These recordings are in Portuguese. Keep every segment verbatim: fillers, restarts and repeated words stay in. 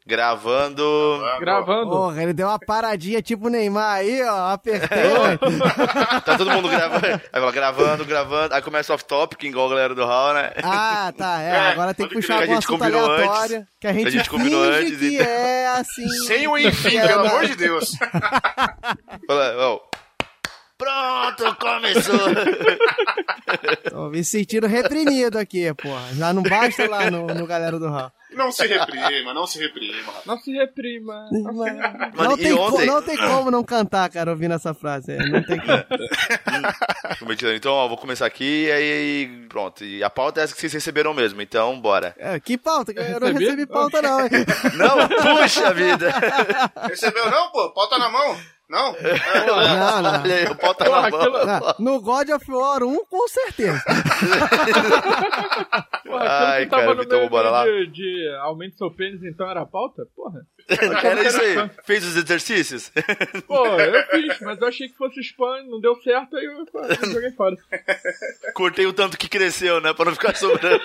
Gravando. Gravando. Porra, ele deu uma paradinha tipo Neymar aí, ó. Apertei. Tá todo mundo gravando. Aí fala, gravando, gravando. Aí começa o off-topic, igual a galera do Hall, né? Ah, tá. É, É, agora tem que puxar que a algum gente assunto combinou aleatório. antes. Que a gente, A gente combinou finge antes, que então. é assim. Sem o enfim, É, pelo não. amor de Deus. Fala, ó. Pronto, começou. Tô me sentindo reprimido aqui, porra. Já não basta lá no, no galera do Hall. Não se reprima, não se reprima. Não se reprima. Não se reprima. Não Mano, tem, e co- ontem? não tem como não cantar, cara, ouvindo essa frase. é, Não tem como. Então, ó, vou começar aqui e aí pronto. E a pauta é essa que vocês receberam mesmo, então bora. É, que pauta? Eu não Recebi? recebi pauta, não. hein? Não, puxa vida. Recebeu não, pô? Pauta na mão? Não? Não, não. Olha aí, o pau tá Porra, na mão. aquilo- Ah, no God of War um, com certeza. Porra, aquilo Ai, que tava cara, no então meio bora lá. de, de aumente seu pênis, então era a pauta? Porra. Era isso aí. Fez os exercícios? Pô, eu fiz, mas eu achei que fosse spam, não deu certo, aí eu, pô, eu joguei fora. Cortei o tanto que cresceu, né? Pra não ficar sobrando.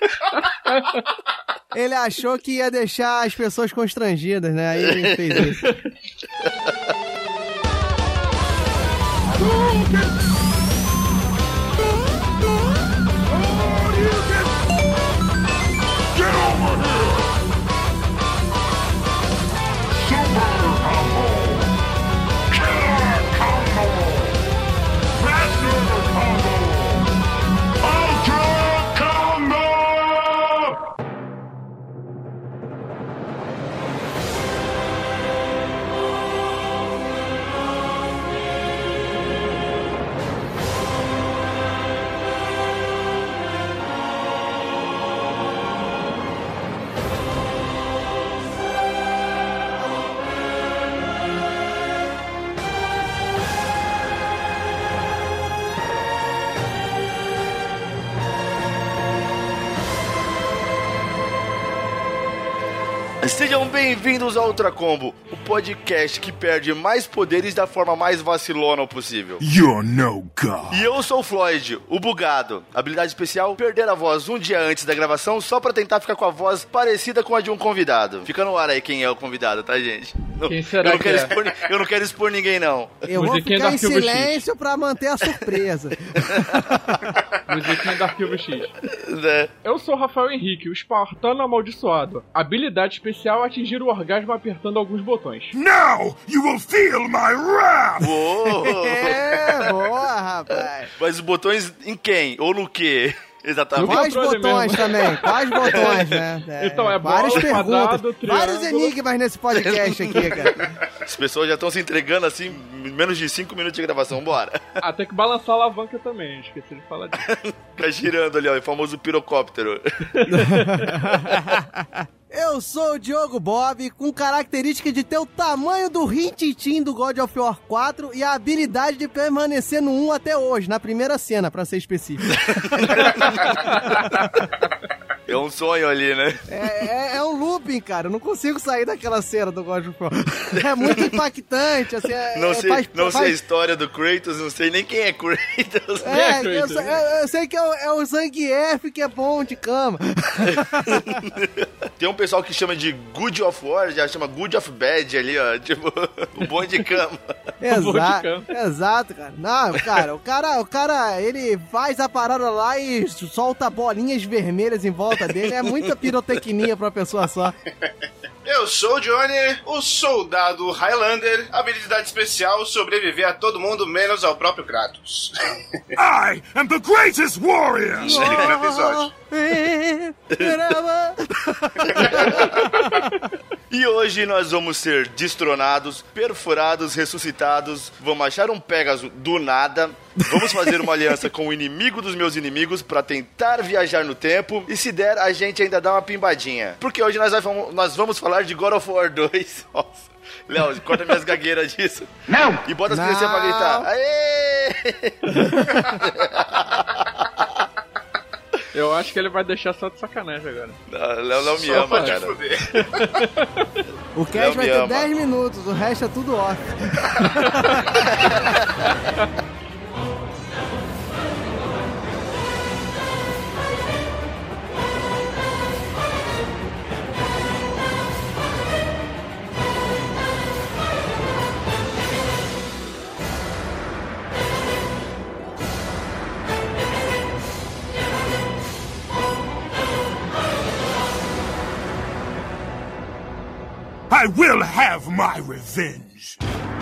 Ele achou que ia deixar as pessoas constrangidas, né? Aí ele fez isso. Sejam bem-vindos ao Ultra Combo, o podcast que perde mais poderes da forma mais vacilona possível. You're no god. E eu sou o Floyd, o bugado. Habilidade especial, perder a voz um dia antes da gravação só pra tentar ficar com a voz parecida com a de um convidado. Fica no ar aí quem é o convidado, tá, gente? Não- Quem será eu não que quero é? expor, eu não quero expor ninguém, não. Eu vou Musiquinha ficar do em Arquivo X. silêncio pra manter a surpresa. Musiquinha do Arquivo X. Né? Eu sou o Rafael Henrique, o espartano amaldiçoado. Habilidade especial, atingir o orgasmo apertando alguns botões. Now you will feel my wrath. Uou! É, boa, rapaz. Mas os botões em quem? Ou no quê? Exatamente. Quais controle botões mesmo. também? Quais botões, né? Então, é várias bola, perguntas, quadrado, vários triângulo. enigmas nesse podcast aqui, cara. As pessoas já estão se entregando assim, em menos de cinco minutos de gravação, bora. Ah, tem que balançar a alavanca também, esqueci de falar disso. Fica girando ali, ó, o famoso pirocóptero. Eu sou o Diogo Bob, com característica de ter o tamanho do Rintintim do God of War quatro e a habilidade de permanecer no um até hoje, na primeira cena, pra ser específico. É um sonho ali, né? É, é, é um looping, cara. Eu não consigo sair daquela cena do God of War. É muito impactante, assim. É, Não é, sei, faz- não faz- sei a história do Kratos, não sei nem quem é Kratos. É, Quem é eu, Kratos? sei- eu- eu sei que é o, é o Zangief que é bom de cama. Tem um pessoal que chama de Good of War, já chama Good of Bad ali, ó. Tipo, o bom de cama. Vou de Exato, campo. exato, cara. Não, cara, o cara, o cara, ele faz a parada lá e solta bolinhas vermelhas em volta dele. É muita pirotecnia pra uma pessoa só. Eu sou o Johnny, o soldado Highlander, habilidade especial, sobreviver a todo mundo menos ao próprio Kratos. I am the greatest warrior. Liga no episódio. E hoje nós vamos ser destronados, perfurados, ressuscitados, vamos achar um Pégaso do nada, vamos fazer uma aliança com o inimigo dos meus inimigos pra tentar viajar no tempo e se der a gente ainda dá uma pimbadinha. Porque hoje nós vamos, nós vamos falar de God of War dois. Nossa. Léo, corta minhas gagueiras disso. Não. E bota as Não. crianças pra gritar. Aê! Eu acho que ele vai deixar só de sacanagem agora. Não, Léo não me Só ama, pra te cara. fuder. O Não cast vai me ter ama. dez minutos, o resto é tudo off. I will have my revenge.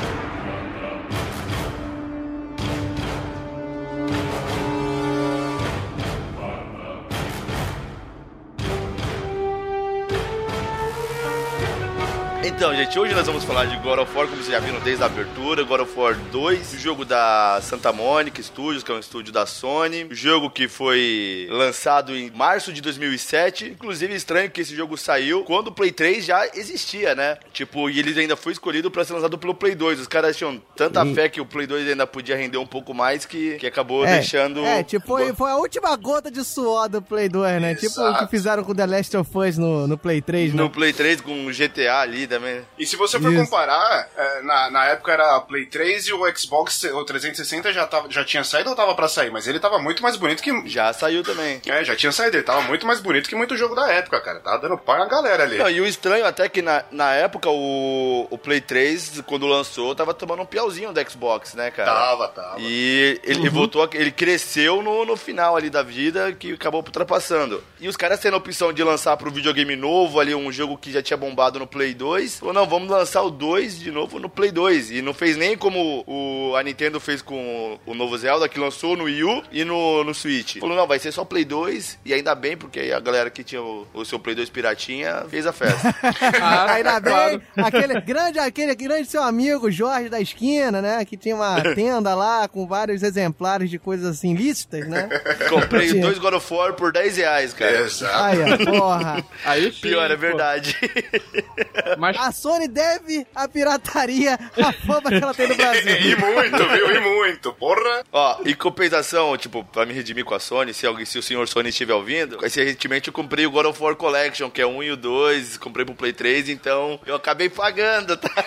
Então, gente, hoje nós vamos falar de God of War, como vocês já viram desde a abertura, God of War dois, o jogo da Santa Monica Studios, que é um estúdio da Sony, o jogo que foi lançado em março de dois mil e sete, inclusive é estranho que esse jogo saiu quando o Play três já existia, né? Tipo, e ele ainda foi escolhido pra ser lançado pelo Play dois, os caras tinham tanta e... fé que o Play dois ainda podia render um pouco mais que, que acabou é, deixando... É, tipo, foi, foi a última gota de suor do Play dois, né? Exato. Tipo o que fizeram com The Last of Us no, no Play três, né? No Play três com o G T A ali também. E se você for Isso. comparar, é, na, na época era Play três e o Xbox, o trezentos e sessenta já, tava, já tinha saído ou tava pra sair? Mas ele tava muito mais bonito que... Já saiu também. É, já tinha saído. Ele tava muito mais bonito que muito jogo da época, cara. Tava dando pau na galera ali. Não, e o estranho até é que na, na época o, o Play três, quando lançou, tava tomando um piauzinho do Xbox, né, cara? Tava, tava. E ele, uhum. ele voltou, a, ele cresceu no, no final ali da vida, que acabou ultrapassando. E os caras tendo a opção de lançar pro videogame novo ali, um jogo que já tinha bombado no Play dois, ou não, vamos lançar o dois de novo no Play dois. E não fez nem como o, a Nintendo fez com o novo Zelda, que lançou no Wii U e no, no Switch. Falou, não, vai ser só Play dois, e ainda bem, porque a galera que tinha o, o seu Play dois piratinha fez a festa. Ah, ainda bem, aquele grande, aquele grande seu amigo Jorge da esquina, né, que tinha uma tenda lá com vários exemplares de coisas assim lícitas, né? Comprei tinha... dois God of War por dez reais, cara. Exato. Aí, porra. Aí sim, pior, é verdade. Mas a Sony deve a pirataria, a fama que ela tem no Brasil. E muito, viu? E muito, porra. Ó, em compensação, tipo, pra me redimir com a Sony, se, alguém, se o senhor Sony estiver ouvindo, recentemente eu comprei o God of War Collection, que é o um e o dois, comprei pro Play três, então eu acabei pagando, tá?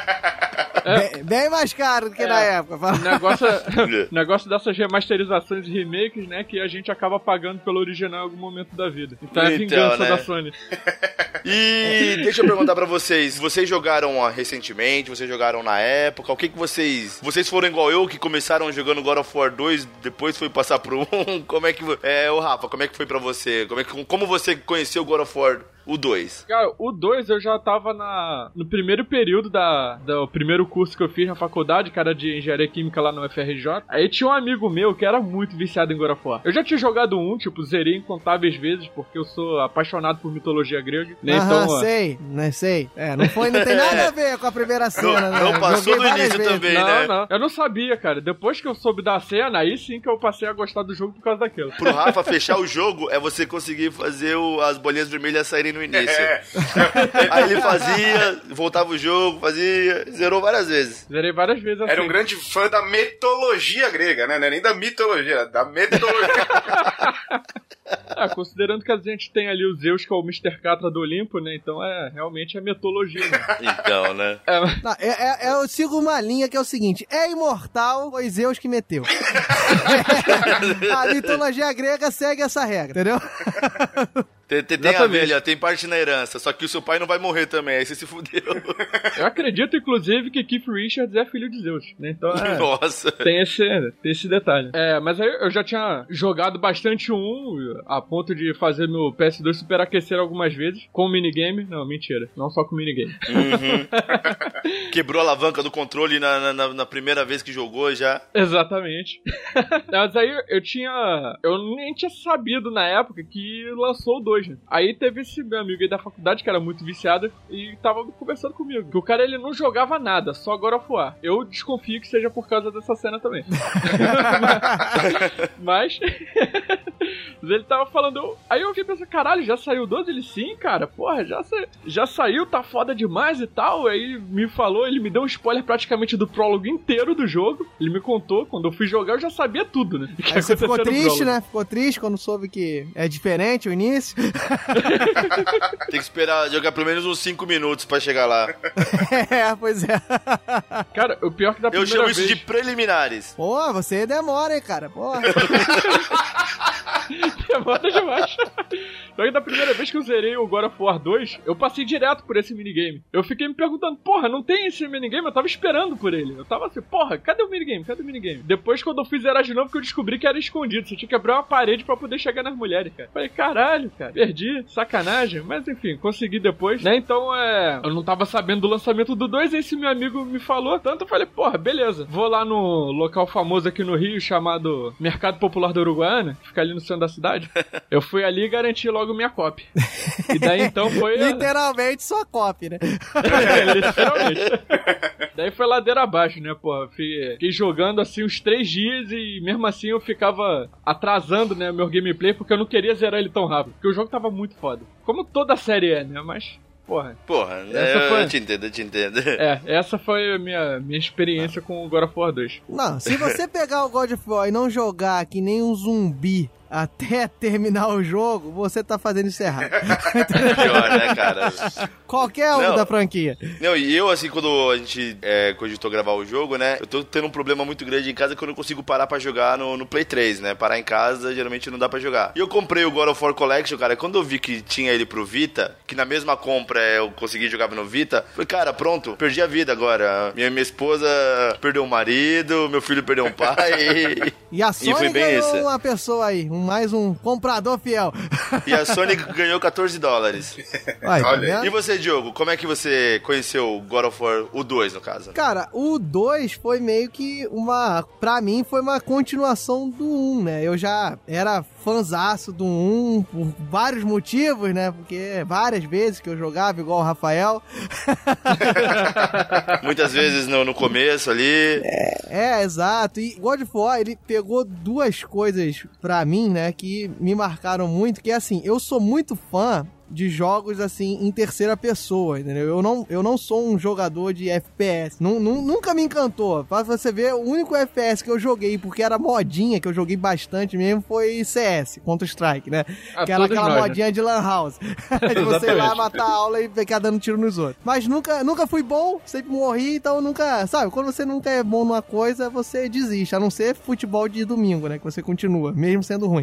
É. Bem, bem mais caro do que é. na época. O negócio, negócio dessas remasterizações e remakes, né, que a gente acaba pagando pelo original em algum momento da vida. Então é a vingança então, né? da Sony. E deixa eu perguntar pra vocês, vocês jogaram ó, recentemente, vocês jogaram na época, o que que vocês... Vocês foram igual eu, que começaram jogando God of War dois, depois foi passar pro um, como é que... É, o Rafa, como é que foi pra você? Como, é que, como você conheceu o God of War o dois? Cara, o dois eu já tava na, no primeiro período da, do primeiro curso que eu fiz na faculdade, cara, de engenharia química lá no F R J. Aí tinha um amigo meu que era muito viciado em God of War. Eu já tinha jogado um, tipo, zerei incontáveis vezes, porque eu sou apaixonado por mitologia grega. Né? Aham, então, sei, não sei. É, não foi, não tem nada a ver com a primeira cena, não, né? Não passou Joguei do início vezes. também, não, né? Não, eu não sabia, cara. Depois que eu soube da cena, aí sim que eu passei a gostar do jogo por causa daquilo. Pro Rafa fechar o jogo é você conseguir fazer o, as bolinhas vermelhas saírem no início. É. Aí ele fazia, voltava o jogo, fazia, zerou várias vezes. Zerei várias vezes assim. Era um grande fã da metodologia grega, né? Não é nem da mitologia, da metodologia. Ah, considerando que a gente tem ali o Zeus, que é o mister Catra do Olimpo, né? Então é realmente a mitologia. Né? Então, né? É, Não, é, é, é, eu sigo uma linha que é o seguinte: é imortal, foi Zeus que meteu. A mitologia grega segue essa regra, entendeu? Tem, tem, tem a velha, tem parte na herança, só que o seu pai não vai morrer também, aí você se fudeu. Eu acredito, inclusive, que Keith Richards é filho de Zeus, né? Então, é, nossa. Tem esse, tem esse detalhe. É, mas aí eu já tinha jogado bastante um, a ponto de fazer meu P S dois superaquecer algumas vezes, com minigame. Não, mentira, não só com minigame. Uhum. Quebrou a alavanca do controle na, na, na primeira vez que jogou já. Exatamente. Mas aí eu tinha... Eu nem tinha sabido na época que lançou o dois. Aí teve esse meu amigo aí da faculdade que era muito viciado e tava conversando comigo. Que o cara, ele não jogava nada, só God of War. Eu desconfio que seja por causa dessa cena também. Mas... Mas ele tava falando... Aí eu fiquei pensando, caralho, já saiu o doze? Ele, sim, cara, porra, já, sa... já saiu, tá foda demais e tal. Aí me falou, ele me deu um spoiler praticamente do prólogo inteiro do jogo. Ele me contou, quando eu fui jogar eu já sabia tudo, né? Aí você ficou triste, né? Ficou triste quando soube que é diferente o início. Tem que esperar jogar pelo menos uns cinco minutos pra chegar lá. É, pois é. Cara, o pior que da primeira vez... Eu chamo isso de preliminares. Pô, você demora, hein, cara. Porra. É foda demais. Só que da primeira vez que eu zerei o God of War dois, eu passei direto por esse minigame. Eu fiquei me perguntando, porra, não tem esse minigame? Eu tava esperando por ele. Eu tava assim, porra, cadê o minigame? Cadê o minigame? Depois, quando eu fui zerar de novo, que eu descobri que era escondido. Você tinha que quebrar uma parede pra poder chegar nas mulheres, cara. Falei, caralho, cara, perdi, sacanagem. Mas enfim, consegui depois, né? Então, é... eu não tava sabendo do lançamento do dois, aí esse meu amigo me falou. Tanto eu falei, porra, beleza. Vou lá no local famoso aqui no Rio, chamado Mercado Popular da Uruguaiana, que fica ali no centro da cidade. Eu fui ali e garanti logo minha cópia. E daí então foi... Literalmente sua cópia, né? É, literalmente. Daí foi ladeira abaixo, né, pô? Fiquei, fiquei jogando assim uns três dias e mesmo assim eu ficava atrasando, né, meu gameplay porque eu não queria zerar ele tão rápido. Porque o jogo tava muito foda. Como toda a série é, né? Mas... Porra. Porra, essa eu, foi... eu te entendo, eu te entendo. É, essa foi a minha, minha experiência com o God of War dois. Não, se você pegar o God of War e não jogar que nem um zumbi até terminar o jogo, você tá fazendo isso errado. Pior, né, cara? Qualquer um não, da franquia. Não, e eu, assim, quando a gente é, cogitou gravar o jogo, né, eu tô tendo um problema muito grande em casa que eu não consigo parar pra jogar no, no Play três, né? Parar em casa, geralmente não dá pra jogar. E eu comprei o God of War Collection, cara, quando eu vi que tinha ele pro Vita, que na mesma compra eu consegui jogar no Vita, falei, cara, pronto, perdi a vida agora. Minha, minha esposa perdeu um marido, meu filho perdeu um pai. E a Sony e ganhou isso. uma pessoa aí, um, mais um comprador fiel. E a Sony ganhou catorze dólares. Vai, tá Olha. vendo? E você, Diogo, como é que você conheceu o God of War, o dois, no caso? Cara, o dois foi meio que uma... Pra mim, foi uma continuação do um, né? Eu já era fanzaço do um por vários motivos, né? Porque várias vezes que eu jogava igual o Rafael. Muitas vezes no, no começo ali. É, exato. E God of War, ele pegou duas coisas pra mim, né? Que me marcaram muito. Que é assim, eu sou muito fã de jogos, assim, em terceira pessoa, entendeu? Eu não, eu não sou um jogador de F P S. Num, num, nunca me encantou. Pra você ver, o único F P S que eu joguei, porque era modinha, que eu joguei bastante mesmo, foi C S, Counter-Strike, né? Ah, que era aquela nós, modinha, né? De Lan House. De você ir lá matar a aula e ficar dando tiro nos outros. Mas nunca, nunca fui bom, sempre morri, então nunca... Sabe, quando você nunca é bom numa coisa, você desiste. A não ser futebol de domingo, né? Que você continua, mesmo sendo ruim.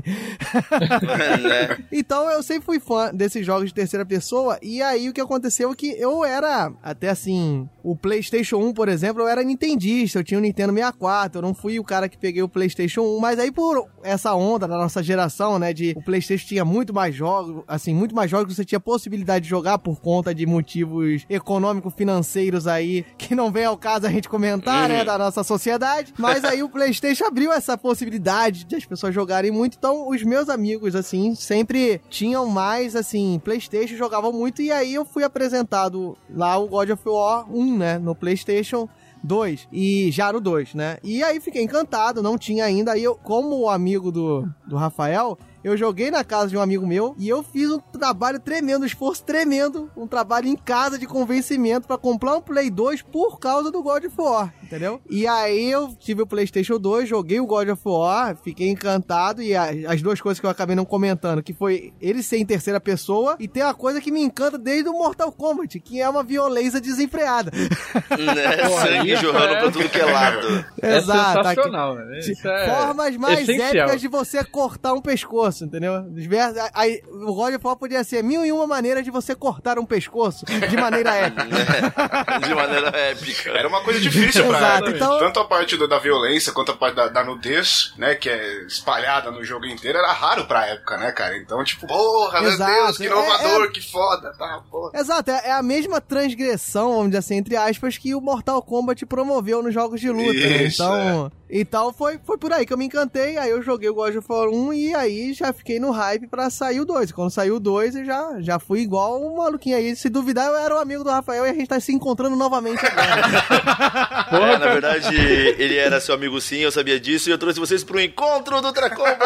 Então eu sempre fui fã desses jogos de terceira pessoa, e aí o que aconteceu é que eu era, até assim, o PlayStation um, por exemplo, eu era nintendista, eu tinha o Nintendo sessenta e quatro, eu não fui o cara que peguei o PlayStation um, mas aí por essa onda da nossa geração, né, de o PlayStation tinha muito mais jogos, assim, muito mais jogos que você tinha possibilidade de jogar por conta de motivos econômico-financeiros aí, que não vem ao caso a gente comentar, né, da nossa sociedade, mas aí o PlayStation abriu essa possibilidade de as pessoas jogarem muito, então os meus amigos, assim, sempre tinham mais, assim, PlayStation, jogavam muito, e aí eu fui apresentado lá o God of War um, né, no PlayStation dois, e já no dois, né, e aí fiquei encantado, não tinha ainda, aí eu, como amigo do, do Rafael, eu joguei na casa de um amigo meu e eu fiz um trabalho tremendo, um esforço tremendo, um trabalho em casa de convencimento pra comprar um Play dois por causa do God of War, entendeu? E aí eu tive o PlayStation dois, joguei o God of War, fiquei encantado, e a, as duas coisas que eu acabei não comentando, que foi ele ser em terceira pessoa e tem uma coisa que me encanta desde o Mortal Kombat, que é uma violência desenfreada. Né? Sangue jorrando é... pra tudo que é lado. É Exato. sensacional, né? Isso é formas mais essencial. épicas de você cortar um pescoço, entendeu? Aí, o God of War podia ser mil e uma maneiras de você cortar um pescoço de maneira épica. De maneira épica. Era uma coisa difícil pra Exato, ela. então... Tanto a parte do, da violência quanto a parte da, da nudez, né, que é espalhada no jogo inteiro, era raro pra época, né, cara? Então, tipo, porra, Exato. meu Deus, que inovador, é, é... que foda, tá, porra. Exato, é, é a mesma transgressão, vamos dizer assim, entre aspas, que o Mortal Kombat promoveu nos jogos de luta. Isso, né? Então, é. então foi, foi por aí que eu me encantei, aí eu joguei o God of War um e aí já fiquei no hype pra sair o dois. Quando saiu o dois, eu já, já fui igual um maluquinho aí. Se duvidar, eu era um amigo do Rafael e a gente tá se encontrando novamente agora. É, na verdade, ele era seu amigo sim, eu sabia disso, e eu trouxe vocês pro encontro do Ultracombo.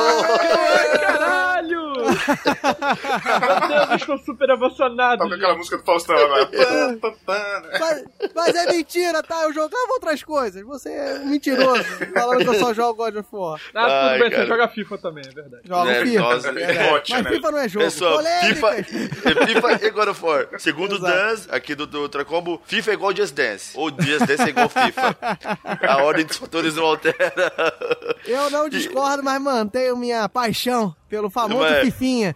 Caralho! Meu Deus, eu estou super emocionado. Toca aquela música do Faustão agora. mas, mas é mentira, tá? Eu jogava outras coisas. Você é mentiroso, falando que eu só jogo God of War. Ah, tudo Ai, bem, cara. você joga FIFA também, é verdade. Jogo É, FIFA. nossa, é verdade. é ótimo, Mas né? FIFA não é jogo. Pessoal, FIFA, Polêmicas. FIFA e God of War. Segundo o Dan, aqui do, do Ultracombo, FIFA é igual Just Dance. Ou Just Dance é igual FIFA. A ordem dos fatores não altera. Eu não discordo, mas mantenho minha paixão pelo famoso Mas- Fifinha.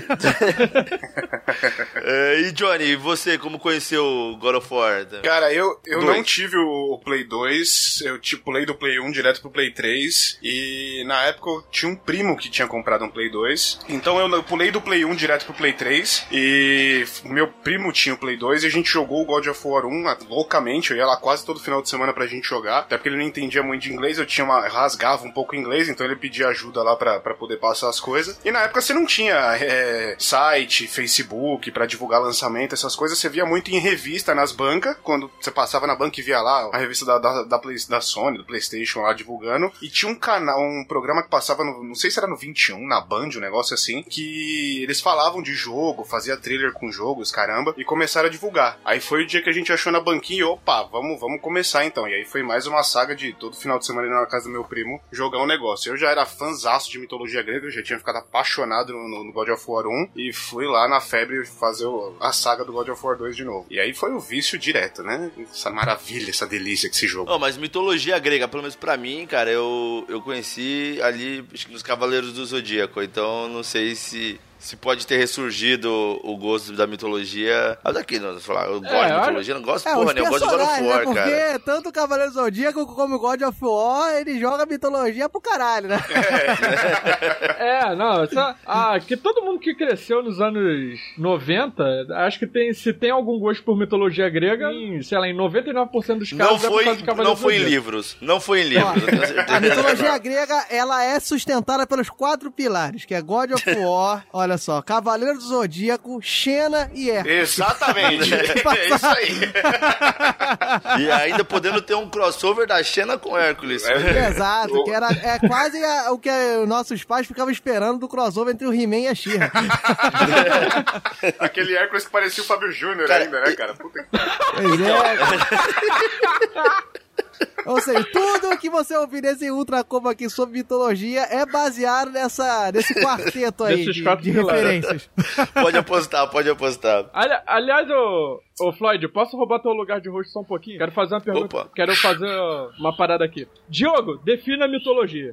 É, e Johnny, você como conheceu o God of War? Cara, eu, eu Dois. não tive o, o Play dois, eu tipo, pulei do Play um direto pro Play três, e na época eu tinha um primo que tinha comprado um Play dois, então eu, eu pulei do Play um direto pro Play três, e meu primo tinha o Play dois, e a gente jogou o God of War um loucamente, eu ia lá quase todo final de semana pra gente jogar, até porque ele não entendia muito de inglês, eu tinha uma, rasgava um pouco inglês, então ele pedia ajuda lá pra, pra poder passar as coisas, e na época você não tinha é, site, Facebook, pra divulgar lançamento, essas coisas, você via muito em revista nas bancas, quando você passava na banca e via lá a revista da, da, da, Play, da Sony, do PlayStation lá divulgando, e tinha um canal, um programa que passava no, não sei se era no vinte e um, na Band, um negócio assim, que eles falavam de jogo, fazia trailer com jogos, caramba, e começaram a divulgar. Aí foi o dia que a gente achou na banquinha e opa, vamos, vamos começar então. E aí foi mais uma saga de todo final de semana ir na casa do meu primo jogar um negócio. Eu já era fãzaço de mitologia grega, eu já tinha ficado apaixonado no, no God of War um, e fui lá na febre fazer o, a saga do God of War dois de novo. E aí foi o vício direto, né? Essa maravilha, essa delícia que esse jogo. Oh, mas mitologia grega, pelo menos pra mim, cara, eu, eu conheci ali acho que nos Cavaleiros do Zodíaco, então não sei se... Se pode ter ressurgido o gosto da mitologia. Mas aqui, não, falar, eu gosto É, de olha- mitologia, não gosto É, porra os nenhuma, eu gosto de God of personagens, War, né? Porque cara. tanto o Cavaleiro Zodíaco como o God of War, ele joga mitologia pro caralho, né? É, não, essa, ah, que todo mundo que cresceu nos anos noventa, acho que tem, se tem algum gosto por mitologia grega, em, sei lá, em noventa e nove por cento dos casos Não é por foi, causa de Cavaleiro não foi em Zodíaco. livros. Não foi em livros, eu tenho A certeza. mitologia grega, ela é sustentada pelos quatro pilares, que é God of War, olha só, Cavaleiro do Zodíaco, Xena e Hércules. Exatamente. É isso aí. E ainda podendo ter um crossover da Xena com Hércules. É. Exato, que era é quase a- o que os nossos pais ficavam esperando do crossover entre o He-Man e a She-Ra. Aquele Hércules que parecia o Fábio Júnior Cara, ainda, né, cara? Puta que... Pois é. Ou seja, tudo que você ouvir nesse Ultra Combo aqui sobre mitologia é baseado nessa, nesse quarteto aí Desses de, quatro de pilares. referências. Pode apostar, pode apostar. Ali- aliás, ô, ô Floyd, posso roubar teu lugar de rosto só um pouquinho? Quero fazer uma pergunta. Opa. Quero fazer uma parada aqui. Diogo, defina a mitologia.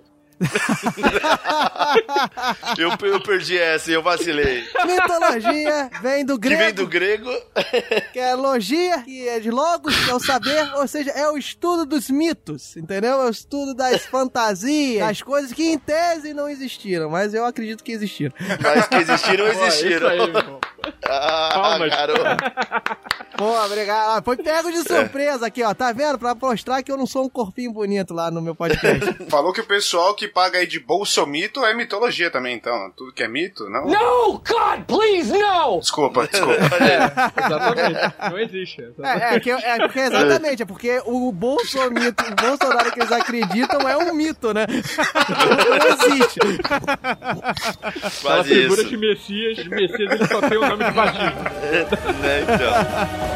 Eu, eu perdi essa e eu vacilei. Mitologia vem do Que grego, vem do grego. que é logia, que é de logos, que é o saber, ou seja, é o estudo dos mitos, entendeu? É o estudo das fantasias, das coisas que em tese não existiram, mas eu acredito que existiram. Mas que existiram, Pô, isso existiram. aí, meu irmão. Ah, Palmas. garoto. Pô, obrigado. Ah, foi pego de surpresa aqui, ó. Tá vendo? Pra mostrar que eu não sou um corpinho bonito lá no meu podcast. Falou que o pessoal que paga aí de bolsomito é mitologia também, então. Tudo que é mito, não? No, God, please, no! Desculpa, desculpa. Exatamente. Não existe. Exatamente. É, é, que, é porque exatamente, é porque o bolsomito, o Bolsonaro que eles acreditam é um mito, né? Não existe. Ela Quase figura isso. que Messias, Messias ele só tem o nome de batismo. Né, então.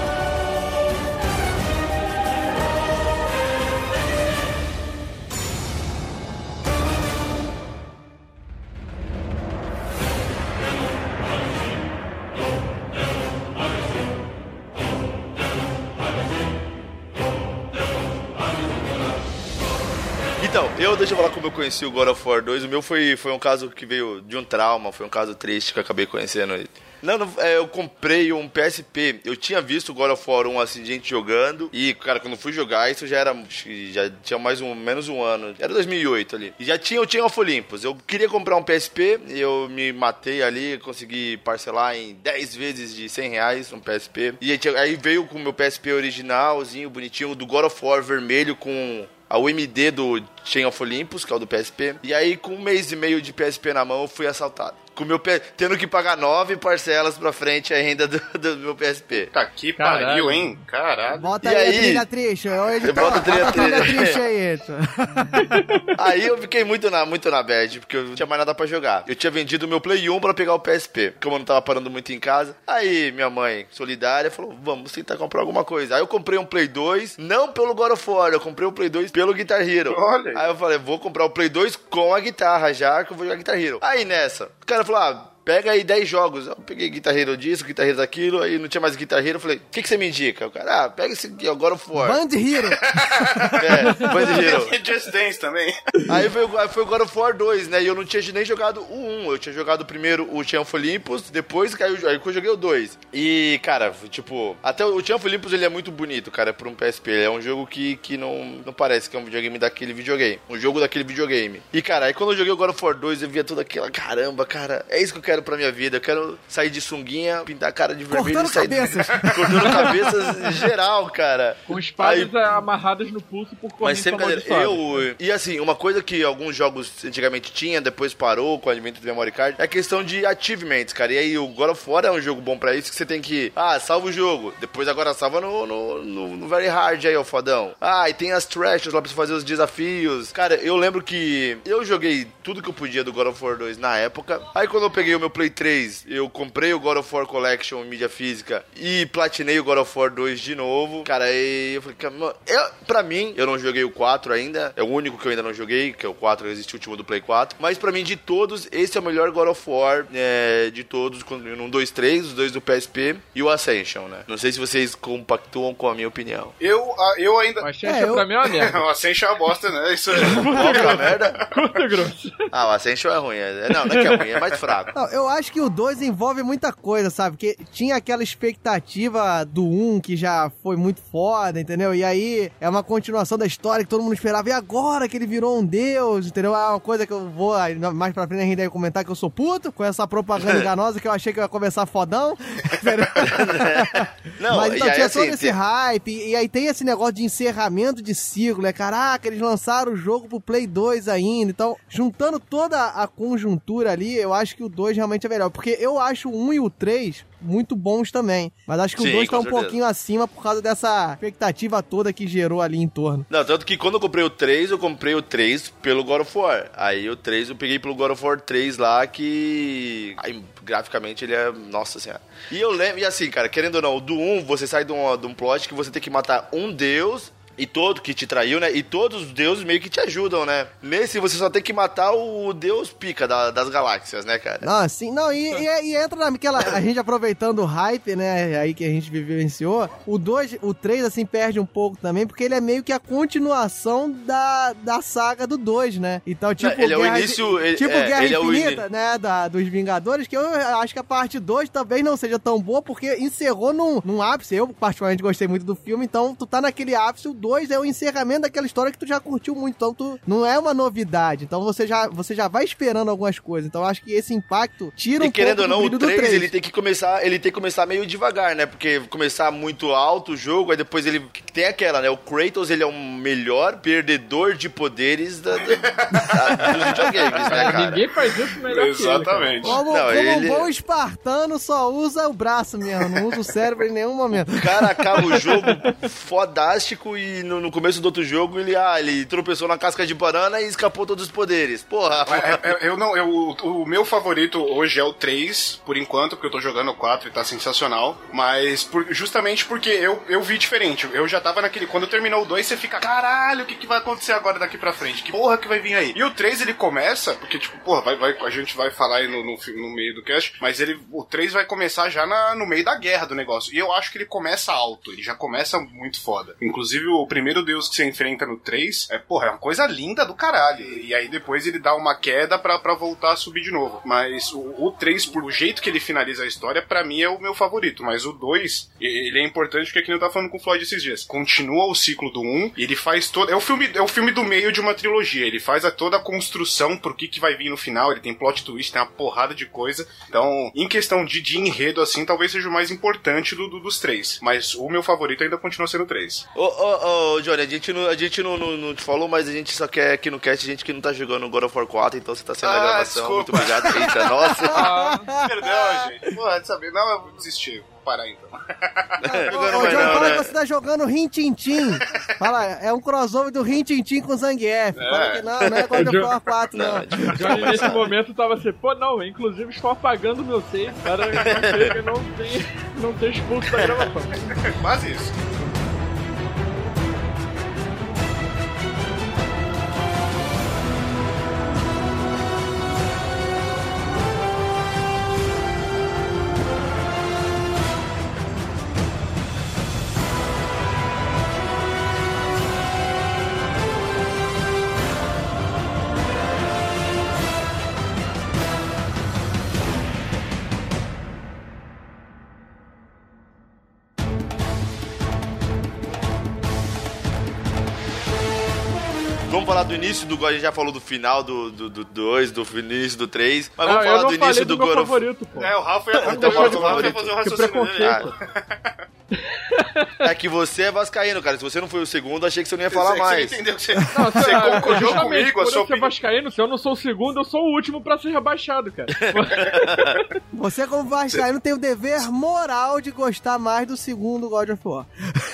Então, eu, deixa eu falar como eu conheci o God of War dois. O meu foi, foi um caso que veio de um trauma, foi um caso triste que eu acabei conhecendo ele. Não, não, é, eu comprei um P S P. Eu tinha visto o God of War um, assim, gente jogando. E, cara, quando eu fui jogar, isso já era... acho que já tinha mais um, menos um ano. Era dois mil e oito ali. E já tinha, eu tinha Alpha Olympus. Eu queria comprar um P S P. E eu me matei ali, consegui parcelar em dez vezes de cem reais um P S P. E aí, tinha- aí veio com o meu P S P originalzinho, bonitinho, do God of War vermelho com... a U M D do Chain of Olympus, que é o do P S P. E aí, com um mês e meio de P S P na mão, eu fui assaltado. Com o meu P... Tendo que pagar nove parcelas pra frente ainda do, do meu P S P. Tá que Caralho. pariu, hein? Caralho. Bota E aí, aí? a trilha triste. Ô, editor, Bota a trilha bota a trilha triste. triste aí. Aí eu fiquei muito na, muito na bad, porque eu não tinha mais nada pra jogar. Eu tinha vendido o meu Play um pra pegar o P S P, como eu não tava parando muito em casa. Aí minha mãe, solidária, falou, vamos tentar comprar alguma coisa. Aí eu comprei um Play dois, não pelo God of War, eu comprei o Play dois pelo Guitar Hero. Olha aí. Aí eu falei, vou comprar o Play dois com a guitarra já, que eu vou jogar Guitar Hero. Aí nessa, o cara falou, ah, pega aí dez jogos. Eu peguei Guitar Hero disso, Guitar Hero daquilo, aí não tinha mais Guitar Hero, eu falei, o que, que você me indica? O cara, ah, pega esse aqui, God of War. Band Hero. É, Band Hero. Just Dance também. Aí foi, foi o God of War dois, né? E eu não tinha nem jogado o um. Eu tinha jogado primeiro o Triumph Olympus, depois caiu, aí eu joguei o dois. E, cara, tipo, até o Triumph Olympus ele é muito bonito, cara, pra um P S P. Ele é um jogo que, que não, não parece que é um videogame daquele videogame. Um jogo daquele videogame. E, cara, aí quando eu joguei o God of War dois, eu via toda aquela, caramba, cara, é isso que eu quero pra minha vida. Eu quero sair de sunguinha, pintar a cara de vermelho Cortando e sair... cabeças. Cortando cabeças geral, cara. Com espadas Aí... amarradas no pulso por Mas corrente sempre, galera, eu... E assim, uma coisa que alguns jogos antigamente tinha, depois parou com o advento do memory card, é a questão de achievements, cara. E aí o God of War é um jogo bom pra isso, que você tem que... Ah, salva o jogo. Depois agora salva no, no, no, no Very Hard aí, ó, fodão. Ah, e tem as trashes lá pra você fazer os desafios. Cara, eu lembro que eu joguei tudo que eu podia do God of War dois na época. Aí quando eu peguei o meu Play três, eu comprei o God of War Collection em mídia física e platinei o God of War dois de novo. Cara, aí eu falei, mano, eu, pra mim, eu não joguei o quatro ainda. É o único que eu ainda não joguei, que é o quatro, existe o último do Play quatro. Mas pra mim, de todos, esse é o melhor God of War é, de todos, no dois, três, os dois do P S P e o Ascension, né? Não sei se vocês compactuam com a minha opinião. Eu, eu ainda... O Ascension é, eu... pra mim é uma merda. O Ascension é uma bosta, né? Isso é Qual que é uma merda? Curto grosso. Ah, o Ascension é ruim. É... Não, não é que é ruim, é mais fraco. Não, eu acho que o dois envolve muita coisa, sabe? Porque tinha aquela expectativa do um que já foi muito foda, entendeu? E aí é uma continuação da história que todo mundo esperava. E agora que ele virou um deus, entendeu? É uma coisa que eu vou mais pra frente a gente deve comentar que eu sou puto com essa propaganda enganosa que eu achei que eu ia começar fodão. Não, mas então e aí, tinha assim, todo esse tem... hype. E aí tem esse negócio de encerramento de ciclo, né? Caraca, eles lançaram o jogo pro Play dois ainda. Então, juntando toda a conjuntura ali, eu acho que o dois realmente é melhor. Porque eu acho o um e o três muito bons também. Mas acho que Sim, o dois tá um certeza. pouquinho acima por causa dessa expectativa toda que gerou ali em torno. Não, tanto que quando eu comprei o três, eu comprei o três pelo God of War. Aí o três eu peguei pelo God of War três lá, que... Aí, graficamente ele é... Nossa senhora. E eu lembro... E assim, cara, querendo ou não, do um, você sai de um, de um plot que você tem que matar um deus... E todo que te traiu, né? E todos os deuses meio que te ajudam, né? Nesse você só tem que matar o deus pica da, das galáxias, né, cara? Não, sim, não, e, e, e entra naquela... A gente aproveitando o hype, né? Aí que a gente vivenciou. O dois, o três, assim, perde um pouco também, porque ele é meio que a continuação da, da saga do dois, né? Então, tipo... Ele é o Guerra, início... Ele, tipo é, Guerra ele Infinita, é o in... né? Da, dos Vingadores, que eu acho que a parte dois talvez não seja tão boa, porque encerrou num, num ápice. Eu, particularmente, gostei muito do filme, então tu tá naquele ápice, o dois é o encerramento daquela história que tu já curtiu muito, então tu não é uma novidade, então você já, você já vai esperando algumas coisas, então eu acho que esse impacto tira um e querendo pouco ou não, do o três, três, ele tem que começar, ele tem que começar meio devagar, né, porque começar muito alto o jogo, aí depois ele tem aquela, né, o Kratos, ele é o melhor perdedor de poderes da, da, da, dos videogames, né, cara? Ninguém faz isso melhor Exatamente. que ele, como, não, como ele... um bom espartano só usa o braço mesmo, não usa o cérebro em nenhum momento. O cara acaba o jogo fodástico e no, no começo do outro jogo ele, ah, ele tropeçou na casca de banana e escapou todos os poderes. Porra. É, é, eu não, eu, o, o meu favorito hoje é o três, por enquanto, porque eu tô jogando o quatro e tá sensacional. Mas por, justamente porque eu, eu vi diferente. Eu já tava naquele... Quando terminou o dois, você fica, caralho, o que, que vai acontecer agora daqui pra frente? Que porra que vai vir aí? E o três, ele começa, porque, tipo, porra, vai, vai, a gente vai falar aí no, no, no meio do cast, mas ele, o três vai começar já na, no meio da guerra do negócio. E eu acho que ele começa alto, ele já começa muito foda. Inclusive, o primeiro deus que você enfrenta no três, é, porra, é uma coisa linda do caralho. E aí depois ele dá uma queda pra, pra voltar a subir de novo. Mas o, o três, por o jeito que ele finaliza a história, pra mim é o meu favorito. Mas o dois, ele é importante porque, que nem eu tava falando com o Floyd esses dias, continua o ciclo do um, e ele faz todo... É o filme, é o filme do meio de uma trilogia. Ele faz a, toda a construção pro que, que vai vir no final. Ele tem plot twist, tem uma porrada de coisa. Então, em questão de, de enredo, assim, talvez seja o mais importante do, do, dos três. Mas o meu favorito ainda continua sendo o três. Ô, ô, ô, Johnny, a gente, não, a gente não, não, não te falou, mas a gente só quer aqui no cast gente que não tá jogando God of War quatro, então você tá sendo ah, na gravação. Desculpa. Muito obrigado. Eita, nossa. Ah, perdão, gente. Porra, de saber. Não, eu vou desistir. Vou parar então. Ô, ô, John, fala que você tá jogando Rin-Tin-Tin. Fala, é um crossover do Rin-Tin-Tin com Zangief. É. Fala que não, não é God of War quatro, não. não. Johnny, nesse momento, tava assim, pô, não, inclusive estou apagando o meu save, cara, eu não tem, não tem expulso da gravação. Quase isso. Vamos falar do início do... A gente já falou do final do dois, do, do, do início do três. Mas não, vamos falar do início do, do God of War. Favorito, pô. É, o Rafa ia, Então, o o Rafa ia fazer o raciocínio dele. É que você é vascaíno, cara. Se você não foi o segundo, achei que você não ia falar você, mais. Você entendeu que você, não, você é, concordou comigo? A por sua eu ser vascaíno, se eu não sou o segundo, eu sou o último pra ser rebaixado, cara. Você, como vascaíno, tem o dever moral de gostar mais do segundo God of War.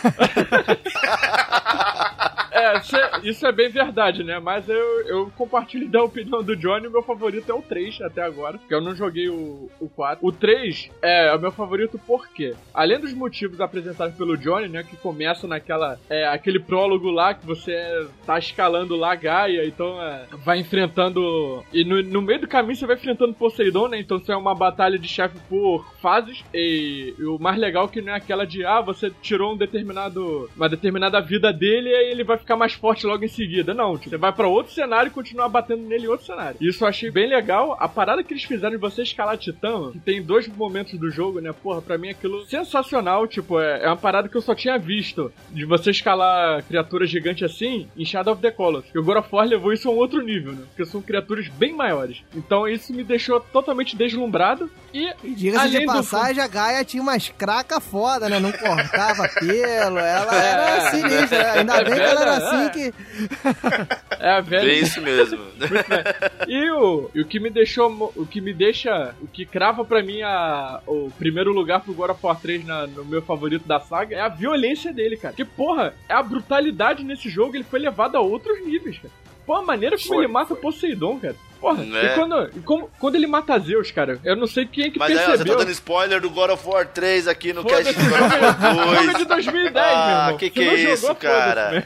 É, isso é bem verdade, né? Mas eu, eu compartilho da opinião do Johnny. O meu favorito é o três até agora, porque eu não joguei o, o quatro. O três é o meu favorito porque, além dos motivos apresentados pelo Johnny, né? Que começa naquela... É, aquele prólogo lá que você tá escalando lá Gaia, então é, vai enfrentando... E no, no meio do caminho você vai enfrentando Poseidon, né? Então isso é uma batalha de chefe por fases. E, e o mais legal que não é aquela de, ah, você tirou um determinado... uma determinada vida dele e aí ele vai ficar mais forte logo em seguida. Não, tipo, você vai pra outro cenário e continuar batendo nele em outro cenário. Isso eu achei bem legal. A parada que eles fizeram de você escalar Titã, que tem dois momentos do jogo, né? Porra, pra mim aquilo sensacional. Tipo, é, é uma parada que eu só tinha visto. De você escalar criaturas gigantes assim em Shadow of the Colossus. E o God of War levou isso a um outro nível, né? Porque são criaturas bem maiores. Então isso me deixou totalmente deslumbrado. E, e diga-se de passagem, do... a Gaia tinha umas cracas foda, né? Não cortava pelo. Ela é, era sinistra. Ainda é bem velha, que ela era é. assim que... É a velha. É isso mesmo. E o, e o que me deixou... O que me deixa... O que crava pra mim a, o primeiro lugar pro God of War três na, no meu favorito da saga é a violência dele, cara. Que, porra, é a brutalidade nesse jogo, ele foi levado a outros níveis, cara. Pô, a maneira como foi, ele mata foi. o Poseidon, cara. Porra, é. e, quando, e como, quando ele mata Zeus, cara, eu não sei quem é que Mas percebeu. Mas aí, ó, você tá dando spoiler do God of War três aqui no cast do God of War dois. Jogo de dois mil e dez, ah, meu irmão. que que você é não isso, jogou, cara?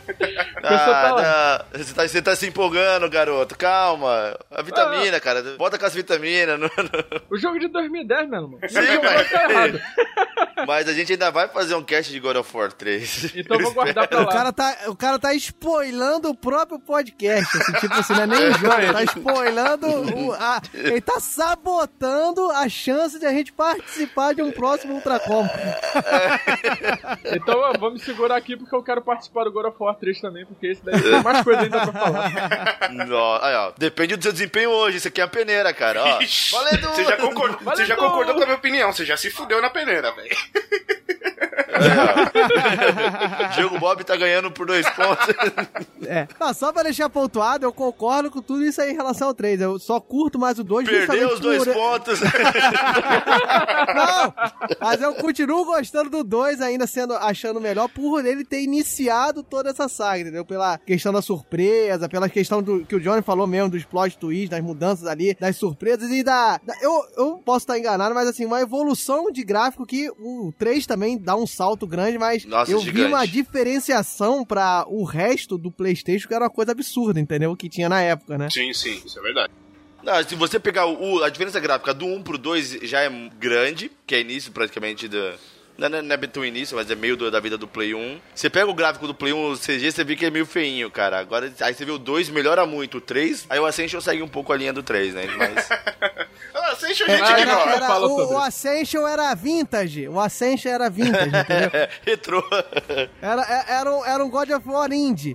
Ah, não. Você, tá, você tá se empolgando, garoto. Calma. A vitamina, ah. cara. Bota com as vitaminas. No, no... O jogo de dois mil e dez, meu irmão. Sim, mas... Tá errado. Mas a gente ainda vai fazer um cast de God of War três. Então eu vou guardar pra lá. O cara tá, o cara tá spoilando o próprio podcast. Assim, tipo assim, não é nem jogo. Tá spoilando o... A, ele tá sabotando a chance de a gente participar de um próximo Ultracom. Então ó, vamos segurar aqui porque eu quero participar do God of War três também, porque esse daí tem mais coisa ainda pra falar. Não, aí, ó, depende do seu desempenho hoje. Isso aqui é a peneira, cara. Ó, valendo. Você já concordou, você já concordou com a minha opinião. Você já se fudeu na peneira, velho. É, Diego Bob tá ganhando por dois pontos. É. Não, só pra deixar pontuado, eu concordo com tudo isso aí em relação ao três. Eu só curto mais o dois. Perdeu os dois por... pontos. Não, mas eu continuo gostando do dois ainda, sendo, achando melhor por ele ter iniciado toda essa saga, entendeu? Pela questão da surpresa, pela questão do que o Johnny falou mesmo, dos plot twists, das mudanças ali, das surpresas e da... da eu, eu posso estar enganado, mas assim, uma evolução de gráfico que o três também dá um salto grande, mas Nossa, eu gigante. vi uma diferenciação pra o resto do PlayStation que era uma coisa absurda, entendeu? Que tinha na época, né? Sim, sim, isso é verdade. Não, se você pegar o, a diferença gráfica do um pro dois já é grande, que é início praticamente do... Não, não é bem tão início, mas é meio do, da vida do Play um. Você pega o gráfico do Play um, o C G, você vê que é meio feinho, cara. Agora, aí você vê o dois, melhora muito. O três, aí o Ascension segue um pouco a linha do três, né? Mas... o Ascension a gente era, ignora. era, era, o, o Ascension era vintage. O Ascension era vintage, entendeu? Retrô. Era, era, um, era um God of War indie.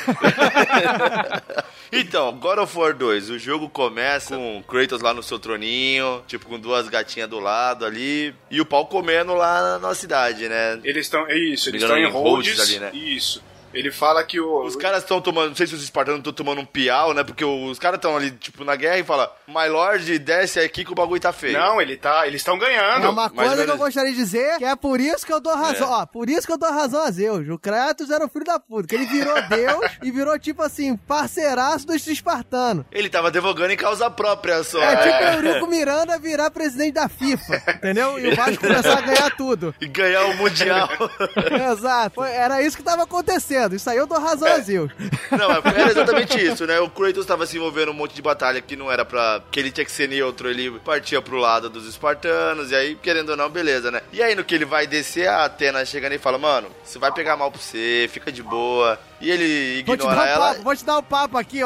Então, God of War dois, o jogo começa com o Kratos lá no seu troninho, tipo, com duas gatinhas do lado ali, e o pau comendo lá na cidade, né? Eles estão, é isso, eles estão em Rhodes ali, né? Isso. Ele fala que o... Os caras estão tomando... Não sei se os espartanos estão tomando um piau, né? Porque os caras estão ali, tipo, na guerra e falam: My Lord, desce aqui que o bagulho tá feio. Não, ele tá... Eles estão ganhando. É uma coisa que eu gostaria de dizer, que é por isso que eu dou razão. É. Ó, por isso que eu dou razão a Zeus. O Kratos era o filho da puta. Que ele virou Deus e virou, tipo assim, parceiraço dos espartanos. Ele tava devogando em causa própria só. É, é. tipo o Eurico Miranda virar presidente da FIFA, entendeu? E o Vasco começar a ganhar tudo. E ganhar o Mundial. Exato. Foi, era isso que tava acontecendo. Isso aí eu dou razão. É. A Zeus. Não, era exatamente isso, né? O Kratos tava se envolvendo um monte de batalha que não era pra... Que ele tinha que ser neutro, ele partia pro lado dos espartanos, e aí, querendo ou não, beleza, né? E aí, no que ele vai descer, a Atena chega nele e fala: mano, você vai pegar mal pra você, fica de boa. E ele ignora vou te dar um ela... Papo, vou te dar um papo aqui, ó.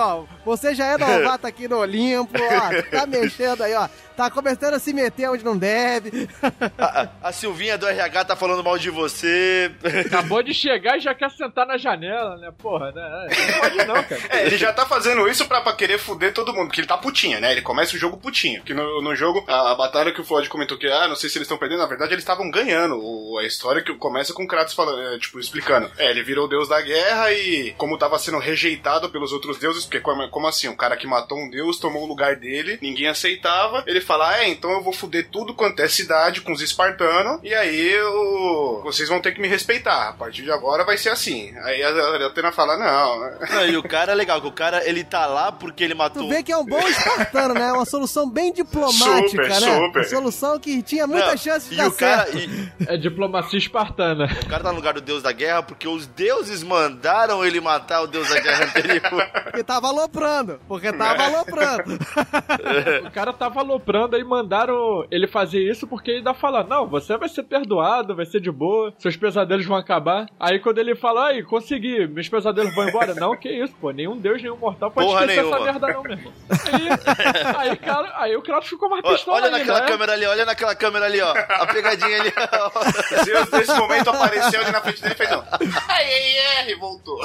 Você já é novato aqui no Olimpo, ó. Tá mexendo aí, ó. Tá começando a se meter onde não deve. A, a Silvinha do R H tá falando mal de você. Acabou de chegar e já quer sentar na janela, né? Porra, né? Não pode não, cara. É, ele já tá fazendo isso pra, pra querer fuder todo mundo, porque ele tá putinha, né? Ele começa o jogo putinho. Que no, no jogo, a, a batalha que o Floyd comentou que, ah, não sei se eles estão perdendo, na verdade eles estavam ganhando. O, a história que começa com o Kratos falando, é, tipo, explicando. É, ele virou o deus da guerra e como tava sendo rejeitado pelos outros deuses, porque como, como assim? Um cara que matou um deus, tomou o lugar dele, ninguém aceitava, ele fala, ah, é, então eu vou fuder tudo quanto é cidade com os espartanos, e aí eu, vocês vão ter que me respeitar. A partir de agora vai ser assim. Aí a, a Atena fala, não. Não, e o cara é legal, que o cara, ele tá lá porque ele matou... Tu vê que é um bom espartano, né? Uma solução bem diplomática, super, né? Super. Uma solução que tinha muita não, chance de e dar o cara, certo. e, É diplomacia espartana. o cara tá no lugar do deus da guerra porque os deuses mandaram ele matar o deus da guerra anterior. Porque tava aloprando. Porque tava aloprando. O cara tava aloprando aí, mandaram ele fazer isso porque ele ainda fala, não, você vai ser perdoado, vai ser de boa, seus pesadelos vão acabar. Aí quando ele fala, ai, consegui, meus pesadelos vão embora. Não, que isso, pô, nenhum deus, nenhum mortal pode Porra esquecer nenhuma. essa merda não, meu irmão. Aí, aí, cara, aí o Kratos ficou mais Olha, pistola olha aí, naquela né? câmera ali, olha naquela câmera ali, ó. A pegadinha ali, ó. Zeus, nesse momento, apareceu ali na frente dele e fez um... Aí, R, voltou.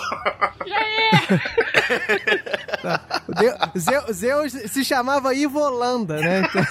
O Deu- Zeus, Zeus se chamava Ivolanda, né? Então-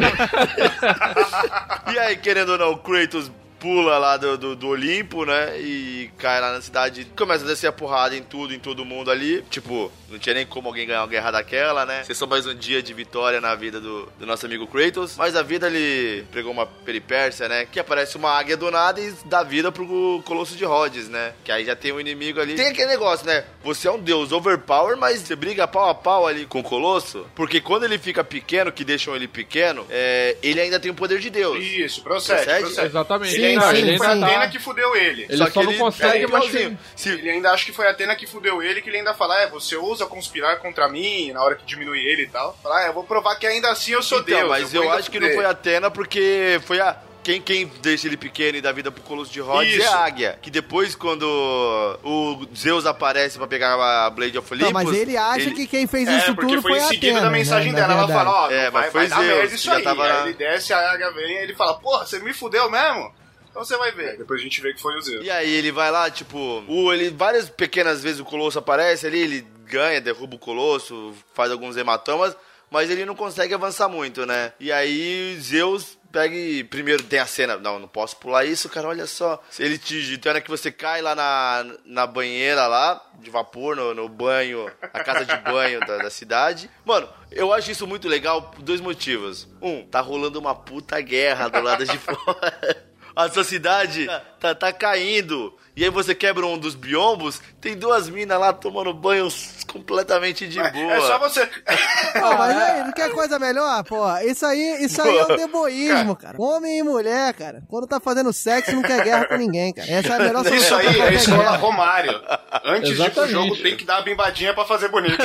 E aí, querendo ou não, o Kratos pula lá do, do, do Olimpo, né? E cai lá na cidade. Começa a descer a porrada em tudo, em todo mundo ali. Tipo, não tinha nem como alguém ganhar uma guerra daquela, né? Ser só mais um dia de vitória na vida do, do nosso amigo Kratos. Mas a vida, ele pregou uma peripécia, né? Que aparece uma águia do nada e dá vida pro Colosso de Rhodes, né? Que aí já tem um inimigo ali. Tem aquele negócio, né? Você é um deus overpower, mas você briga pau a pau ali com o Colosso. Porque quando ele fica pequeno, que deixam ele pequeno, é, ele ainda tem o poder de Deus. Isso, procede, Procede? procede. Exatamente. Ele ainda Sim, acha sim, que foi a sim. Atena que fudeu ele. Ele só, não consegue, é mas igualzinho. Se, Ele ainda acha que foi a Atena que fudeu ele, que ele ainda fala, é, você ousa conspirar contra mim, na hora que diminui ele e tal. Fala, ah, eu vou provar que ainda assim eu sou então, Deus. mas vou eu ainda acho que fuder. não foi a Atena porque foi a... Quem, quem deixa ele pequeno e dá vida pro Colosso de Rhodes Isso. é a águia. Que depois, quando o Zeus aparece pra pegar a Blade of Olympus... Não, mas ele acha ele- que quem fez É, isso porque tudo foi foi em a seguida Atena, da mensagem né, na dela. Ela verdade. fala, ó, É, não mas vai, foi vai dar Zeus, merda isso já aí. tava Aí lá. ele desce, a águia vem e ele fala, porra, você me fudeu mesmo? Então você vai ver. Depois a gente vê que foi o Zeus. E aí ele vai lá, tipo... O, ele, várias pequenas vezes o Colosso aparece ali, ele ganha, derruba o Colosso, faz alguns hematomas, mas ele não consegue avançar muito, né? E aí Zeus... Pega e primeiro tem a cena. Não, não posso pular isso, cara. Olha só. Ele te. Então é que você cai lá na, na banheira lá, de vapor, no, no banho, a casa de banho da, da cidade. Mano, eu acho isso muito legal por dois motivos. Um, tá rolando uma puta guerra do lado de fora. A sua cidade tá, tá, tá caindo. E aí você quebra um dos biombos, tem duas minas lá tomando banho completamente de boa. É só você... Pô, mas aí, não quer coisa melhor? Pô, isso aí, isso aí é o deboísmo, cara. Homem e mulher, cara. Quando tá fazendo sexo, não quer guerra com ninguém, cara. Essa é a melhor Isso solução aí pra é a qualquer escola guerra. Romário. Antes de ir pro Exatamente. jogo, tem que dar a bimbadinha pra fazer bonito.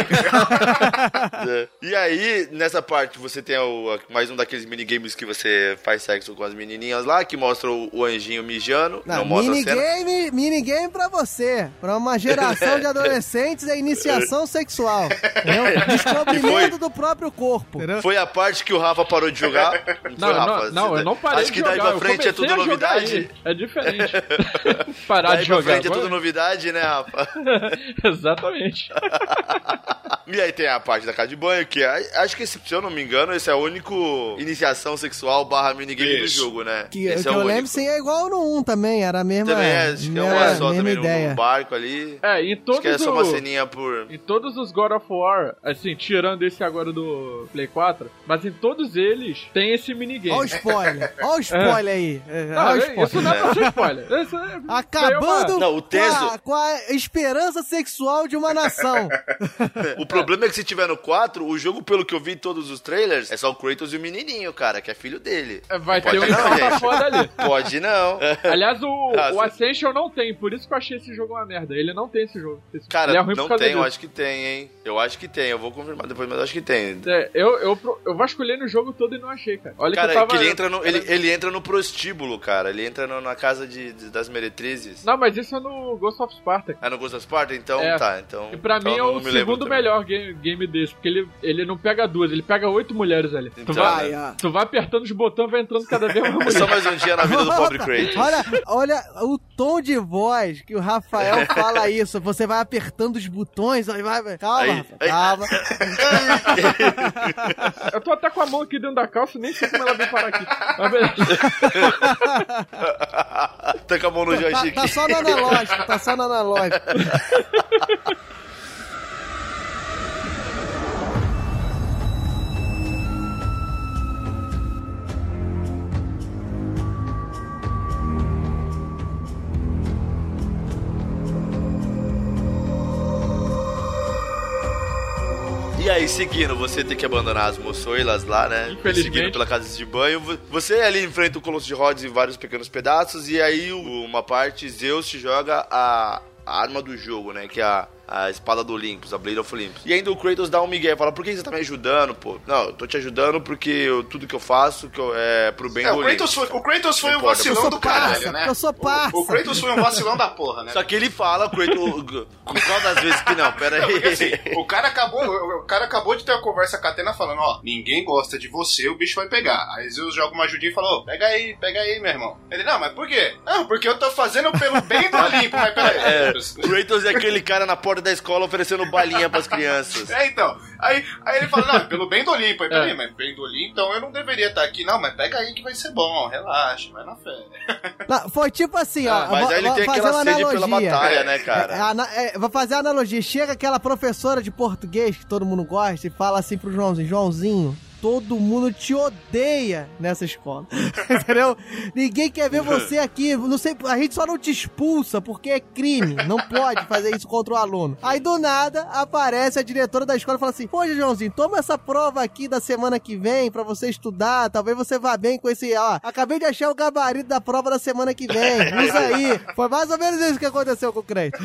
É. E aí, nessa parte, você tem o, mais um daqueles minigames que você faz sexo com as menininhas lá, que mostra o, o anjinho mijando. Não, Não, mostra a cena. minigame, minigame pra você. Pra uma geração de adolescentes é iniciação sexual. Entendeu? Descobrimento do próprio corpo. Entendeu? Foi a parte que o Rafa parou de jogar. Não, foi, não, Rafa? não, Você- eu não parei Acho de que daí jogar. pra frente eu é tudo comecei a jogar novidade. aí. É diferente. Parar Daí de pra jogar frente é agora. tudo novidade, né, Rafa? Exatamente. E aí tem a parte da casa de banho, que é, acho que, se eu não me engano, esse é a única iniciação sexual barra minigame do Isso. jogo, né? Que, esse que é o eu único. lembro, sim, é igual no um também. Era a mesma, Também é, acho que é era uma a só mesma também no, ideia. no barco ali. É, em todos Acho que é só uma os- ceninha por... Em todos os God of War, assim, tirando esse agora do Play quatro, mas em todos eles tem esse minigame. Olha o spoiler. Olha o spoiler aí. Não, Olha o isso spoiler. não é pra ser spoiler. Isso é- Acabando Não, o com, Teso- a, com a esperança sexual de uma nação. O problema é que se tiver no quatro, o jogo, pelo que eu vi em todos os trailers, é só o Kratos e o menininho, cara, que é filho dele. Vai Pode ter um não, empata gente. foda ali. Pode não. Aliás, o, Ah, o sim. Ascension não tem, por isso que eu achei esse jogo uma merda. Ele não tem esse jogo. Esse- Cara, ele é ruim não por causa tem, eu disso. acho que tem, hein? Eu acho que tem, eu vou confirmar depois, mas eu acho que tem. É, eu, eu, pro- eu vasculhei no jogo todo e não achei, cara. Olha Cara, que eu tava... é que ele entra no, ele, ele entra no prostíbulo, cara. Ele entra no- na casa de, de- das meretrizes. Não, mas isso é no Ghost of Sparta. É no Ghost of Sparta? Então É. tá. Então, E pra então mim é eu o não me lembro segundo também. melhor melhor game, game desse, porque ele, ele não pega duas, ele pega oito mulheres ali. Então, tu, vai, né? tu vai apertando os botões, vai entrando cada vez mais É mulher. só mais um dia na vida do pobre Kratos. Olha, olha o tom de voz que o Rafael fala isso. Você vai apertando os botõões, aí vai, vai. Calma, Aí, Rafa, aí. calma. Eu tô até com a mão aqui dentro da calça, nem sei como ela veio parar aqui. Mas beleza. Tá com a mão no Tá, joystick. tá só no analógico, tá só no analógico. E aí, seguindo, você tem que abandonar as moçoilas lá, né? Infelizmente. Seguindo pela casa de banho. Você ali enfrenta o Colosso de Rhodes em vários pequenos pedaços. E aí, uma parte, Zeus te joga a, a arma do jogo, né? Que é a, a espada do Olympus, a Blade of Olympus. E ainda o Kratos dá um migué, fala, por que você tá me ajudando, pô? Não, eu tô te ajudando porque eu, tudo que eu faço que eu, é pro bem É, do o Kratos Olympus. foi, o Kratos foi Não um importa, Eu vacilão sou do parça, caralho, né? eu sou parça. O, o Kratos foi um vacilão da porra, né? Só que ele fala, o Kratos... Qual das vezes que não? Pera Não, porque aí. assim, o cara acabou, o cara acabou de ter uma conversa com a Atena falando, ó, ninguém gosta de você, o bicho vai pegar. Aí Zeus joga uma ajudinha e falou, ô, pega aí, pega aí, meu irmão. Ele, não, mas por quê? Não, porque eu tô fazendo pelo bem do Olimpo, mas peraí. É, Kratos é aquele cara na porta da escola oferecendo balinha pras crianças. É, então. Aí, aí ele fala, não, pelo bem do Olimpo. Aí, peraí, É. mas bem do Olimpo, então eu não deveria estar aqui. Não, mas pega aí que vai ser bom, relaxa, vai na fé. Não, foi tipo assim, ó. Mas vou- aí ele vou tem fazer aquela uma sede pela analogia. batalha, né, É, cara? ana- é, vou fazer a analogia. Chega aquela professora de português que todo mundo gosta e fala assim pro Joãozinho, Joãozinho, todo mundo te odeia nessa escola. Entendeu? Ninguém quer ver você aqui. Não sei, a gente só não te expulsa porque é crime. Não pode fazer isso contra o aluno. Aí do nada aparece a diretora da escola e fala assim: Poxa, Joãozinho, toma essa prova aqui da semana que vem pra você estudar. Talvez você vá bem com esse. Ó, acabei de achar o gabarito da prova da semana que vem. Usa aí. Foi mais ou menos isso que aconteceu com o Kratos.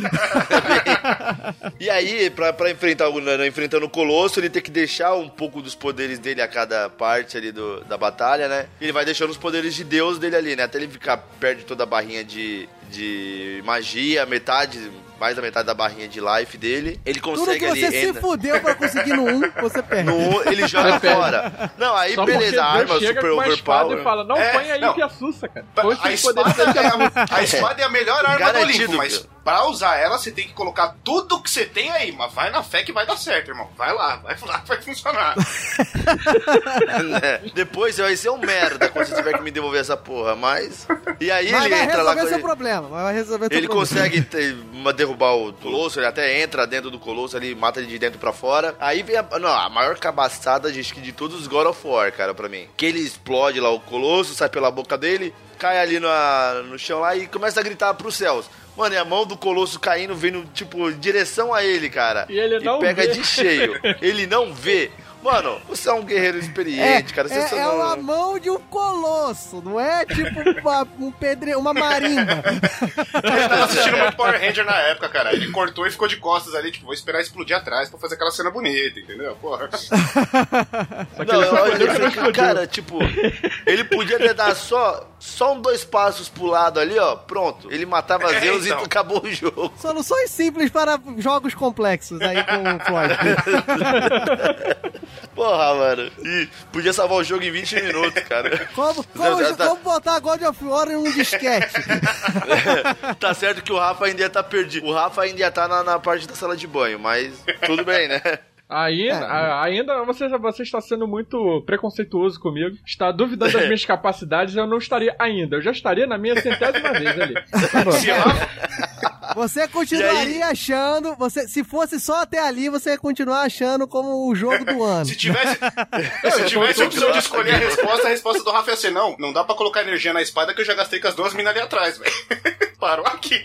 E aí, pra, pra enfrentar o né, enfrentando o Colosso, ele tem que deixar um pouco dos poderes dele a cada parte ali do, da batalha, né? Ele vai deixando os poderes de Deus dele ali, né? Até ele ficar perto de toda a barrinha de, de magia, metade, mais da metade da barrinha de life dele. Ele Tudo consegue que ali... você se entra- fudeu pra conseguir no um, você perde. No um, ele joga Você perde. fora. Não, aí Só beleza, a porque arma Deus chega super com uma espada overpower. e fala, não, É, põe aí não. que assusta, cara. Põe A esse poder espada, que é assusta. a, a espada é a melhor arma Garantido, do Olimpo, mas filho. pra usar ela, você tem que colocar tudo que você tem aí. Mas vai na fé que vai dar certo, irmão. Vai lá, vai lá que vai funcionar. Né? Depois você vai ser um merda quando você tiver que me devolver essa porra, mas... E aí Mas ele vai entra lá... resolver com seu ele- problema. Vai resolver seu Ele problema. consegue ter- uma- derrubar o Colosso, ele até entra dentro do Colosso ali, mata ele de dentro pra fora. Aí vem a, não, a maior cabaçada de, de todos os God of War, cara, pra mim. Que ele explode lá o Colosso, sai pela boca dele, cai ali na- no chão lá e começa a gritar pros céus. Mano, e a mão do Colosso caindo, vindo, tipo, em direção a ele, cara. E ele não pega vê. de cheio. Ele não vê. Mano, você é um guerreiro experiente, cara. Você é, só é não... uma mão de um colosso, não é tipo uma, um pedre... uma marimba. Ele tava assistindo muito Power Ranger na época, cara. Ele cortou e ficou de costas ali, tipo, vou esperar explodir atrás pra fazer aquela cena bonita, entendeu? Porra. Não, eu, eu, eu, eu, cara, tipo, ele podia ter dado só, só um dois passos pro lado ali, ó, pronto. Ele matava É, Zeus então. e acabou o jogo. Soluções simples para jogos complexos aí com o Floyd. Porra, mano. E podia salvar o jogo em vinte minutos, cara. Como, como, Já tá- como botar God of War em um disquete? Tá certo que o Rafa ainda ia tá perdido. O Rafa ainda ia tá na, na parte da sala de banho, mas tudo bem, né? Ainda, É. a- ainda você, você está sendo muito preconceituoso comigo, está duvidando das minhas capacidades, eu não estaria ainda, eu já estaria na minha centésima vez ali. Tá bom. Se lá, Você continuaria achando, você, se fosse só até ali, você ia continuar achando como o jogo do ano. se tivesse, se tivesse a opção de escolher a resposta, a resposta do Rafa ia ser não. Não dá pra colocar energia na espada que eu já gastei com as duas minas ali atrás, velho. Parou aqui.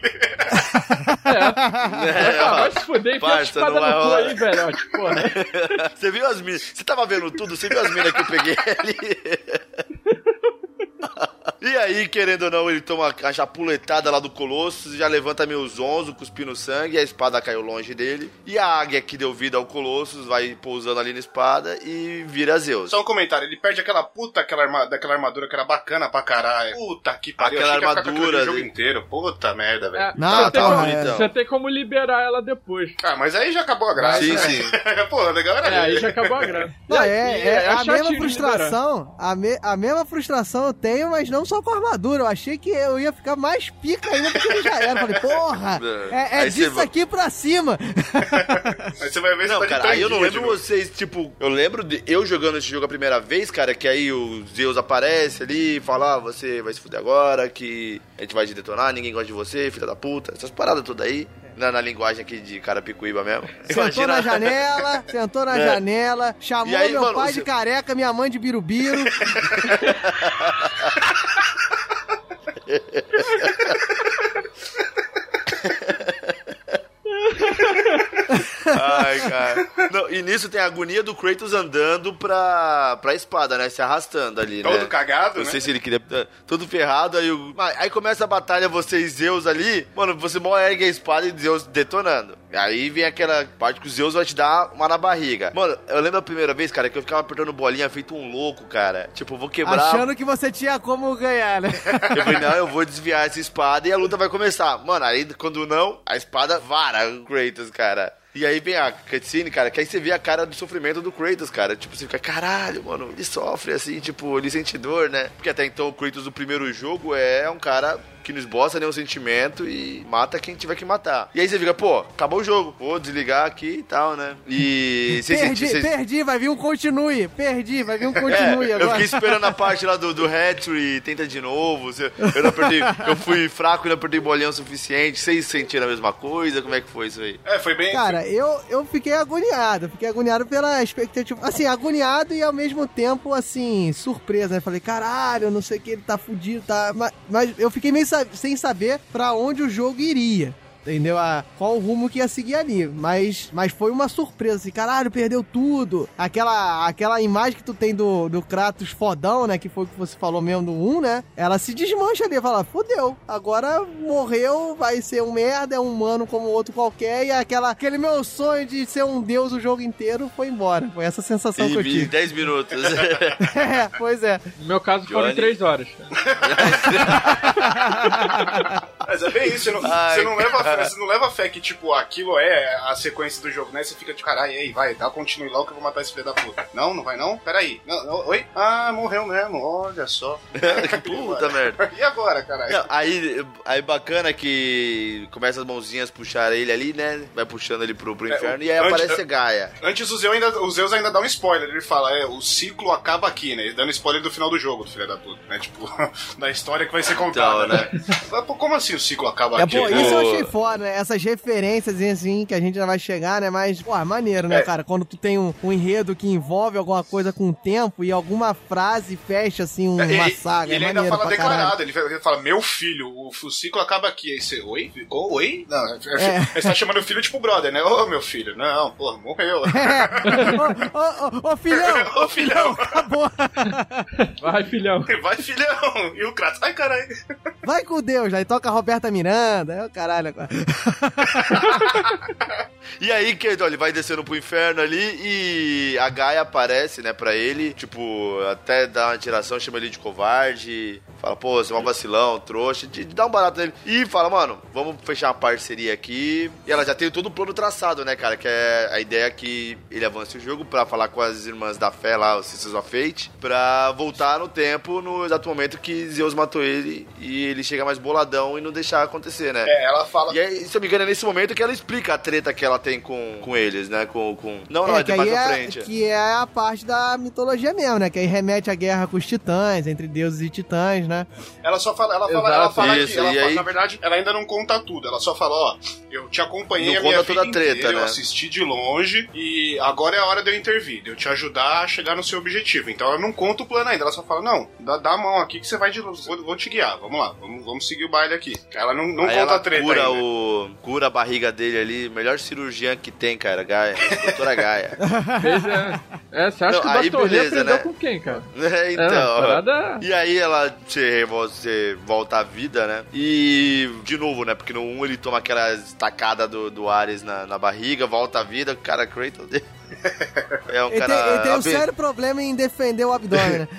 É, ah, vai se fuder, enfia a Parça, espada não vai no cu rolar. aí, velhote, porra. Você viu as minas? Você tava vendo tudo? Você viu as minas que eu peguei ali? E aí, querendo ou não, ele toma a chapuletada lá do Colossus, já levanta meio zonzo, cuspindo sangue, e a espada caiu longe dele. E a águia que deu vida ao Colossus vai pousando ali na espada e vira Zeus. Só um comentário, ele perde aquela puta aquela arma, daquela armadura que era bacana pra caralho. Puta que pariu, aquela achei armadura que o jogo inteiro. Puta merda, velho. É, Não, você, tem tá como, bom, então. você tem como liberar ela depois. Ah, mas aí já acabou a graça. Sim, né? sim. Pô, legal era É, aí ele. já acabou a graça. Não, é, E é, a chatinho mesma de frustração, a, me, a mesma frustração eu tenho, mas não só com a armadura. Eu achei que eu ia ficar mais pica ainda porque ele já era. Falei, porra, é, é Aí disso você- aqui pra cima. Aí você vai ver se Não, tá de cara, aí eu não tanguinha lembro de novo. vocês, tipo, eu lembro de eu jogando esse jogo a primeira vez, cara, que aí o Zeus aparece ali e fala, ah, você vai se fuder agora, que a gente vai te detonar, ninguém gosta de você, filha da puta, essas paradas todas aí, na, na linguagem aqui de cara picuíba mesmo. Sentou na janela, sentou na É. janela, chamou E aí, meu mano, pai você- de careca, minha mãe de birubiru. Ai, cara. Não, e nisso tem a agonia do Kratos andando pra, pra espada, né? Se arrastando ali, né? Todo cagado, Não né? sei se ele queria... Todo ferrado, aí, o- Mas aí começa a batalha, você e Zeus ali. Mano, você mal ergue a espada e Zeus detonando. Aí vem aquela parte que o Zeus vai te dar uma na barriga. Mano, eu lembro a primeira vez, cara, que eu ficava apertando bolinha feito um louco, cara. Tipo, eu vou quebrar... Achando que você tinha como ganhar, né? Eu falei, não, eu vou desviar essa espada e a luta vai começar. Mano, aí quando não, a espada vara o Kratos, cara. E aí vem a cutscene, cara, que aí você vê a cara do sofrimento do Kratos, cara. Tipo, você fica, caralho, mano, ele sofre assim, tipo, ele sente dor, né? Porque até então o Kratos do primeiro jogo é um cara que não esboça nenhum sentimento e mata quem tiver que matar. E aí você fica, pô, acabou o jogo, vou desligar aqui e tal, né? E... vocês Perdi, senti- vocês- perdi, vai vir um continue. Perdi, vai vir um continue é, eu agora. fiquei esperando a parte lá do, do Hatchery, tenta de novo. você- Eu não apertei, eu fui fraco e não apertei bolinha o suficiente. Vocês sentiram a mesma coisa? Como é que foi isso aí? É, foi bem... Cara, eu, eu fiquei agoniado, fiquei agoniado pela expectativa, assim, agoniado e ao mesmo tempo, assim, surpresa, né? Falei, caralho, não sei o que, ele tá fudido, tá... Mas, mas eu fiquei meio sa- sem saber pra onde o jogo iria. Entendeu? A, qual o rumo que ia seguir ali. Mas, mas foi uma surpresa, assim, caralho, perdeu tudo. Aquela, aquela imagem que tu tem do, do Kratos fodão, né? Que foi o que você falou mesmo do um, né? Ela se desmancha ali, fala, fodeu. Agora morreu, vai ser um merda, é um humano como outro qualquer. E aquela, aquele meu sonho de ser um deus o jogo inteiro foi embora. Foi essa sensação que eu Em tive. dez minutos. É, pois é. No meu caso foram Johnny. três horas. Mas é bem isso, você não, Ai, você não leva, cara. você não leva fé que, tipo, aquilo é a sequência do jogo, né? Você fica de caralho, aí, vai, dá continue logo que eu vou matar esse filho da puta. Não, não vai não? Peraí. Não, não, oi? Ah, morreu mesmo, olha só. Puta merda. E agora, caralho? Não, aí, aí bacana que começa as mãozinhas a puxar ele ali, né? Vai puxando ele pro, pro É, inferno o- e aí antes- aparece a Gaia. Antes o Zeus, ainda, o Zeus ainda dá um spoiler, ele fala, é, o ciclo acaba aqui, né? Ele dando spoiler do final do jogo, do filho da puta, né? Tipo, da história que vai ser contada, Então, né? Mas, pô, como assim o ciclo acaba É, aqui? pô, né? isso eu achei foda, né? Essas referências, assim, que a gente já vai chegar, né? Mas, pô, é maneiro, né, É. cara? Quando tu tem um, um enredo que envolve alguma coisa com o tempo e alguma frase fecha, assim, uma E- saga. E ele é ainda maneiro fala pra caralho. declarado, ele, ele fala, meu filho, o, o ciclo acaba aqui. Aí você, oi? Oh, oi? Não, é, É. você tá chamando o filho tipo brother, né? Ô, meu filho. Não, porra, morreu. É. Ô, ô, ô, ô, filhão! Ô, filhão. Acabou! Vai, filhão. Vai, filhão. E o Kratos, ai, caralho. Vai com Deus, aí toca a Roberta Miranda, é o caralho agora. E aí que então, ele vai descendo pro inferno ali e a Gaia aparece, né, pra ele. Tipo, até dá uma tiração, chama ele de covarde. Fala, pô, você é um vacilão, trouxa. De, de dar um barato nele. E fala, mano, vamos fechar uma parceria aqui. E ela já tem todo o plano traçado, né, cara? Que é a ideia que ele avance o jogo pra falar com as irmãs da fé lá, os Sisters of Fate. Pra voltar no tempo, no exato momento que Zeus matou ele. E ele chega mais boladão e não deixar acontecer, né? É, ela fala... E aí, se eu me engano, é nesse momento que ela explica a treta que ela tem com, com eles, né? Com, com... Não, não, é, que de mais aí pra é, frente. que é a parte da mitologia mesmo, né? Que aí remete à guerra com os titãs, entre deuses e titãs, né? Ela só fala, ela fala, Exato, ela fala isso, que, ela e fala, aí- na verdade, ela ainda não conta tudo. Ela só fala, ó, eu te acompanhei Não a minha conta toda vida a treta, inteira, eu né? assisti de longe e agora é a hora de eu intervir, de eu te ajudar a chegar no seu objetivo. Então ela não conta o plano ainda, ela só fala, não, dá, dá a mão aqui que você vai de vou, vou te guiar, vamos lá, vamos, vamos seguir o baile aqui. Ela não, não Aí conta ela a treta cura, ainda. o, cura a barriga dele ali. Melhor cirurgiã que tem, cara. Gaia. Doutora Gaia. Fez, é, é, você acha Não, que o aí doutor Lee beleza, aprendeu né? com quem, cara? É, então. É, parada... E aí ela você, você volta à vida, né? E de novo, né? Porque no um ele toma aquela estacada do, do Ares na, na barriga, volta à vida, o cara Kratos dele. É um Ele cara. tem, ele tem um abe- sério problema em defender o abdômen, né?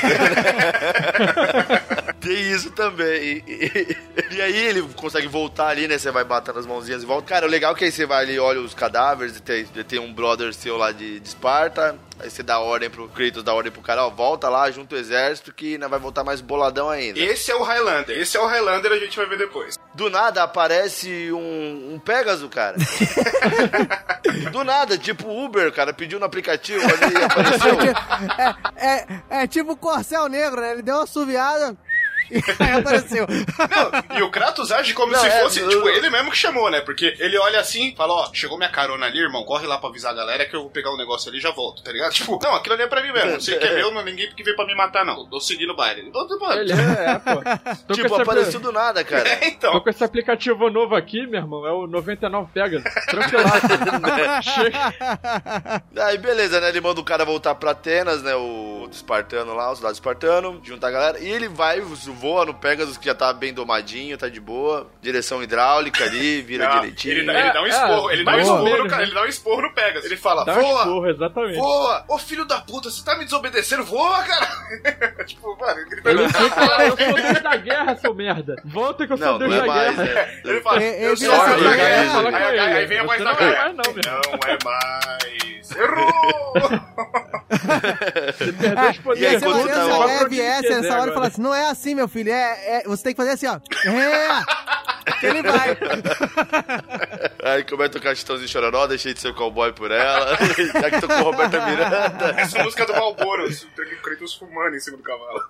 Tem isso também. E, e- e aí ele consegue voltar ali, né? Você vai batendo as mãozinhas e volta. Cara, o legal é que aí você vai ali, olha os cadáveres, e tem, tem um brother seu lá de, de Esparta. Aí você dá ordem pro Kratos, dá ordem pro cara, ó, volta lá, junta o exército que não vai voltar mais boladão ainda. Esse é o Highlander. Esse é o Highlander, a gente vai ver depois. Do nada aparece um, um Pégaso, cara. Do nada, tipo Uber, cara, pediu no aplicativo ali e apareceu. É, é, é tipo o Corcel Negro, né? Ele deu uma assoviada e aí apareceu. Não, e o Kratos age como Não, se é, fosse, eu- tipo, ele mesmo que chamou, né? Porque ele olha assim e fala, ó, chegou minha carona ali, irmão, corre lá pra avisar a galera que eu vou pegar um negócio ali e já volto, tá ligado? Tipo, não, aquilo ali é pra mim mesmo, não sei que é meu, não, ninguém que veio pra me matar, não. Tô seguindo o baile. Tô, tô, mano. Ele é, é, pô. Tô Tipo, com esse apareceu apli- do nada, cara. É, então. Tô com esse aplicativo novo aqui, meu irmão. É o noventa e nove Pegasus. Tranquilaço. Chega. Aí beleza, né? Ele manda o cara voltar pra Atenas, né? O espartano lá, o soldado espartano, junta a galera. E ele vai, voa no Pegasus, que já tá bem domadinho, tá de boa. Direção hidráulica ali, vira Não, direitinho. ele, dá, ele dá um É, esporro, é, ele dá um mais esporro ou menos, no cara, né? ele dá um esporro no Pegasus. Ele fala, Dá um voa, esporro, exatamente. voa, ô filho da puta, você tá me desobedecendo, voa, cara. Tipo, mano, ele grita Ele no fica lá, eu sou Deus da guerra, seu merda. Volta que eu sou Não, Deus não é da mais, guerra. né? Ele fala, Ele- eu ele sou vira a essa Gaia. guerra, Aí, fala com aí, ele. aí vem a voz Você da não é Gaia. mais, não, meu. Não é mais. Errou! Você perdeu os E aí, poderes. Se quando a tá- essa vai mulher pra onde viesse quiser nessa hora e agora. falasse, não é assim, meu filho, é, é- você tem que fazer assim, ó. É! Que ele vai. Aí começa a tocar Chitãozinho Chororó, deixei de ser cowboy por ela. Já que tocou Roberta Miranda. Essa música do Malboro, o Kratos fumando em cima do cavalo.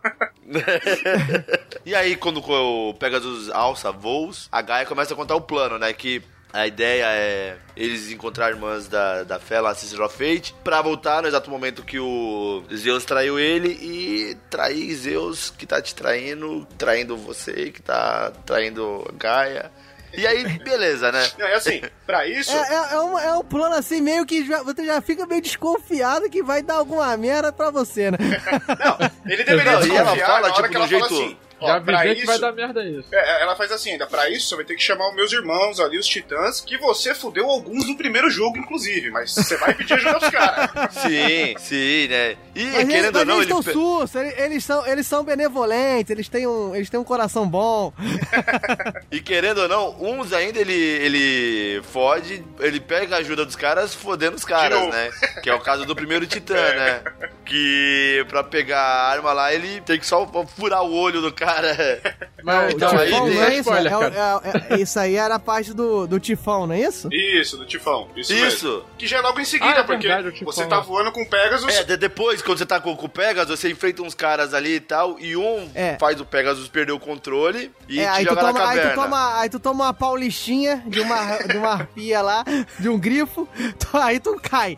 E aí, quando o Pegasus alça voos, a Gaia começa a contar o plano, né? Que a ideia é eles encontrar irmãs da, da fé lá, Sister of Fate, pra voltar no exato momento que o Zeus traiu ele e trair Zeus, que tá te traindo, traindo você, que tá traindo a Gaia. E aí, beleza, né? Não, é assim, pra isso... É, é, é, um, é um plano assim, meio que já- você já fica meio desconfiado que vai dar alguma merda pra você, né? Não, ele deveria Não, e ela desconfiar fala, na hora tipo, que ela do fala jeito- assim... Ó, Já pra avisei que vai isso... dar merda isso. É, ela faz assim ainda, pra isso você vai ter que chamar os meus irmãos ali, os titãs, que você fudeu alguns no primeiro jogo, inclusive, mas você vai pedir ajuda aos caras. Sim, sim, né? E Mas, eles, querendo ou mas não, eles ele... estão pe- sus, eles, eles são, eles são benevolentes, eles têm, um, eles têm um coração bom. E querendo ou não, uns ainda ele, ele fode, ele pega a ajuda dos caras fodendo os caras, novo. né? Que é o caso do primeiro titã, né? Que pra pegar a arma lá, ele tem que só furar o olho do cara. Mas, Então, não, aí Tifão, tem- não é isso? spoiler, É o- cara. é- é- isso aí era a parte do, do Tifão, não é isso? Isso, do Tifão. Isso, Isso. mesmo. Que já é logo em seguida, Ah, é porque verdade, o Tifão, você tá é. voando com o Pegasus... É, de- depois, quando você tá com, com o Pegasus, você enfrenta uns caras ali e tal, e um É. faz o Pegasus perder o controle e É, te aí, tu joga na toma, aí, caverna. tu toma, aí tu toma uma paulistinha de uma, de uma arpia lá, de um grifo, tu- aí tu cai.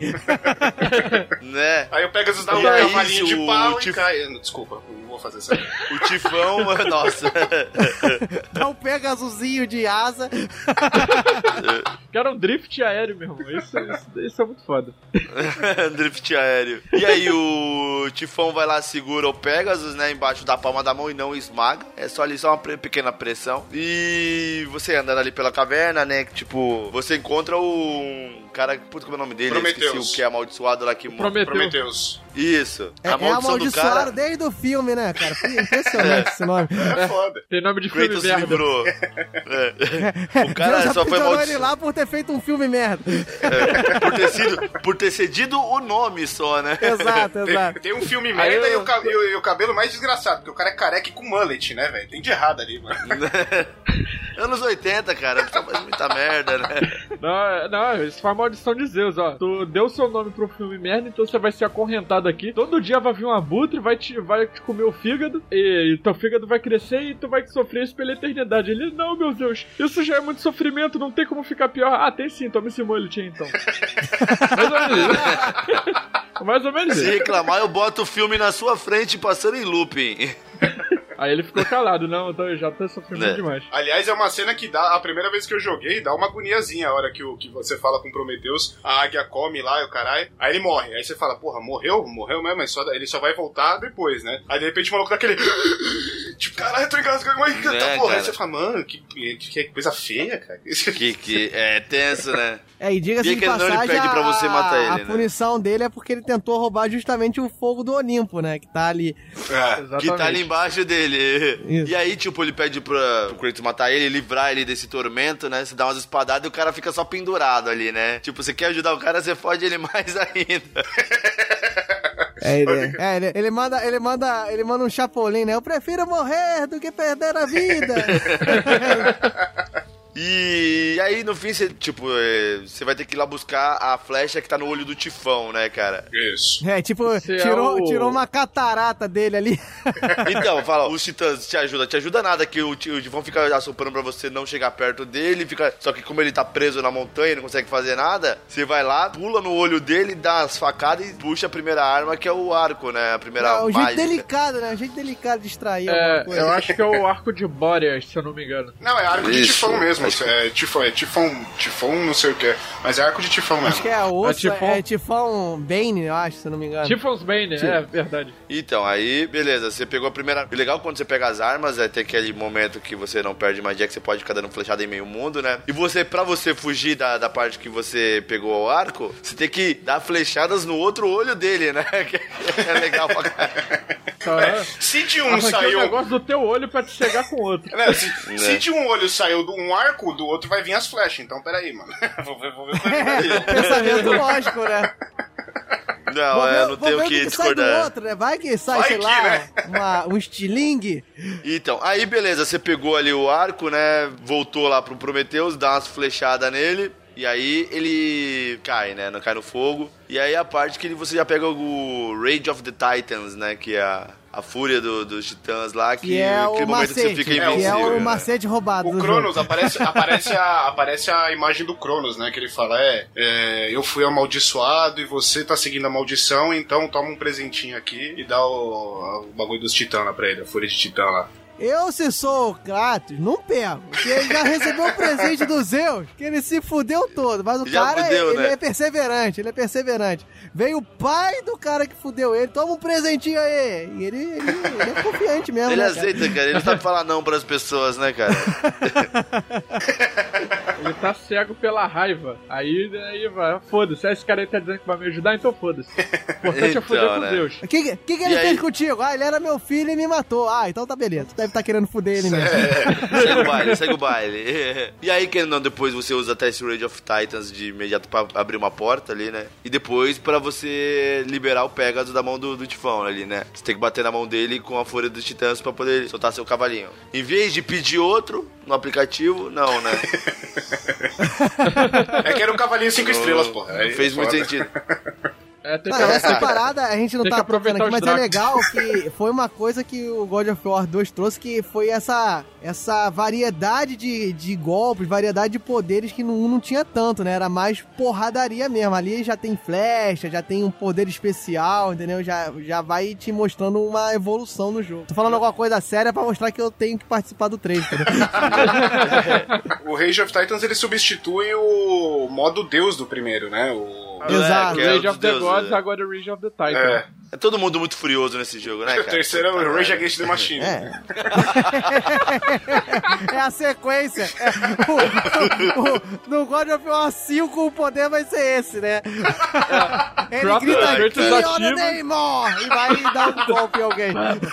Né? Aí o Pegasus dá E uma aí, cavalinha de o pau Tif- e cai... Desculpa, não vou fazer isso aí. O Tifão, nossa. Dá um Pegazuzinho de asa. Que era um drift aéreo, meu irmão. Isso, isso, isso é muito foda. Drift aéreo. E aí o Tifão vai lá, segura o Pegasus, né, embaixo da palma da mão e não esmaga. É só ali, só uma pre- pequena pressão. E você andando ali pela caverna, né, que, tipo, você encontra o um cara, puta, como é o nome dele? Eu Prometheus. esqueci o que é amaldiçoado lá que... Prometeu. Prometheus. Isso. É, a é maldição do amaldiçoado cara... desde o filme, né, cara? Impressionante esse nome. É foda. Tem nome de filme Kratos se merda. livrou. É. O cara Deus só foi aprisionou maldiçoado. ele lá por ter feito um filme merda. É, por, ter sido, por ter cedido o nome só, né? Exato, Tem, exato. tem um filme Aí merda eu- e, o ca- e o, e o cabelo mais desgraçado, porque o cara é careca e com mullet, né, velho? Tem de errado ali, mano. Anos oitenta, cara, tá fazendo muita merda, né? Não, não, isso foi a maldição de Zeus, ó. Tu deu seu nome pro filme merda, então você vai ser acorrentado aqui. Todo dia vai vir um abutre, vai te, vai te comer o fígado, e, e teu fígado vai crescer e tu vai sofrer isso pela eternidade. Ele, não, meu Deus, isso já é muito sofrimento, não tem como ficar pior. Ah, tem sim, toma esse mullet aí, então. Mais ou menos isso. Mais ou menos Se isso. reclamar, eu boto o filme na sua frente passando em looping. Aí ele ficou calado, não, eu tô- eu já tô sofrendo É. demais. Aliás, é uma cena que dá, a primeira vez que eu joguei, dá uma agoniazinha a hora que, o, que você fala com o Prometheus, a águia come lá e o caralho, aí ele morre. Aí você fala, porra, morreu? Morreu mesmo, mas só, ele só vai voltar depois, né? Aí de repente o maluco dá aquele... Tipo, caralho, eu tô engasgado, mas que É, tá porra. cara. Aí você fala, mano, que, que, que coisa feia, cara. Que, que é tenso, né? É, e diga-se Por de que que ele não passagem, pede pra você a- matar ele, a né? punição dele é porque ele tentou roubar justamente o fogo do Olimpo, né? Que tá ali. É. Exatamente. Que tá ali embaixo dele. Isso. E aí, tipo, ele pede pra, pro Kratos matar ele, livrar ele desse tormento, né? Você dá umas espadadas e o cara fica só pendurado ali, né? Tipo, você quer ajudar o cara, você fode ele mais ainda. É, ele, é, ele, ele manda, ele manda, ele manda um chapolim, né? Eu prefiro morrer do que perder a vida. E aí, no fim, você, tipo, é, você vai ter que ir lá buscar a flecha que tá no olho do Tifão, né, cara? Isso. É, tipo, Você tirou, é o- tirou uma catarata dele ali. Então, fala, os titãs te ajudam, te ajuda nada, que o, ti- o Tifão fica assoprando pra você não chegar perto dele, fica, só que como ele tá preso na montanha, não consegue fazer nada, você vai lá, pula no olho dele, dá as facadas e puxa a primeira arma, que é o arco, né, a primeira É, um jeito mágica. delicado, né? Um jeito delicado de extrair É, alguma coisa. eu acho que é o arco de Boreas, se eu não me engano. Não, é arco de Isso. tifão mesmo. É tifão, é tifão, tifão não sei o que é. Mas é arco de tifão mesmo. Acho que é osso, É tifão. é tifão Bane, eu acho, se eu não me engano. Tiffon's Bane, é verdade. Então, aí, beleza, você pegou a primeira... O legal quando você pega as armas é ter aquele momento que você não perde magia, que você pode ficar dando flechada em meio mundo, né? E você, pra você fugir da, da parte que você pegou o arco, você tem que dar flechadas no outro olho dele, né? Que é legal pra caralho. Só é. Se de um Arranquei saiu... o negócio do teu olho pra te cegar com o outro. Né, se, Né. se de um olho saiu de um arco, do outro vai vir as flechas. Então, peraí, mano. vou ver, vou ver o que vai vir daqui. Pensamento lógico, né? Não, Vou é, ver- não vou tenho ver o que que sai do discordar. outro, né? Vai que sai, Vai sei que, lá, né? uma- um estilingue. Então, aí beleza, você pegou ali o arco, né? Voltou lá pro Prometheus, dá umas flechadas nele. E aí ele cai, né? Não cai no fogo. E aí a parte que ele- você já pega o Rage of the Titans, né? Que é a, a fúria do- dos titãs lá. Que, Que é aquele o momento que você macete, fica que é invencível. o né? macete roubado O do Cronos, jogo. aparece, aparece, a, aparece a imagem do Cronos, né? Que ele fala, é, é, eu fui amaldiçoado e você tá seguindo a maldição, então toma um presentinho aqui e dá o, o bagulho dos titãs lá pra ele, a fúria de titã lá. Eu, se sou o Kratos, não pego. Porque ele já recebeu o presente dos Zeus, que ele se fudeu todo. Mas o Já cara, fudeu, ele né? é perseverante, ele é perseverante. Veio o pai do cara que fudeu ele, toma um presentinho aí. E ele, ele, ele é confiante mesmo, Ele né, cara? aceita, cara. Ele não sabe falar não pras pessoas, né, cara? Ele tá cego pela raiva. Aí, aí vai, foda-se. Aí esse cara aí tá dizendo que vai me ajudar, então foda-se. O importante é Então, foder com né? Deus. O que, que, que, que ele E fez aí? contigo? Ah, ele era meu filho e me matou. Ah, então tá beleza. Tu deve estar querendo fuder ele mesmo. Segue o baile, segue o baile. E aí, querendo ou não, depois você usa até esse Rage of Titans de imediato pra abrir uma porta ali, né? E depois pra você liberar o Pegasus da mão do, do Tifão ali, né? Você tem que bater na mão dele com a fúria dos titãs pra poder soltar seu cavalinho. Em vez de pedir outro no aplicativo, não, né? É que era um cavalinho cinco estrelas, porra. Não Aí fez é muito foda. sentido. É, tem que Mano, essa parada a gente não Tem tá que aproveitar tocando aqui, os mas é Dracos. legal que foi uma coisa que o God of War dois trouxe, que foi essa, essa variedade de, de golpes, variedade de poderes que no um não tinha tanto, né? Era mais porradaria mesmo. Ali já tem flecha, já tem um poder especial, entendeu? Já, já vai te mostrando uma evolução no jogo. Tô falando alguma coisa séria pra mostrar que eu tenho que participar do três, entendeu? O Rage of Titans, ele substitui o modo Deus do primeiro, né? O... Exato. que é o Rage of the dos Gods, deuses, é. agora o Rage of the Titans. É. É todo mundo muito furioso nesse jogo, né, O cara? terceiro é o Rage Against the Machine. É. É a sequência. É, o- o- no God of War cinco o poder vai ser esse, né? Ele Kratos- grita Kratos Kill ativa. the Namor e vai dar um golpe em alguém.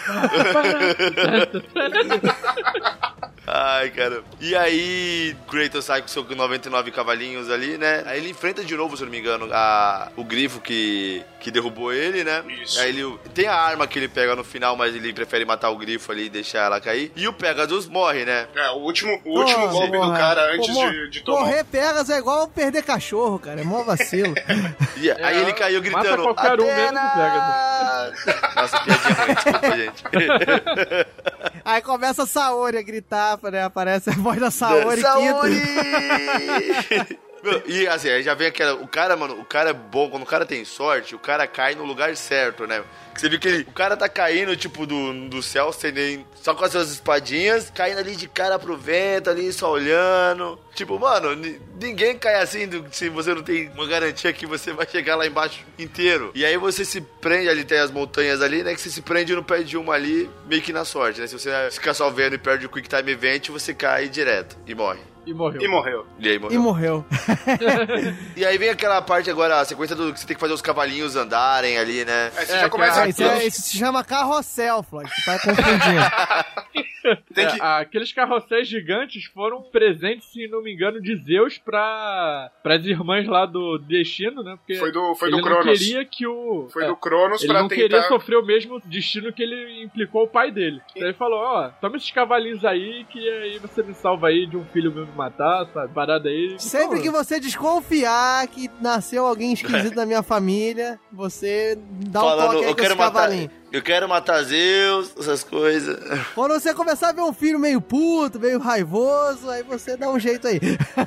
Ai, cara. E aí, Kratos sai com seu noventa e nove cavalinhos ali, né? Aí ele enfrenta de novo, se eu não me engano, a, o grifo que, que derrubou ele, né? Isso. Aí ele tem a arma que ele pega no final, mas ele prefere matar o grifo ali e deixar ela cair. E o Pegasus morre, né? É, o último, o último Pô, golpe do porra. cara antes Pô, de, de tomar. Morrer Pegasus é igual perder cachorro, cara. É mó vacilo. E aí ele caiu mata gritando. qualquer um, menos o "Atena!" Nossa, piadinha ruim, desculpa, gente. Aí começa a Saori a gritar, né? Aparece a voz da Saori, Saori! quinto. Meu, e assim, aí já vem aquela... O cara, mano, o cara é bom. Quando o cara tem sorte, o cara cai no lugar certo, né? Que você viu que ele, o cara tá caindo, tipo, do, do céu, sem nem, só com as suas espadinhas, caindo ali de cara pro vento, ali só olhando. Tipo, mano, n- ninguém cai assim do, se você não tem uma garantia que você vai chegar lá embaixo inteiro. E aí você se prende ali, tem as montanhas ali, né? Que você se prende no pé de uma ali, meio que na sorte, né? Se você ficar só vendo e perde o Quick Time Event, você cai direto e morre. E morreu. E morreu. E aí morreu. E morreu. E aí vem aquela parte agora, a sequência do que você tem que fazer os cavalinhos andarem ali, né? Aí você É, já começa Ah, a... isso, é- isso se chama carrossel, Floyd. Você tá confundindo. Tem É, que... aqueles carrosséis gigantes foram presentes, se não me engano, de Zeus para as irmãs lá do Destino, né? Porque Foi do, foi ele do não Cronos. queria que o... Foi é, do Cronos ele pra não tentar... queria sofrer o mesmo destino que ele implicou o pai dele. Então ele falou, ó, toma esses cavalinhos aí, que aí você me salva aí de um filho meu me matar, sabe? Parada aí. Sempre Pô, que você desconfiar que nasceu alguém esquisito na minha família, você dá um Falando, toque aí eu com quero esse matar... cavalinho. Eu quero matar Zeus, essas coisas. Quando você começar a ver um filho meio puto, meio raivoso, aí você dá um jeito aí.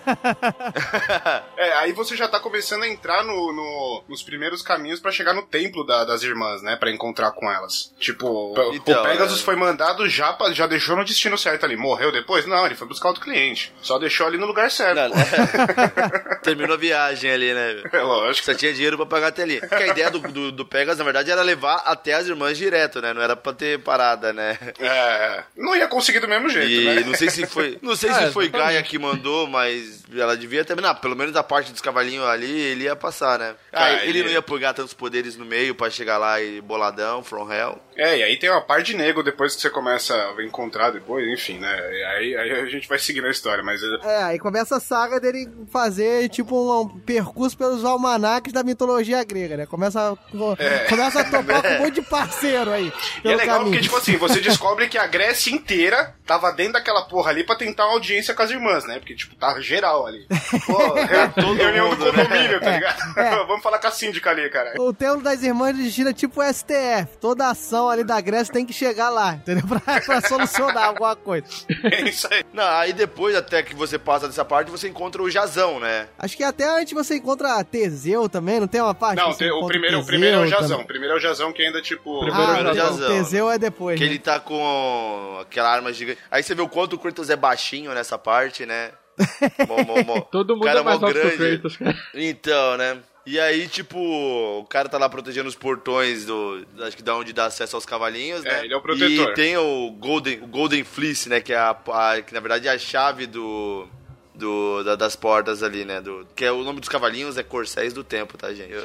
É, aí você já tá começando a entrar no, no- nos primeiros caminhos pra chegar no templo da- das irmãs, né? Pra encontrar com elas. Tipo, o- Então, o Pegasus é. foi mandado já, pra- já deixou no destino certo ali. Morreu depois? Não, ele foi buscar outro cliente. Só deixou ali no lugar certo. Não, terminou a viagem ali, né? É lógico. Só tinha dinheiro pra pagar até ali. Porque a ideia do, do, do Pegasus, na verdade, era levar até as irmãs direto, né? Não era pra ter parada, né? É, não ia conseguir do mesmo jeito, E né? não sei se foi. Não sei É, se foi exatamente. Gaia que mandou, mas ela devia terminar. Pelo menos a parte dos cavalinhos ali, ele ia passar, né? Ah, Ah, ele, ele- não ia pegar tantos poderes no meio pra chegar lá e boladão, from hell. É, e aí tem uma parte de nego depois que você começa a encontrar depois, enfim, né? Aí, aí a gente vai seguindo a história, mas... é- É, aí começa a saga dele fazer, tipo, um, um percurso pelos almanaques da mitologia grega, né? Começa a, começa a topar com um monte de parceiro aí. E é pelo legal caminho. porque, tipo assim, você descobre que a Grécia inteira tava dentro daquela porra ali pra tentar uma audiência com as irmãs, né? Porque, tipo, tá geral ali. Pô, Todo reunião do mundo, né? condomínio, tá É, ligado? é. Vamos falar com a síndica ali, cara. O Templo das Irmãs de Destino é tipo o S T F. Toda ação ali da Grécia tem que chegar lá, entendeu? Pra, pra solucionar alguma coisa. É isso aí. Não, aí depois, até que você passa dessa parte, você encontra o Jazão, né? Acho que até antes você encontra Teseu também, não tem uma parte Não, que você tem- o, encontra primeiro, o Teseu primeiro é o Jazão. também? O primeiro é o Jazão que ainda, tipo... Primeiro Ah, é o não, Jazão. Teseu é depois, Que né? ele tá com aquela arma gigante. Aí você vê o quanto o Kratos é baixinho nessa parte, né? Mó, mó, mó. Todo O mundo cara é mais mó alto que o grande. Kratos, cara. Então, né? E aí, tipo, o cara tá lá protegendo os portões do. Acho que da onde dá acesso aos cavalinhos, né? É, ele é o protetor. E tem o Golden, o Golden Fleece, né? Que é a, a- que na verdade é a chave do. Do, da- das portas ali, né? Do, que é o nome dos cavalinhos é Corcéis do Tempo, tá, gente?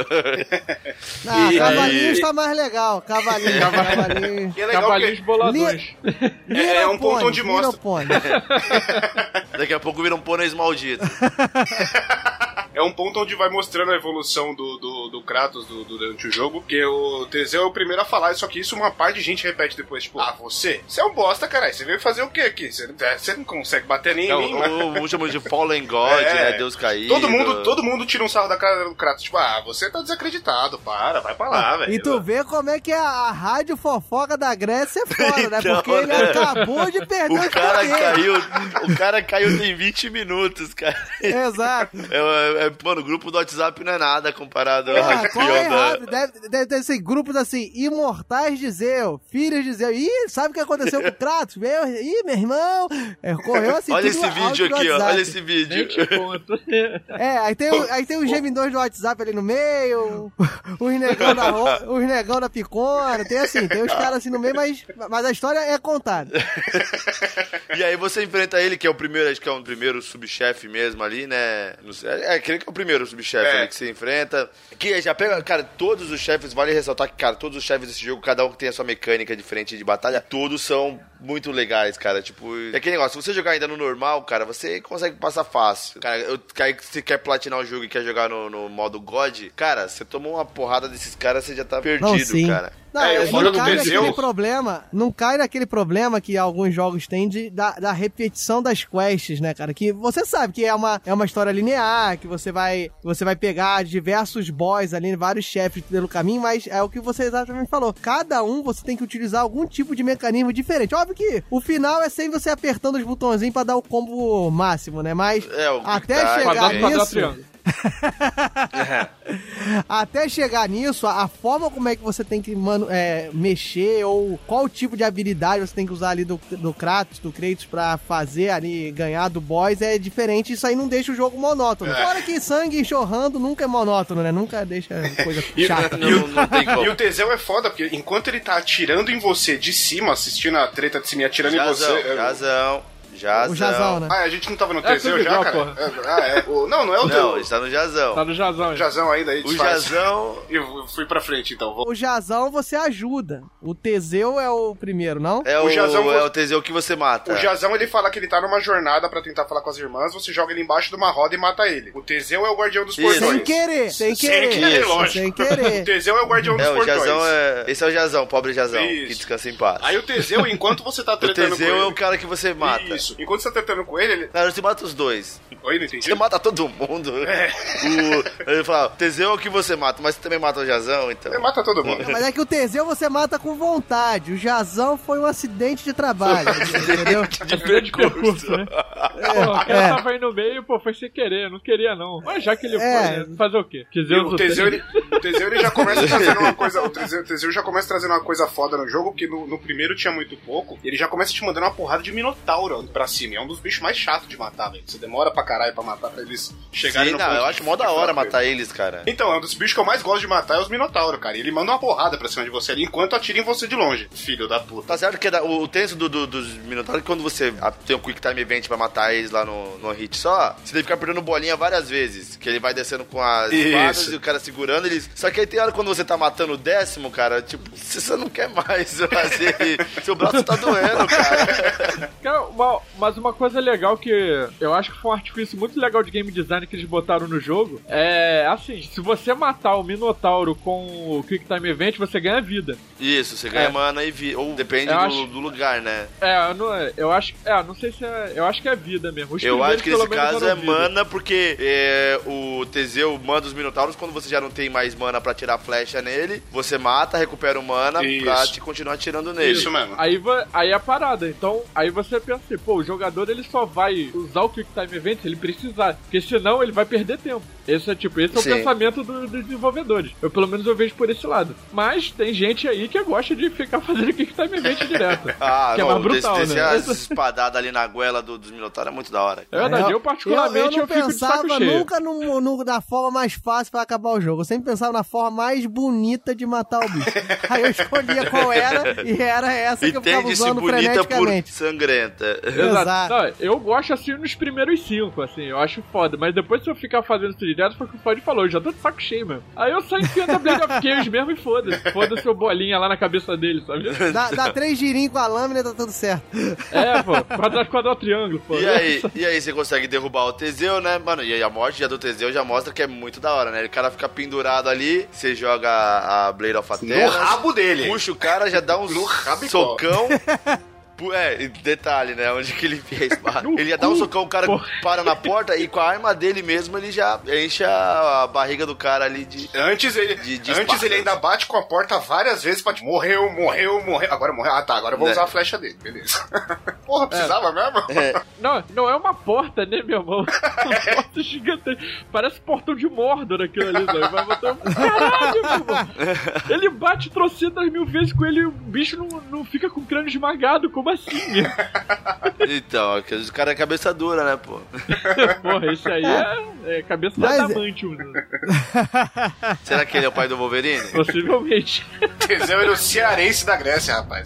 Ah, E- Cavalinhos tá mais legal. Cavalinhos, Cavalinhos. E é legal Cavalinhos porque boladões. é, é um ponto onde Little mostra. Pony. Daqui a pouco vira um pôneis maldito. É um ponto onde vai mostrando a evolução do, do, do Kratos do, do- durante o jogo, porque o Teseu é o primeiro a falar, só que isso uma parte de gente repete depois, tipo, ah, você? Você é um bosta, caralho, você veio fazer o quê aqui? Você, é, você não consegue bater nem É, em mim, mano. o, o, chamamos de Fallen God, É. né? Deus caído. Todo mundo, todo mundo tira um sarro da cara do Kratos, tipo, ah, você tá desacreditado, para, vai pra lá, velho. E tu vê como é que a, a rádio fofoca da Grécia é fora, né? Então, Porque ele né? acabou de perder O os cara poderes. caiu, o cara caiu tem vinte minutos, cara. Exato. É, é, é, mano, o grupo do WhatsApp não é nada comparado ao Ah, campeão qual é da... errado? Deve, deve ter assim, grupos assim, imortais de Zeus, filhos de Zeus. Ih, sabe o que aconteceu com o Kratos? Meu, ih, meu irmão. É, correu assim, Olha tudo esse áudio vídeo do aqui, ó. WhatsApp. Olha esse vídeo. vinte pontos. É, aí tem, o- aí tem os gemidores do WhatsApp ali no meio, os negão da, ro- os negão da picona, tem assim, tem os caras assim no meio, mas, mas a história é contada. E aí você enfrenta ele, que é o primeiro, acho que é o primeiro subchefe mesmo ali, né? Não sei, É, é aquele que é o primeiro subchefe É. ali que você enfrenta. Que já pega, cara, todos os chefes, vale ressaltar que, cara, todos os chefes desse jogo, cada um tem a sua mecânica diferente de batalha, todos são muito legais, cara. Tipo, é aquele negócio, se você jogar ainda no normal, cara, você consegue passar fácil. Cara, eu, aí que você quer platinar o jogo e quer jogar no, no modo God, cara, você tomou uma porrada desses caras, você já tá perdido, Não, sim. cara. Não, É, eu não falo do cai Teseu. naquele problema, não cai naquele problema que alguns jogos têm de, da, da repetição das quests, né, cara? Que você sabe que é uma, é uma história linear, que você vai, você vai pegar diversos boss ali, vários chefes pelo caminho, mas é o que você exatamente falou. Cada um você tem que utilizar algum tipo de mecanismo diferente. Óbvio que o final é sempre você apertando os botõezinhos pra dar o combo máximo, né? Mas É, o até tá, chegar Quadrado, quadrado, nisso... triângulo. Até chegar nisso, a, a forma como é que você tem que mano, é, mexer ou qual tipo de habilidade você tem que usar ali do, do Kratos, do Kratos pra fazer ali, ganhar do boss é diferente. Isso aí não deixa o jogo monótono. É. Fora que sangue enxurrando nunca é monótono, né? Nunca deixa coisa E, chata. e o, Não- não tem como. e o Teseu é foda, porque enquanto ele tá atirando em você de cima, assistindo a treta de cima e atirando Jazão, em você... Jazão, Jazão. O Jazão, né? Ah, a gente não tava no É Teseu tudo já, igual, cara? porra. É, ah, é. O, não, não é o Não, teu. ele tá no Jazão. Tá no Jazão. O Jazão ainda aí O disfarça. Jazão... Eu fui pra frente, então. Vou... O Jazão você ajuda. O Teseu é o primeiro, não? É O o, Jazão- é o Teseu que você mata. O Jazão, ele fala que ele tá numa jornada pra tentar falar com as irmãs, você joga ele embaixo de uma roda e mata ele. O Teseu é o guardião dos Isso. portões. Sem querer, sem Sem querer. querer, Isso, lógico. sem querer. O Teseu é o guardião dos É, o portões. Jazão é... Esse é o Jazão, pobre Jazão, Isso. que descansa em paz. Aí o Teseu, enquanto você tá O tretando Teseu com ele... é o cara que você mata. Isso. Enquanto você tá tretando com ele, ele... Não, você mata os dois. Oi, não entendi? Você mata todo mundo. É. O... Ele fala, Teseu é o que você mata, mas você também mata o Jazão, então... Você mata todo mundo. Mas é que o Teseu você mata com vontade. O Jazão foi um acidente de trabalho. Entendeu? É de percurso, né? Pô, o cara é. tava aí no meio, pô, foi sem querer, eu não queria não. Mas já que ele É. foi, né? Fazer o quê? E Quiser o Teseu, ele, o Teseu ele já começa trazendo uma coisa. O Teseu, o Teseu já começa trazendo uma coisa foda no jogo, porque no, no primeiro tinha muito pouco. Ele já começa te mandando uma porrada de Minotauro pra cima. É um dos bichos mais chatos de matar, velho. Você demora pra caralho pra matar, pra eles chegarem Sim, no não, ponto eu de- acho mó de da hora fraco matar ele. eles, cara. Então, é um dos bichos que eu mais gosto de matar é os Minotauros, cara. E ele manda uma porrada pra cima de você ali enquanto atira em você de longe. Filho da puta. Tá certo que é da- o, o tenso do, do- dos Minotauros é que quando você a- tem um Quick Time Event pra matar eles lá no, no hit só, você tem que ficar perdendo bolinha várias vezes. Que ele vai descendo com as Isso. espadas e o cara segurando eles. Só que aí tem hora quando você tá matando o décimo, cara, tipo, você não quer mais fazer. Seu braço tá doendo, cara. Cara, uma- mas uma coisa legal que eu acho que foi um artifício muito legal de game design que eles botaram no jogo é assim: se você matar o Minotauro com o Quick Time Event, você ganha vida. Isso, você ganha É. mana e vida. Ou depende Eu do, acho- do lugar, né? É, eu não, eu acho. É, não sei se é. Eu acho que é vida mesmo. Os Eu primeiros, acho que pelo nesse menos, caso eram é vida. mana, porque é, o Teseu manda os Minotauros quando você já não tem mais mana pra tirar flecha nele. Você mata, recupera o mana Isso. pra te continuar atirando nele. Isso mesmo. Aí, va- aí é a parada. Então, aí você pensa assim, pô, o jogador ele só vai usar o Quick Time Event se ele precisar. Porque senão ele vai perder tempo. Esse é tipo, esse é o Sim. pensamento do- dos desenvolvedores. Eu pelo menos eu vejo por esse lado. Mas tem gente aí que gosta de ficar fazendo Quick Time Event direto. Ah, que é não, mais brutal, descer né? as espadadas ali na goela do- dos Minotauros é muito da hora. É verdade, eu, particularmente eu, eu, não fico de saco pensava cheio. nunca no, no- na forma mais fácil pra acabar o jogo. Eu sempre pensava na forma mais bonita de matar o bicho. Aí eu escolhia qual era e era essa que eu ficava Entende-se usando bonita por freneticamente. sangrenta. Exato. Não, eu gosto assim nos primeiros cinco, assim, eu acho foda. Mas depois se eu ficar fazendo isso direto, foi o que o Fred falou, eu já tô de saco cheio, mesmo. Aí eu saio enfiando a Blade of Chaos mesmo e foda-se. Foda-se o bolinha lá na cabeça dele, sabe? Dá, dá três girinhos com a lâmina e tá tudo certo. É, pô, quadrado, quadrado, triângulo, pô. E aí, e aí você consegue derrubar o Teseu, né, mano? E aí a morte já do Teseu já mostra que é muito da hora, né? O cara fica pendurado ali, você joga a a Blade of No Atenas, rabo dele. puxa o cara, já dá um No rabicó. socão. Pu- É, e detalhe, né? Onde que ele enfia a espada. No Ele ia dar um cu, socão, o cara pô. para na porta e com a arma dele mesmo ele já enche a, a barriga do cara ali de. Antes ele, De- de antes espadas. ele ainda bate com a porta várias vezes pra te morreu, morreu, morreu. Agora morreu. Ah, tá. Agora eu vou Né. usar a flecha dele. Beleza. Porra, precisava mesmo? É. Não, não é uma porta, né, meu irmão? Uma porta gigantesca. Parece portão de Mordor aquilo ali, sabe? Vai botar... Caralho, meu irmão. Ele bate trocentas mil vezes com ele e o bicho não, não fica com o crânio esmagado. Como assim, meu? Então, aqueles- o cara é cabeça dura, né, pô? Porra, isso aí é, é cabeça Mas- da Adamantium, né? Será que ele é o pai do Wolverine? Possivelmente. Teseu era o cearense da Grécia, rapaz.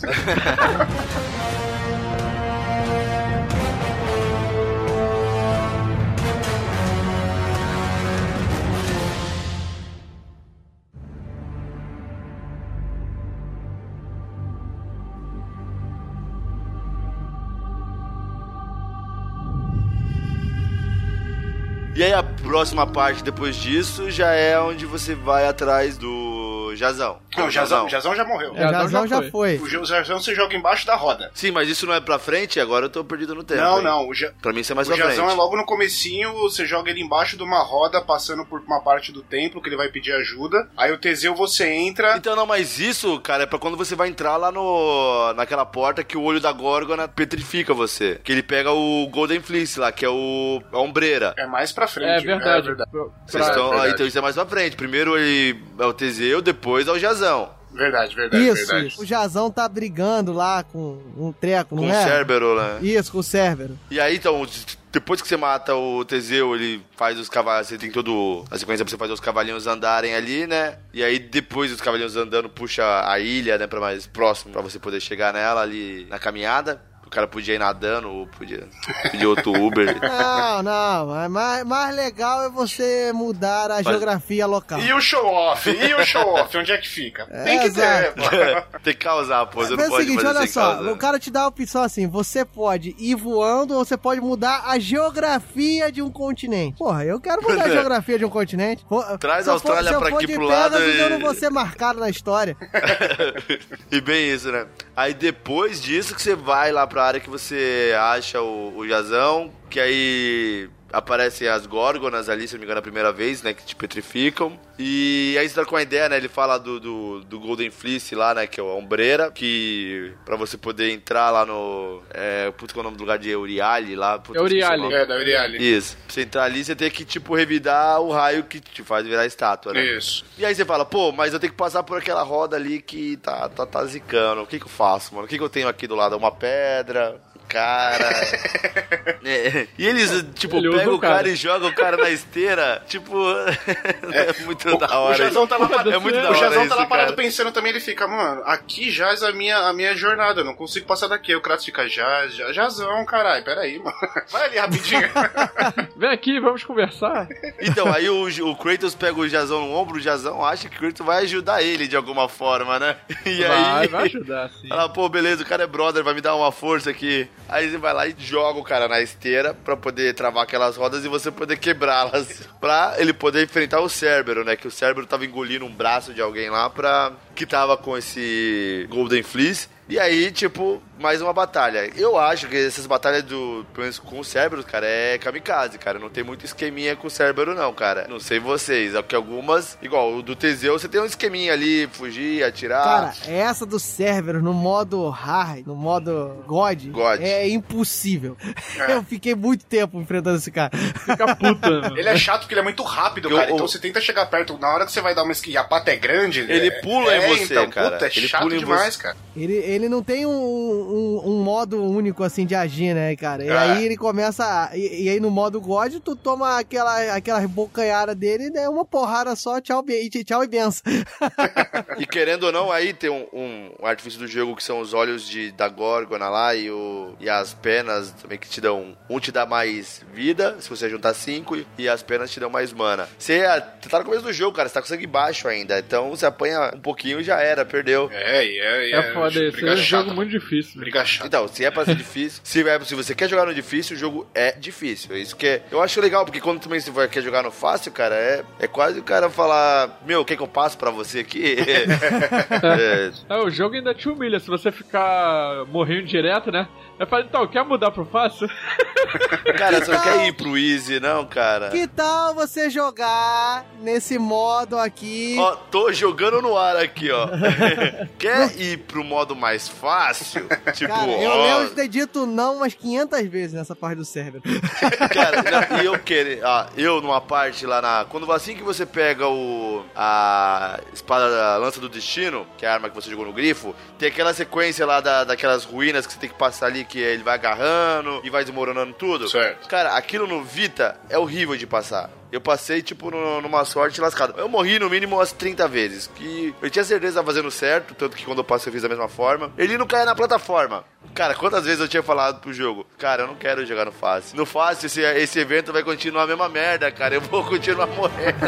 E aí a próxima parte depois disso já é onde você vai atrás do o Jazão. Não, o Jazão, Jazão já morreu. É, o Jazão já foi. O Jazão você joga embaixo da roda. Sim, mas isso não é pra frente, agora eu tô perdido no tempo. Não, hein? não. O ja... Pra mim isso é mais o pra frente. O Jazão é logo no comecinho, você joga ele embaixo de uma roda, passando por uma parte do templo, que ele vai pedir ajuda. Aí o Teseu você entra... Então não, mas isso, cara, é pra quando você vai entrar lá no naquela porta que o olho da Górgona petrifica você. Que ele pega o Golden Fleece lá, que é o a ombreira. É mais pra frente. É verdade. É verdade. Vocês estão, é ah, então isso é mais pra frente. Primeiro ele é o Teseu, depois é o Jazão. Verdade, verdade, isso, verdade. Isso. O Jazão tá brigando lá com um treco, não com é? Com o Cérbero, né? Isso, com o Cérbero. E aí, então, depois que você mata o Teseu, ele faz os cavalos, você tem todo a sequência pra você fazer os cavalinhos andarem ali, né? E aí, depois dos cavalinhos andando, puxa a ilha, né, pra mais próximo, pra você poder chegar nela ali na caminhada. O cara podia ir nadando ou podia pedir outro Uber. Não, não. Mais, mais legal é você mudar a Mas... geografia local. E o show-off? E o show-off? Onde é que fica? É, tem que ter, pô. Tem que causar, pô. Você é não o pode seguinte, fazer olha só. causar. O cara te dá a opção assim. Você pode ir voando ou você pode mudar a geografia de um continente. Porra, eu quero mudar a geografia de um continente. Traz a Austrália for, pra aqui pro lado e... eu não vou e... ser marcado na história. E bem isso, né? Aí depois disso que você vai lá pra área que você acha o, o Jazão, que aí aparecem as Górgonas ali, se não me engano, a primeira vez, né, que te petrificam. E aí você tá com a ideia, né, ele fala do, do, do Golden Fleece lá, né, que é a ombreira, que pra você poder entrar lá no... É, putz, qual é o nome do lugar de Euriale lá? Putz, Euriale. É, da Euriale. Isso. Pra você entrar ali, você tem que, tipo, revidar o raio que te faz virar estátua, né? Isso. E aí você fala, pô, mas eu tenho que passar por aquela roda ali que tá, tá, tá zicando. O que que eu faço, mano? O que que eu tenho aqui do lado? Uma pedra... Cara. É. E eles, tipo, Ele pegam o cara. cara e jogam o cara na esteira. Tipo, é, é muito o, da hora. O Jazão tá lá, é muito da o Jazão hora tá lá isso, parado cara. pensando também, ele fica, mano, aqui jaz a minha, a minha jornada, eu não consigo passar daqui. O Kratos fica, jaz, jaz, Jazão, caralho, peraí, mano. Vai ali rapidinho. Vem aqui, vamos conversar. Então, aí o, o Kratos pega o Jazão no ombro, o Jazão acha que o Kratos vai ajudar ele de alguma forma, né? E vai, aí, vai ajudar, sim. Fala, pô, beleza, o cara é brother, vai me dar uma força aqui. Aí você vai lá e joga o cara na esteira pra poder travar aquelas rodas e você poder quebrá-las. Pra ele poder enfrentar o Cérbero, né? Que o Cérbero tava engolindo um braço de alguém lá pra... que tava com esse Golden Fleece. E aí, tipo, mais uma batalha. Eu acho que essas batalhas do, pelo menos com o Cérbero, cara, é kamikaze, cara. Não tem muito esqueminha com o Cérbero, não, cara. Não sei vocês. É porque algumas, igual o do Teseu, você tem um esqueminha ali, fugir, atirar. Cara, essa do Cérbero no modo hard, no modo God, God. é impossível. É. Eu fiquei muito tempo enfrentando esse cara. Fica puta, mano. Ele é chato porque ele é muito rápido, eu, cara. eu, então você tenta chegar perto, na hora que você vai dar uma esqui, a pata é grande. Ele é, pula é, em você, então, cara. Puta, é ele chato pula em demais, você. cara. Ele, ele não tem um, um, um modo único, assim, de agir, né, cara? E É. aí ele começa... A, e, e aí no modo God, tu toma aquela, aquela bocanhada dele e dá uma porrada só, tchau, e, tchau e benção. E querendo ou não, aí tem um, um, um artifício do jogo que são os olhos de, da Górgona lá e, o, e as penas também que te dão... Um te dá mais vida, se você juntar cinco, e as penas te dão mais mana. Você tá no começo do jogo, cara, você tá com sangue baixo ainda, então você apanha um pouquinho e já era, perdeu. É, e é, e É foda, esse é um jogo muito difícil. Briga chata. Então, se é pra ser difícil, se, é, se você quer jogar no difícil, o jogo é difícil. É isso que é, eu acho legal, porque quando também você quer jogar no fácil, cara, é, é quase o cara falar, meu, quer que eu passo pra você aqui? é. É, o jogo ainda te humilha, se você ficar morrendo direto, né? Eu falo, então, quer mudar pro fácil? Cara, você não quer ir pro easy, não, cara? Que tal você jogar nesse modo aqui? Ó, tô jogando no ar aqui, ó. Quer ir pro modo mais fácil? Tipo, Cara, eu ó... lembro de ter dito não umas quinhentas vezes nessa parte do server. Cara, não, e eu querer... Ah, eu numa parte lá na... Quando assim que você pega o... A espada da lança do destino, que é a arma que você jogou no grifo, tem aquela sequência lá da, daquelas ruínas que você tem que passar ali, que ele vai agarrando e vai desmoronando tudo. Certo. Cara, aquilo no Vita é horrível de passar. Eu passei, tipo, no, numa sorte lascada. Eu morri no mínimo umas trinta vezes. Que eu tinha certeza que tava fazendo certo, tanto que quando eu passei eu fiz da mesma forma. Ele não caia na plataforma. Cara, quantas vezes eu tinha falado pro jogo? Cara, eu não quero jogar no fácil. No fácil, esse, esse evento vai continuar a mesma merda, cara. Eu vou continuar morrendo.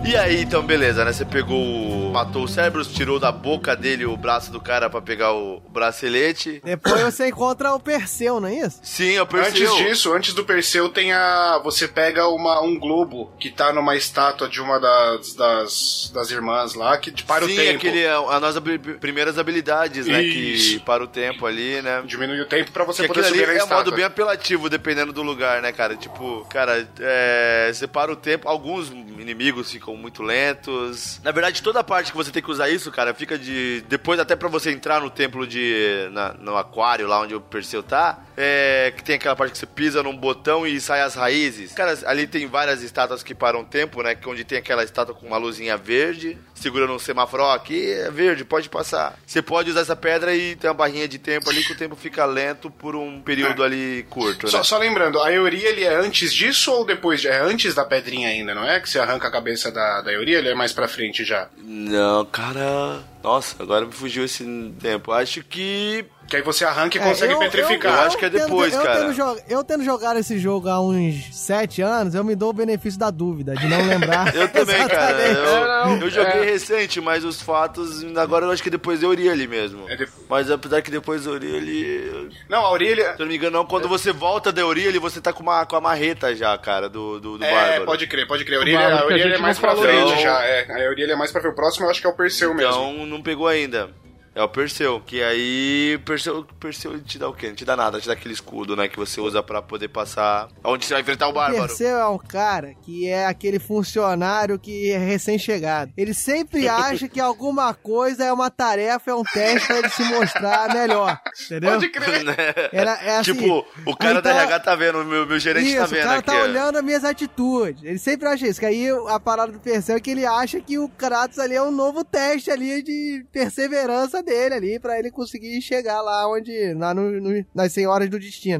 E aí, então, beleza, né? Você pegou, o... matou o Cerberus, tirou da boca dele o braço do cara pra pegar o bracelete. Depois você encontra o Perseu, não é isso? Sim, é o Perseu. Antes disso, antes do Perseu, tem a... Você pega uma, um globo que tá numa estátua de uma das, das, das irmãs lá, que para Sim, o tempo. Sim, aquele, as nossas primeiras habilidades, né? Isso. Que para o tempo ali, né? Diminui o tempo pra você que poder aquilo subir ali na é um estátua. modo bem apelativo, dependendo do lugar, né, cara? Tipo, cara, é, você para o tempo, alguns inimigos ficam muito lentos. Na verdade, toda a parte que você tem que usar isso, cara, fica de... Depois até pra você entrar no templo de... Na, no aquário, lá onde o Perseu tá, é, que tem aquela parte que você pisa num botão e sai as raízes. Cara, ali tem várias estátuas que param o tempo, né? Onde tem aquela estátua com uma luzinha verde, segurando um semáforo, ó, aqui é verde, pode passar. Você pode usar essa pedra e tem uma barrinha de tempo ali que o tempo fica lento por um período é. ali curto, só, né? Só lembrando, a Euriel é antes disso ou depois? É antes da pedrinha ainda, não é? Que você arranca a cabeça da, da Euriel, é mais pra frente já? Não, cara... Nossa, agora me fugiu esse tempo. Acho que... Que aí você arranca e consegue é, eu, petrificar. Eu, eu acho que é depois, tendo, eu cara. Tendo jo- eu tendo jogado esse jogo há uns sete anos, eu me dou o benefício da dúvida, de não lembrar. Eu também, cara. Eu, eu joguei é. recente, mas os fatos... Agora eu acho que depois da Euriel mesmo. É de... Mas apesar que depois da Euriel... Não, a Euriel... Se eu não me engano, não, quando é. você volta da Euriel, você tá com, uma, com a marreta já, cara, do, do, do é, Bárbaro. É, pode crer, pode crer. A Euriel, a Euriel é mais pra frente então... já. É, a Euriel é mais pra frente. O próximo eu acho que é o Perseu então, mesmo. Então não pegou ainda. É o Perseu, que aí... Perseu, Perseu te dá o quê? Não te dá nada, te dá aquele escudo, né? Que você usa pra poder passar... Onde você vai enfrentar o Bárbaro. O Perseu é um cara que é aquele funcionário que é recém-chegado. Ele sempre acha que alguma coisa é uma tarefa, é um teste pra ele se mostrar melhor. Entendeu? Pode crer. Era, é assim, tipo, o cara da tá... R H tá vendo, o meu, meu gerente isso, tá vendo aqui. o cara tá olhando as minhas atitudes. Ele sempre acha isso. Que aí a parada do Perseu é que ele acha que o Kratos ali é um novo teste ali de perseverança dele ali, pra ele conseguir chegar lá onde, lá no, no, nas senhoras do destino.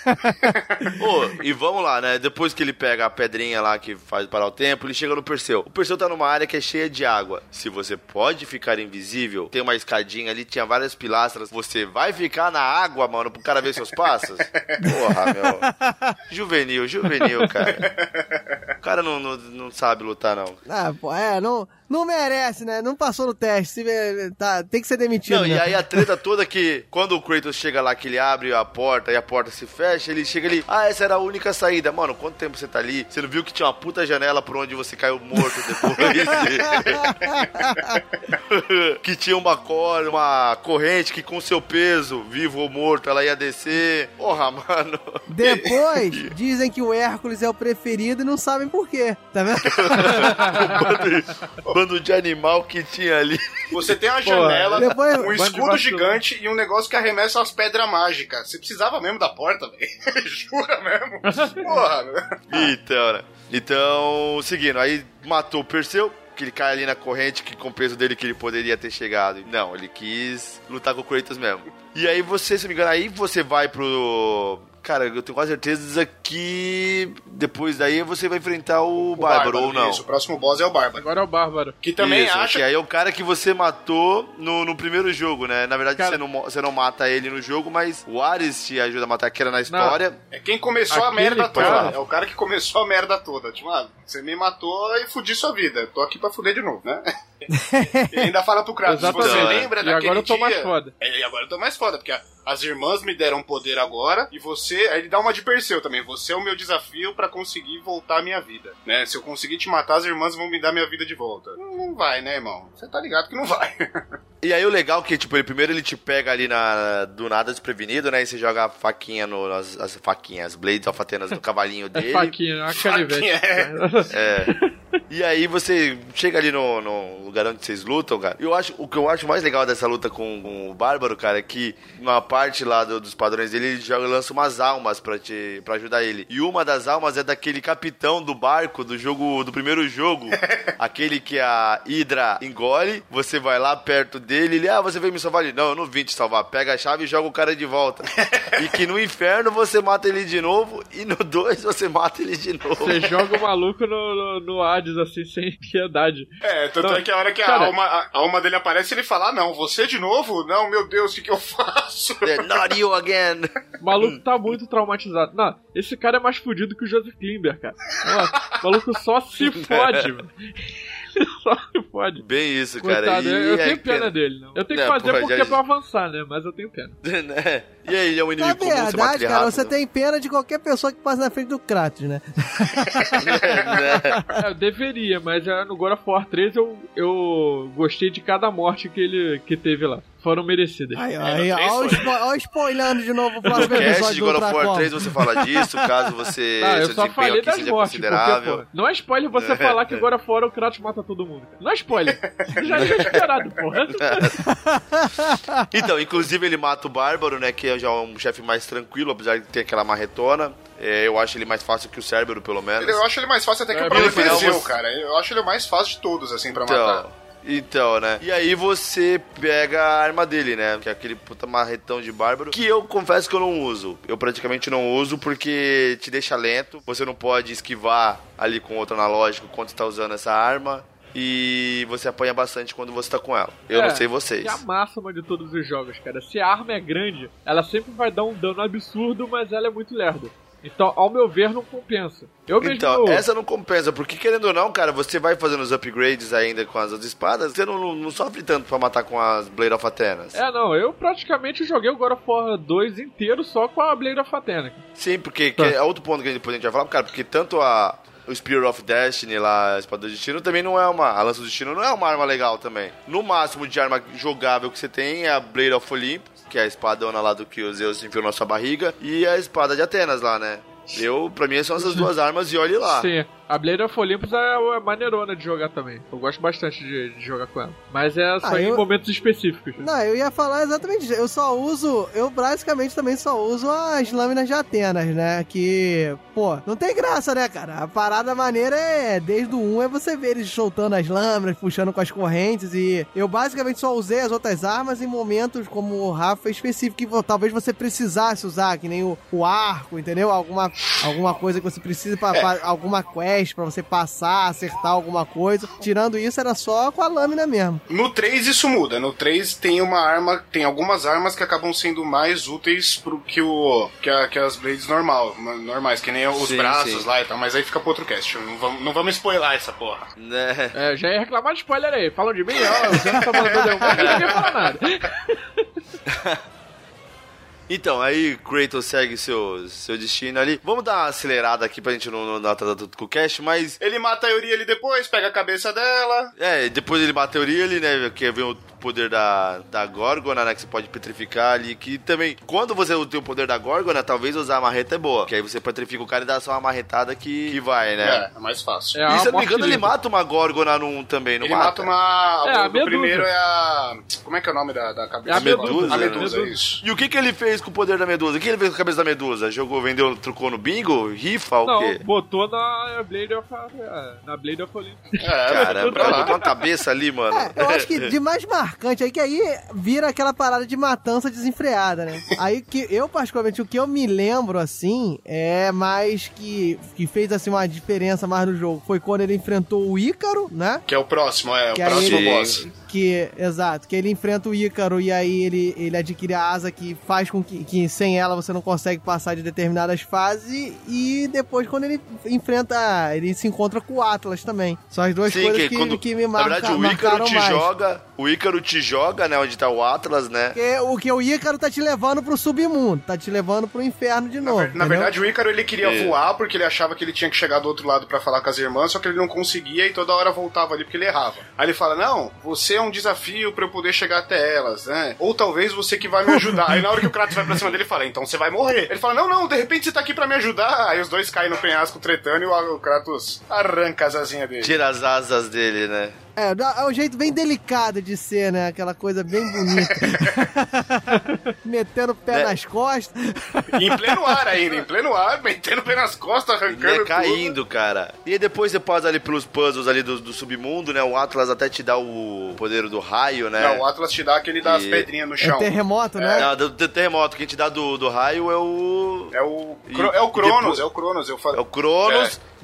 Ô, e vamos lá, né, depois que ele pega a pedrinha lá que faz parar o tempo, ele chega no Perseu. O Perseu tá numa área que é cheia de água. Se você pode ficar invisível, tem uma escadinha ali, tinha várias pilastras, você vai ficar na água, mano, pro cara ver seus passos? Porra, meu. Juvenil, juvenil, cara. O cara não, não, não sabe lutar, não. Ah, pô, é, não... Não merece, né? Não passou no teste. Se, tá, tem que ser demitido. Não, né? E aí a treta toda que quando o Kratos chega lá, que ele abre a porta e a porta se fecha, ele chega ali, ah, essa era a única saída. Mano, quanto tempo você tá ali? Você não viu que tinha uma puta janela por onde você caiu morto depois? Que tinha uma corda, uma corrente que com seu peso, vivo ou morto, ela ia descer. Porra, mano. Depois, dizem que o Hércules é o preferido e não sabem por quê. Tá vendo? Bando de animal que tinha ali. Você tem uma janela, depois, um escudo gigante e um negócio que arremessa umas pedras mágicas. Você precisava mesmo da porta, velho? Jura mesmo? Porra. Então, né? Então, seguindo, aí matou o Perseu, que ele cai ali na corrente, que com o peso dele que ele poderia ter chegado. Não, ele quis lutar com o Kratos mesmo. E aí você, se não me engano, aí você vai pro... Cara, eu tenho quase certeza que depois daí você vai enfrentar o, o Bárbaro, Bárbaro, ou não. Isso, o próximo boss é o Bárbaro. Agora é o Bárbaro. Que também isso, acha... que aí é o cara que você matou no, no primeiro jogo, né? Na verdade, cara... você, não, você não mata ele no jogo, mas o Ares te ajuda a matar, que era na história. Não. É quem começou Aquele a merda toda. cara... É o cara que começou a merda toda. Tipo, ah, você me matou e fudi sua vida. Tô aqui pra fuder de novo, né? E ainda fala pro Kratos, Exatamente. você lembra e daquele agora eu tô dia? mais foda. É, e agora eu tô mais foda, porque as irmãs me deram poder agora, e você... Aí ele dá uma de Perseu também. Você é o meu desafio pra conseguir voltar a minha vida, né? Se eu conseguir te matar, as irmãs vão me dar minha vida de volta. Não, não vai, né, irmão? Você tá ligado que não vai. E aí o legal é que, tipo, ele primeiro ele te pega ali na, do nada desprevenido, né? E você joga a faquinha no... As, as faquinhas, as Blades of Athenas no cavalinho dele. É faquinha, a canivete. É. é. E aí você chega ali no, no lugar onde vocês lutam, cara. Eu acho, o que eu acho mais legal dessa luta com, com o Bárbaro, cara, é que uma parte lá do, dos padrões dele, ele joga, lança umas almas pra, te, pra ajudar ele. E uma das almas é daquele capitão do barco do jogo, do primeiro jogo. Aquele que a Hydra engole. Você vai lá perto dele, ele, ah, você veio me salvar ali. Não, eu não vim te salvar. Pega a chave e joga o cara de volta. E que no inferno você mata ele de novo e no dois você mata ele de novo. Você joga o maluco no, no, no Hades, assim, sem piedade. É, tanto não, é que a hora que cara, a, alma, a, a alma dele aparece, ele fala, ah, não, você de novo? Não, meu Deus, o que, que eu faço? Not you again. O maluco tá muito traumatizado. Não, esse cara é mais fudido que o Joseph Klimber, cara. Ó, o maluco só se fode, mano. só, pode. Bem isso, cara. Coitado, E eu, eu é tenho pena pena dele, não. Eu tenho que Não, fazer porra, porque já- é pra avançar, né? Mas eu tenho pena. Né? E aí, ele é um Na inimigo comum, você mata verdade, ele cara, rápido. você tem pena de qualquer pessoa que passa na frente do Kratos, né? É, eu deveria, mas é, no God of War três eu, eu gostei de cada morte que ele que teve lá. Foram merecidas. Aí, É, aí, no três ó, o foi. spo- ó, o spoilando de novo o No próximo cast episódio de do God of War Ultracom. três você fala disso, caso você Ah, eu seu só desempenho falei aqui das seja mortes, porque, considerável. pô, não é spoiler você falar que agora fora o Kratos mata todo mundo. Não é spoiler. Já tinha esperado, porra. Então, inclusive ele mata o Bárbaro, né, que é já um chefe mais tranquilo, apesar de ter aquela marretona. É, eu acho ele mais fácil que o Cérbero, pelo menos. Ele- eu acho ele mais fácil até que É, o próprio no final Teseu, você- cara. Eu acho ele o mais fácil de todos, assim, pra Então, matar. então, né? E aí você pega a arma dele, né? Que é aquele puta marretão de bárbaro. Que eu confesso que eu não uso. Eu praticamente não uso porque te deixa lento. Você não pode esquivar ali com outro analógico quando você tá usando essa arma. E você apanha bastante quando você tá com ela. Eu É, não sei vocês. É a máxima de todos os jogos, cara. Se a arma é grande, ela sempre vai dar um dano absurdo, mas ela é muito lerda. Então, ao meu ver, não compensa. Eu mesmo... Então, essa não compensa, porque querendo ou não, cara, você vai fazendo os upgrades ainda com as outras espadas, você não, não sofre tanto pra matar com as Blade of Athenas. É, não, eu praticamente joguei o God of War dois inteiro só com a Blade of Athena. Sim, porque Tá. que é outro ponto que a gente, depois a gente vai falar, cara, porque tanto a, o Spear of Destiny lá, a Espada do Destino, também não é uma, a Lança do Destino não é uma arma legal também. No máximo de arma jogável que você tem é a Blade of Olympus, que é a espadona lá do que o Zeus enfiou na sua barriga, e a Espada de Atenas lá, né? Eu, pra mim, são essas duas armas e olhe lá. Sim, a Blade of Olympus é, é maneirona de jogar também. Eu gosto bastante de, de jogar com ela. Mas é só Ah, em eu- momentos específicos. Não, eu ia falar exatamente isso. Eu só uso, eu basicamente também só uso as lâminas de Atenas, né? Que, pô, não tem graça, né, cara? A parada maneira é, desde o um, é você ver eles soltando as lâminas, puxando com as correntes. E eu basicamente só usei as outras armas em momentos como o Rafa específico, que vo- talvez você precisasse usar, que nem o, o arco, entendeu? Alguma, alguma coisa que você precisa pra, pra alguma quest pra você passar, acertar alguma coisa. Tirando isso, era só com a lâmina mesmo. No três isso muda. No três tem uma arma, tem algumas armas que acabam sendo mais úteis pro que o que, a- que as blades normal, normais, que nem os Sim, braços sim. lá e tal, mas aí fica pro outro cast. Não vamos, não vamos spoiler essa porra. Né? É, já ia reclamar de spoiler aí. Falam de mim, ó, você não tá mandando derrubar, ninguém fala nada. Então, aí Kratos segue seu, seu destino ali. Vamos dar uma acelerada aqui pra gente não, não dar tanta tudo com o cast, mas... Ele mata a Yuri ali depois, pega a cabeça dela. É, depois ele mata a Uriel, né, que vem o poder da, da Górgona, né, que você pode petrificar ali, que também, quando você tem o poder da Górgona, talvez usar a marreta é boa, que aí você petrifica o cara e dá só uma marretada que, que vai, né? É, é mais fácil. É, E a se eu não me morte engano, ele livre. mata uma Górgona num também, não Ele mata uma. É, a o do Medusa. primeiro é a. Como é que é o nome da, da cabeça? É a Medusa, A né? Medusa, é isso. E o que que ele fez com o poder da Medusa? O que ele fez com a cabeça da Medusa? Jogou, vendeu, trucou no bingo? Rifa, o Não, quê? botou na Blade of, na Blade of Olympus. É, Caramba, pra lá. botou uma cabeça ali, mano. É, eu acho que de mais marcante aí, que aí vira aquela parada de matança desenfreada, né? Aí que eu, particularmente, o que eu me lembro, assim, é mais que, que fez, assim, uma diferença mais no jogo. Foi quando ele enfrentou o Ícaro, né? Que é o próximo, é, o Que aí próximo ele- boss. Que, exato, que ele enfrenta o Ícaro e aí ele, ele adquire a asa que faz com que, que sem ela você não consegue passar de determinadas fases e depois quando ele enfrenta, ele se encontra com o Atlas também. São as duas Sim, coisas que, que, quando, que me na marca, verdade, o Ícaro marcaram te mais. joga, o Ícaro te joga, né, onde tá o Atlas, né? Porque o que o Ícaro tá te levando pro submundo, tá te levando pro inferno de Na, novo. ver- na entendeu? verdade, o Ícaro ele queria É. voar porque ele achava que ele tinha que chegar do outro lado pra falar com as irmãs, só que ele não conseguia e toda hora voltava ali porque ele errava. Aí ele fala: não, você é um desafio pra eu poder chegar até elas, né? Ou talvez você que vai me ajudar. Aí na hora que o Kratos vai pra cima dele, ele fala: então você vai morrer. Ele fala: não, não, de repente você tá aqui pra me ajudar. Aí os dois caem no penhasco tretando e o, o Kratos arranca as asinhas dele. Tira as asas dele, né? É, dá- é um jeito bem delicado de ser, né? Aquela coisa bem bonita. Metendo o pé Né? nas costas. E em pleno ar ainda, em pleno ar, metendo o pé nas costas, arrancando Né, tudo. caindo, cara. E aí depois você passa ali pelos puzzles ali do, do submundo, né? O Atlas até te dá o poder do raio, né? Não, o Atlas te dá aquele das E- pedrinhas no É chão. terremoto, né? Não, do, do terremoto. Quem te dá do, do raio é o... É o, E- Cro- é o e Cronos, depois- é o Cronos. Eu É falei. o Cronos.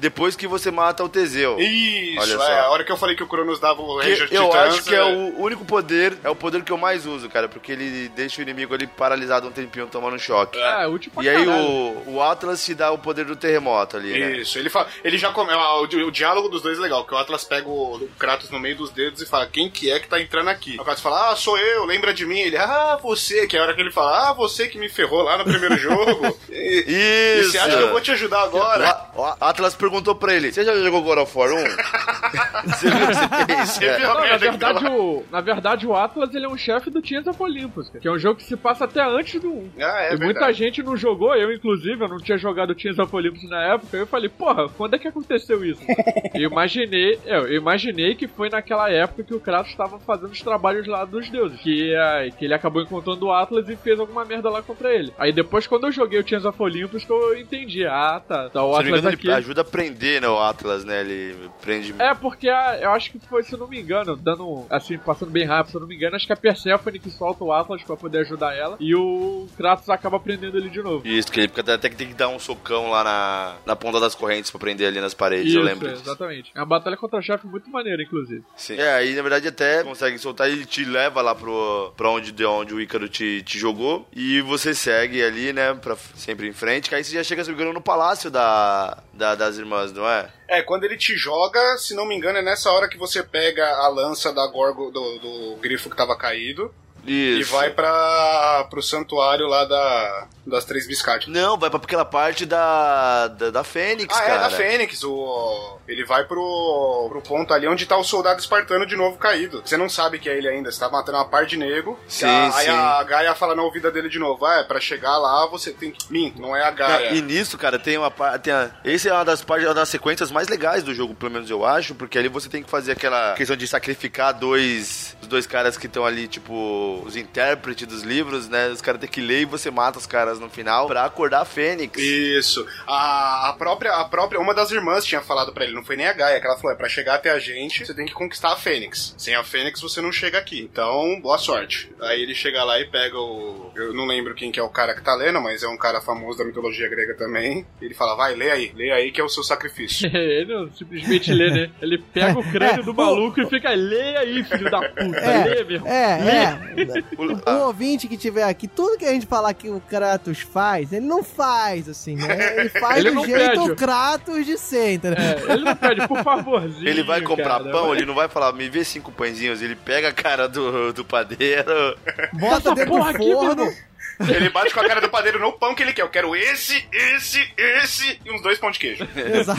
depois que você mata o Teseu. Isso, Olha é, só. a hora que eu falei que o Cronos dava o Que Ranger eu Titãs, acho que é o único poder, é o poder que eu mais uso, cara, porque ele deixa o inimigo ali paralisado um tempinho tomando choque. É, útil pra E aí caralho. o, o Atlas te dá o poder do terremoto ali, né? Isso, ele fala, ele já come, o, o diálogo dos dois é legal, que o Atlas pega o, o Kratos no meio dos dedos e fala, quem que é que tá entrando aqui? O Kratos fala, ah, sou eu, lembra de mim? Ele, ah, você, que é a hora que ele fala, ah, você que me ferrou lá no primeiro jogo. E, e Isso! você acha que eu vou te ajudar agora? O, o Atlas perguntou pra ele, você já jogou God of War um? Você viu o que você fez? Você É. viu a Não, na merda que verdade, tava- o, na verdade, o Atlas ele é um chefe do Tears of Olympus, cara, que é um jogo que se passa até antes do um. Ah, é e muita verdade. gente não jogou, eu inclusive, eu não tinha jogado Tears of Olympus na época, eu falei, porra, quando é que aconteceu isso? eu imaginei, eu, eu imaginei que foi naquela época que o Kratos estava fazendo os trabalhos lá dos deuses, que, é, que ele acabou encontrando o Atlas e fez alguma merda lá contra ele. Aí depois, quando eu joguei o Tears of Olympus, que eu entendi, ah, tá, tá o Se não me Atlas engano, aqui... ele ajuda a prender, né, o Atlas, né? Ele prende... É, porque a, eu acho que foi, se eu não me engano, dando, assim, passando bem rápido, se eu não me engano, acho que a Persephone que solta o Atlas pra poder ajudar ela, e o Kratos acaba prendendo ele de novo. Isso, que ele fica até que tem que dar um socão lá na, na ponta das correntes pra prender ali nas paredes, Isso, eu lembro é, disso. exatamente. É uma batalha contra chefe muito maneira, inclusive. Sim. É, aí na verdade até consegue soltar, ele te leva lá pro, pra onde, de onde o Ícaro te, te jogou, e você segue ali, né, pra, sempre em frente, que aí você já chega, se não me engano, no palácio da, da, das irmãs, não é? É, quando ele te joga, se não me engano, é nessa hora que você pega a lança da Gorgo, do, do grifo que tava caído, Isso. e vai pra, pro santuário lá da, das Três Biscates. Não, vai pra aquela parte da, da, da Fênix, Ah, cara. é, da Fênix. O, ele vai pro, pro ponto ali onde tá o soldado espartano de novo caído. Você não sabe que é ele ainda, você tá matando uma par de nego. Sim, a, sim. Aí a Gaia fala na ouvida dele de novo, ah, é, pra chegar lá você tem que... Minto, não é a Gaia. E nisso, cara, tem uma parte. Esse é uma das partes, uma das sequências mais legais do jogo, pelo menos eu acho, porque ali você tem que fazer aquela questão de sacrificar dois. Os dois caras que estão ali, tipo, os intérpretes dos livros, né? Os caras têm que ler e você mata os caras no final pra acordar a Fênix. Isso. A, a, própria, a própria, uma das irmãs tinha falado pra ele, não foi nem a Gaia, que ela falou, é pra chegar até a gente, você tem que conquistar a Fênix. Sem a Fênix você não chega aqui. Então, boa sorte. Aí ele chega lá e pega o... Eu não lembro quem que é o cara que tá lendo, mas é um cara famoso da mitologia grega também. Ele fala, vai, lê aí. Lê aí que é o seu sacrifício. Ele não simplesmente lê, né? Ele pega o crânio É, do o- maluco e fica, lê aí, filho da puta, É, lê, meu irmão. é, Lê. é. O ouvinte que tiver aqui, tudo que a gente falar que o Kratos faz, ele não faz assim, né? Ele faz Ele do não jeito pede. o Kratos de ser, entendeu? É, ele não pede, por favorzinho. Ele vai comprar cara. pão, ele não vai falar, me vê cinco pãezinhos, ele pega a cara do, do padeiro. Bota Essa dentro porra do aqui, meu forno. irmão. Ele bate com a cara do padeiro no pão que ele quer. Eu quero esse, esse, esse e uns dois pão de queijo. Exato.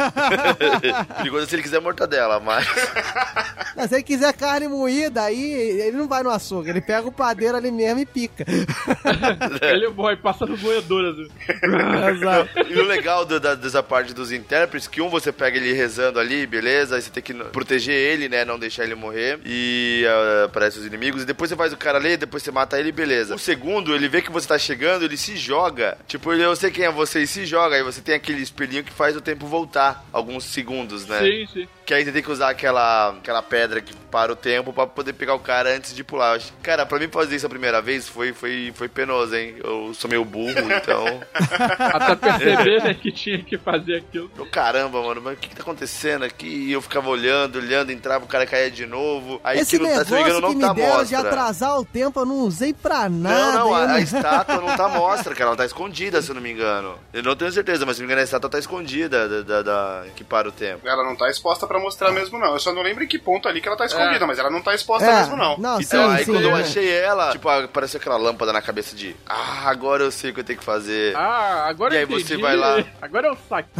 Perigoso se ele quiser mortadela, mas. Não, se ele quiser carne moída, aí ele não vai no açougue, ele pega o padeiro ali mesmo e pica. Ele morre, passa no moedor, assim. Exato. E o legal do- da- dessa parte dos intérpretes, que um você pega ele rezando ali, beleza? Aí você tem que proteger ele, né? Não deixar ele morrer. E uh, aparece os inimigos. E depois você faz o cara ler, depois você mata ele, beleza. O segundo, ele vê que você tá chegando, ele se joga. Tipo, ele, eu sei quem é você e se joga. Aí você tem aquele espelhinho que faz o tempo voltar. Alguns segundos, né? Sim, sim. Que aí você tem que usar aquela, aquela pedra que para o tempo pra poder pegar o cara antes de pular. Eu acho- Cara, pra mim fazer isso a primeira vez foi, foi, foi penoso, hein? Eu sou meio burro, então... Até perceber, né, que tinha que fazer aquilo. Eu, caramba, mano, mas o que que tá acontecendo aqui? E eu ficava olhando, olhando, entrava, o cara caía de novo. Aí Esse que não tá, se não me negócio engano, que não me tá deram de mostra. atrasar o tempo, eu não usei pra nada. Não, não, a, eu a estátua não tá mostra, cara. Ela tá escondida, se eu não me engano. Eu não tenho certeza, mas se não me engano, a estátua tá escondida da, da, da- que para o tempo. Ela não tá exposta pra mostrar mesmo, não. Eu só não lembro em que ponto ali que ela tá escondida, É. mas ela não tá exposta É, mesmo, não. não, Então, sim, aí sim, quando eu é. achei ela, tipo, apareceu aquela lâmpada na cabeça de ah, agora eu sei o que eu tenho que fazer. Ah, agora E eu aí entendi. você vai lá. Agora eu saquei.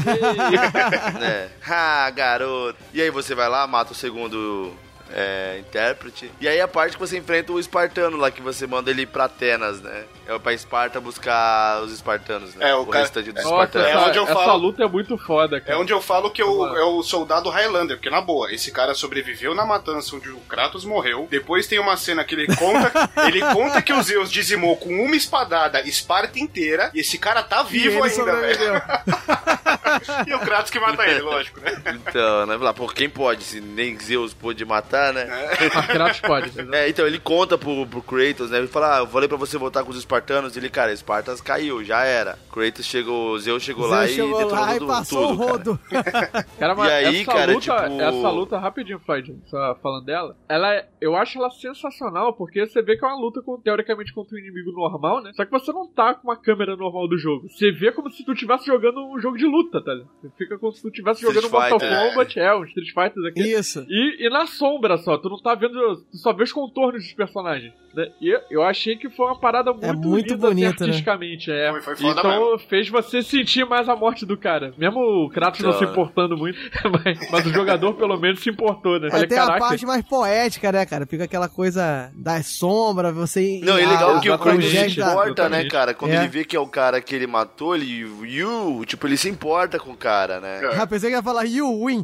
Né? Ah, garoto. E aí você vai lá, mata o segundo é, intérprete. E aí a parte que você enfrenta o espartano lá, que você manda ele pra Atenas, né? É pra Esparta buscar os espartanos, né? É, o cara- restante dos Nossa, espartanos. É essa, onde eu essa falo- luta é muito foda, É cara. onde eu falo que eu, Vamos lá. é o soldado Highlander, porque na boa, esse cara sobreviveu na matança onde o Kratos morreu. Depois tem uma cena que ele conta, ele conta que o Zeus dizimou com uma espadada Esparta inteira, e esse cara tá E vivo ele ainda, velho. sobreviveu. E o Kratos que mata ele, lógico, né? Então, né? Falar, pô, quem pode? Se nem Zeus pôde matar, né? É. Mas Kratos pode. É, então ele conta pro, pro Kratos, né? Ele fala, ah, eu falei pra você voltar com os espartanos. Ele, cara, Espartas caiu, já era. Kratos chegou, Zeus chegou Zeus lá chegou e detonou lá e tudo, passou tudo, o rodo. Cara. Cara, mas E aí, essa cara, luta, tipo... essa luta, rapidinho, Floyd, só falando dela, ela é, eu acho ela sensacional, porque você vê que é uma luta, com, teoricamente, contra um inimigo normal, né? Só que você não tá com uma câmera normal do jogo. Você vê como se tu estivesse jogando um jogo de luta, tá ligado? Você fica como se tu estivesse jogando um Mortal Kombat, é, um Street Fighter aqui. Isso. E, e na sombra só, tu não tá vendo, tu só vê os contornos dos personagens, né? E eu, eu achei que foi uma parada muito, é muito linda, bonita, artisticamente, né? É. Foi, foi foda Então mesmo. fez você sentir mais a morte do cara. Mesmo o Kratos Então, não se importando muito, mas, mas o jogador pelo menos se importou, né? É, Falei, tem caraca, a parte mais poética, né, cara? Fica aquela coisa das sombras, você... Não, é legal a- que o a- Kratos se gesto da- importa, né, exatamente. cara? Quando É. ele vê que é o cara que ele matou, ele... You, tipo, ele se importa com o cara, né? É. Ah, pensei que ia falar you win.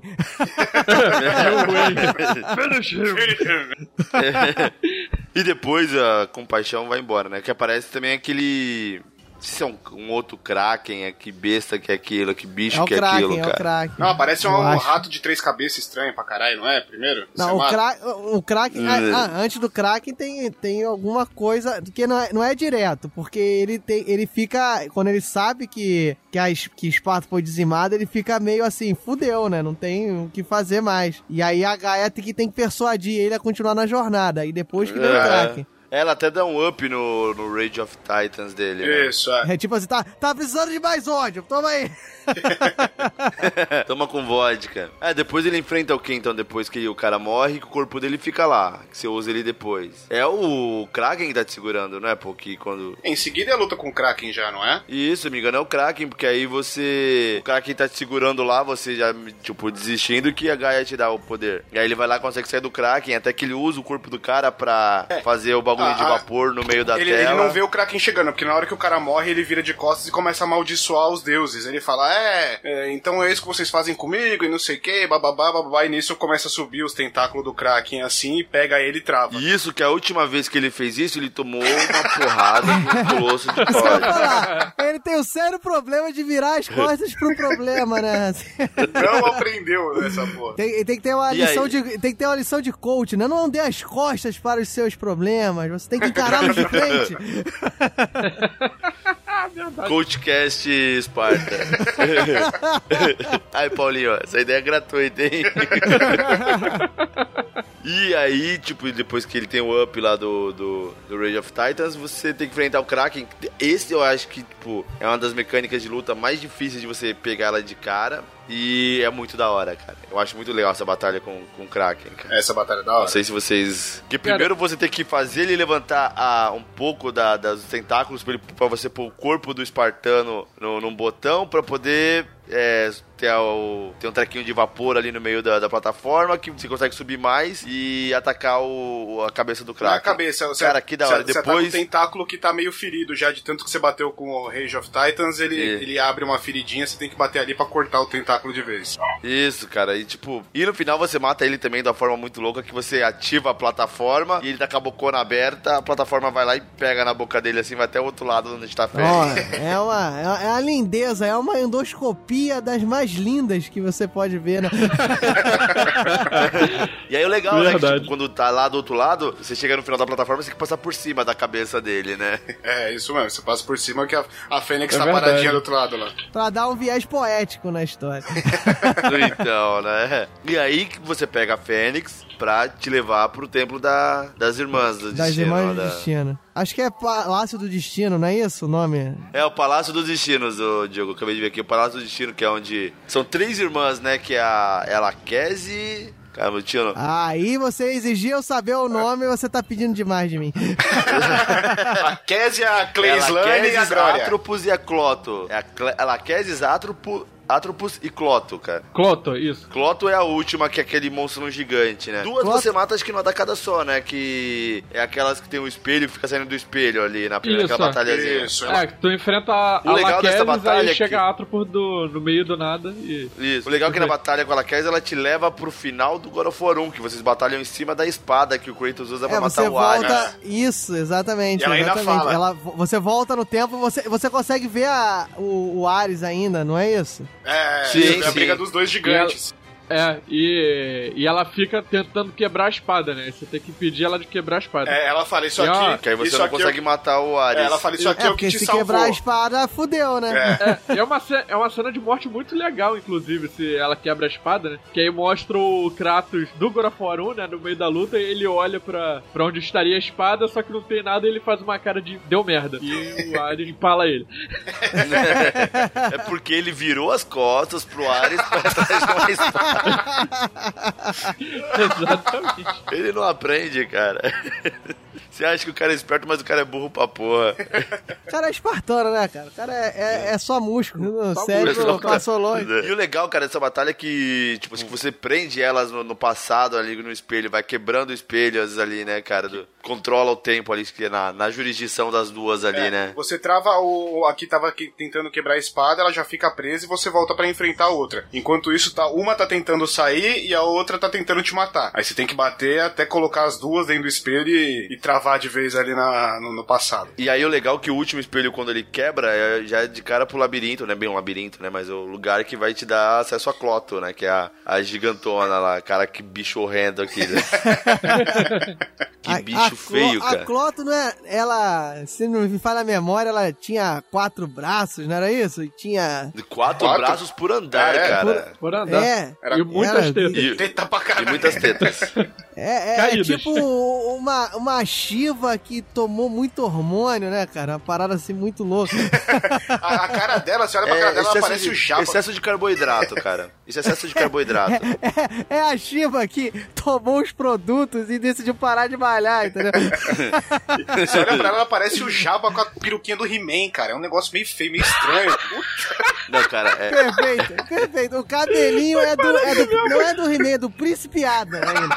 E depois a compaixão vai embora, né? Que aparece também aquele... Não sei se é um, um outro Kraken, é que besta que é aquilo, que bicho É o que é aquilo, Kraken, é o cara. Kraken. Não, parece um Eu acho. rato de três cabeças estranho pra caralho, não é? Primeiro? Não, Você o, mata. cra o Kraken... Ah, Hum. ah, antes do Kraken tem, tem alguma coisa... Que não é, não é direto, porque ele, tem, ele fica... Quando ele sabe que, que, a, es- que Esparta foi dizimada, ele fica meio assim, fudeu, né? Não tem o que fazer mais. E aí a Gaia tem que, tem que persuadir ele a continuar na jornada. E depois que vem o É. Kraken. Ela até dá um up no, no Rage of Titans dele, né? Isso, é. É tipo assim, tá, tá precisando de mais ódio, toma aí. Toma com vodka. É, depois ele enfrenta o que, então, depois que o cara morre, que o corpo dele fica lá, que você usa ele depois. É o Kraken que tá te segurando, não é, pô? Que quando... Em seguida é a luta com o Kraken já, não é? Isso, se me engano, é o Kraken, porque aí você... O Kraken tá te segurando lá, você já, tipo, desistindo que a Gaia te dá o poder. E aí ele vai lá, consegue sair do Kraken, até que ele usa o corpo do cara pra fazer o bagulho Ah, de ah, vapor no meio da Ele, tela. ele não vê o Kraken chegando, porque na hora que o cara morre, ele vira de costas e começa a amaldiçoar os deuses. Ele fala, é, é então é isso que vocês fazem comigo, e não sei o que, bababá, bababá, e nisso começa a subir os tentáculos do Kraken assim, e pega ele e trava. E isso, que a última vez que ele fez isso, ele tomou uma porrada do osso de Isso que eu ia corda. falar. Ele tem um sério problema de virar as costas pro problema, né? Não aprendeu nessa porra. Tem, tem que ter uma E lição aí? de tem que ter uma lição de coach, né? Não dê as costas para os seus problemas. Você tem que encará-los de frente. Coachcast Esparta. Ai, Paulinho, ó, essa ideia é gratuita, hein? E aí, tipo, depois que ele tem o up lá do, do, do Rage of Titans, você tem que enfrentar o Kraken. Esse eu acho que, tipo, é uma das mecânicas de luta mais difíceis de você pegar ela de cara. E é muito da hora, cara. Eu acho muito legal essa batalha com, com o Kraken, cara. Essa batalha é da hora. Não sei se vocês... Porque primeiro você tem que fazer ele levantar a, um pouco da, das tentáculos pra, ele, pra você pôr o corpo do espartano no, num botão pra poder é, ter, o, ter um trequinho de vapor ali no meio da, da plataforma que você consegue subir mais e atacar o, a cabeça do Kraken. Na cabeça, você, Cara, que da hora. Você, Depois... você tá com um tentáculo que tá meio ferido já, de tanto que você bateu com o Rage of Titans, ele, É. ele abre uma feridinha, você tem que bater ali pra cortar o tentáculo de vez. Isso, cara, e tipo... E no final você mata ele também de uma forma muito louca, que você ativa a plataforma e ele tá com a bocona aberta, a plataforma vai lá e pega na boca dele assim, vai até o outro lado onde tá férias. Ó, é uma, é uma- é uma lindeza, é uma endoscopia das mais lindas que você pode ver, né? E aí o legal, né, que Verdade. tipo, quando tá lá do outro lado, você chega no final da plataforma, você tem que passar por cima da cabeça dele, né? É, isso mesmo, você passa por cima que a, a Fênix É tá verdade. paradinha do outro lado lá. Pra dar um viés poético na história. Então, né? E aí que você pega a Fênix pra te levar pro templo da, das irmãs do Das destino. Irmãs da- do Destino. Acho que é Palácio do Destino, não é isso o nome? É o Palácio dos Destinos, o Diogo. Acabei de ver aqui. O Palácio do Destino, que é onde... São três irmãs, né? Que é a, é a Laquese... Caramba, eu tinha... Aí você exigiu saber o nome e você tá pedindo demais de mim. A Késia, a É a Cleislane e a Laquesis, Glória. Atropos e a Cloto. É a, Cle... a Laquesis, Atropo... Atropos e Cloto, cara. Cloto, isso. Cloto é a última, que é aquele monstro gigante, né? Duas Cloto- você mata, acho que numa tacada só, né? Que é aquelas que tem um espelho que fica saindo do espelho ali na primeira Isso, aquela batalhazinha. Isso, É, que tu enfrenta a, O a legal dessa Laquesis, batalha aí é chega que- a Atropos do, no meio do nada e... Isso. O legal é que na batalha com a Laquesis, ela te leva pro final do God of War um, que vocês batalham em cima da espada que o Kratos usa pra É, matar você o Ares. volta. Isso, exatamente. E ela ainda exatamente. fala. Ela, você volta no tempo, você, você consegue ver a, o, o Ares ainda, não é isso? É, Sim, é a sim. briga dos dois gigantes. É, e, e ela fica tentando quebrar a espada, né? Você tem que impedir ela de quebrar a espada. É, ela fala, isso E, ó, aqui... Que aí você isso não aqui consegue eu... matar o Ares. É, ela fala, isso aqui é, É, o que porque te se salvou. quebrar a espada, fudeu, né? É. É, é uma, ce- é uma cena de morte muito legal, inclusive, se ela quebra a espada, né? Que aí mostra o Kratos do God of War um, né? No meio da luta, e ele olha pra, pra onde estaria a espada, só que não tem nada, e ele faz uma cara de deu merda. E o Ares empala ele. É porque ele virou as costas pro Ares pra trás de uma espada. Exatamente. Ele não aprende, cara. Você acha que o cara é esperto, mas o cara é burro pra porra. O cara é espartano, né, cara? O cara é, é, é só músculo. O Só cérebro músculo. passou longe. E o legal, cara, dessa batalha é que, tipo, se você prende elas no, no passado ali no espelho, vai quebrando o espelho às vezes ali, né, cara? Do, controla o tempo ali, que é na, na jurisdição das duas ali, É, né? Você trava o... Aqui tava aqui tentando quebrar a espada, ela já fica presa e você volta pra enfrentar a outra. Enquanto isso, tá, uma tá tentando sair e a outra tá tentando te matar. Aí você tem que bater até colocar as duas dentro do espelho e, e travar de vez ali na, no, no passado. E aí o legal é que o último espelho, quando ele quebra, é, já é de cara pro labirinto, né? Bem um labirinto, né? Mas o lugar que vai te dar acesso a Cloto, né? Que é a, a gigantona lá. Cara, que bicho horrendo aquele. Que A- bicho a Clo- feio, cara. A Cloto, não é... Ela, se não me falha a memória, ela tinha quatro braços, não era isso? E tinha... De quatro, Quatro? braços por andar, É, cara. Por andar. É, Era- E muitas era- tetas. E, Teta pra e caralho. muitas tetas. é, é, é Caídas. tipo uma, uma Shiva que tomou muito hormônio, né, cara? Uma parada assim muito louca. A, a cara dela, você olha pra cara dela, ela excesso parece de, o Jabba. excesso de carboidrato, cara. Isso é excesso de carboidrato. É, é a Shiva que tomou os produtos e decidiu parar de malhar, entendeu? Você olha pra ela, ela parece o Jabba com a peruquinha do He-Man, cara. É um negócio meio feio, meio estranho. Puta. Não, cara, é... Perfeito, perfeito. O cabelinho é do, é do- não é do He-Man, é do Príncipe Adam ainda.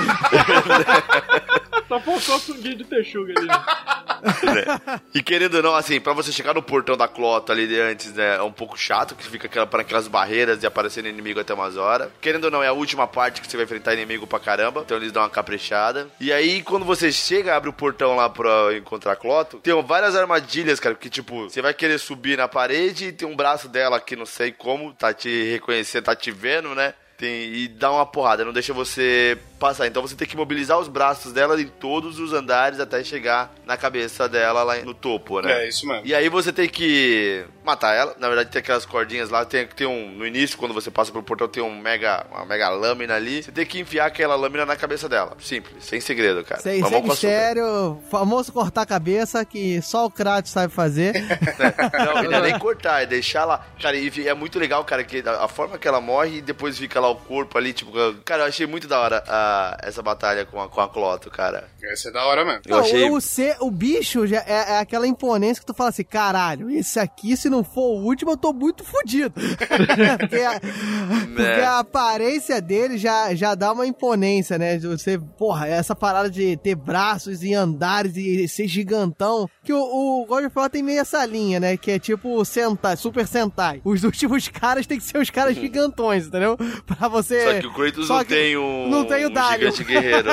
Só faltou a sunguinha de texuga ali. Né? E querendo ou não, assim, pra você chegar no portão da Clota ali de antes, né, é um pouco chato, que fica aquela, para aquelas barreiras de aparecendo inimigo até umas horas. Querendo ou não, é a última parte que você vai enfrentar inimigo pra caramba, então eles dão uma caprichada. E aí, quando você chega, abre o portão lá pra encontrar a Clota, tem várias armadilhas, cara, que tipo, você vai querer subir na parede e tem um braço dela que não sei como, tá te reconhecendo, tá te vendo, né? Tem, e dá uma porrada, não deixa você passar. Então você tem que mobilizar os braços dela em todos os andares até chegar na cabeça dela lá no topo, né? É, isso mesmo. E aí você tem que matar ela. Na verdade tem aquelas cordinhas lá, tem, tem um... No início, quando você passa pelo portão, tem um mega, uma mega lâmina ali. Você tem que enfiar aquela lâmina na cabeça dela. Simples, sem segredo, cara. Sem, Mamão sem com açúcar. mistério, famoso cortar a cabeça, que só o Kratos sabe fazer. Não, e não é nem cortar, é deixar lá. Cara, e é muito legal, cara, que a, a forma que ela morre e depois fica lá o corpo ali, tipo... Cara, eu achei muito da hora a, essa batalha com a, com a Cloto, cara. Essa é da hora mesmo. Eu Não, achei... o, ser, o bicho já é, é aquela imponência que tu fala assim, caralho, esse aqui, se não for o último, eu tô muito fudido. porque, a, porque a aparência dele já, já dá uma imponência, né? Você, porra, essa parada de ter braços e andares e ser gigantão. Que o, o God of War tem meio essa linha, né? Que é tipo Sentai, Super Sentai. Os últimos caras tem que ser os caras gigantões, entendeu? Pra você... Só que o Kratos Só não que tem um, não tem o um Dario. gigante guerreiro.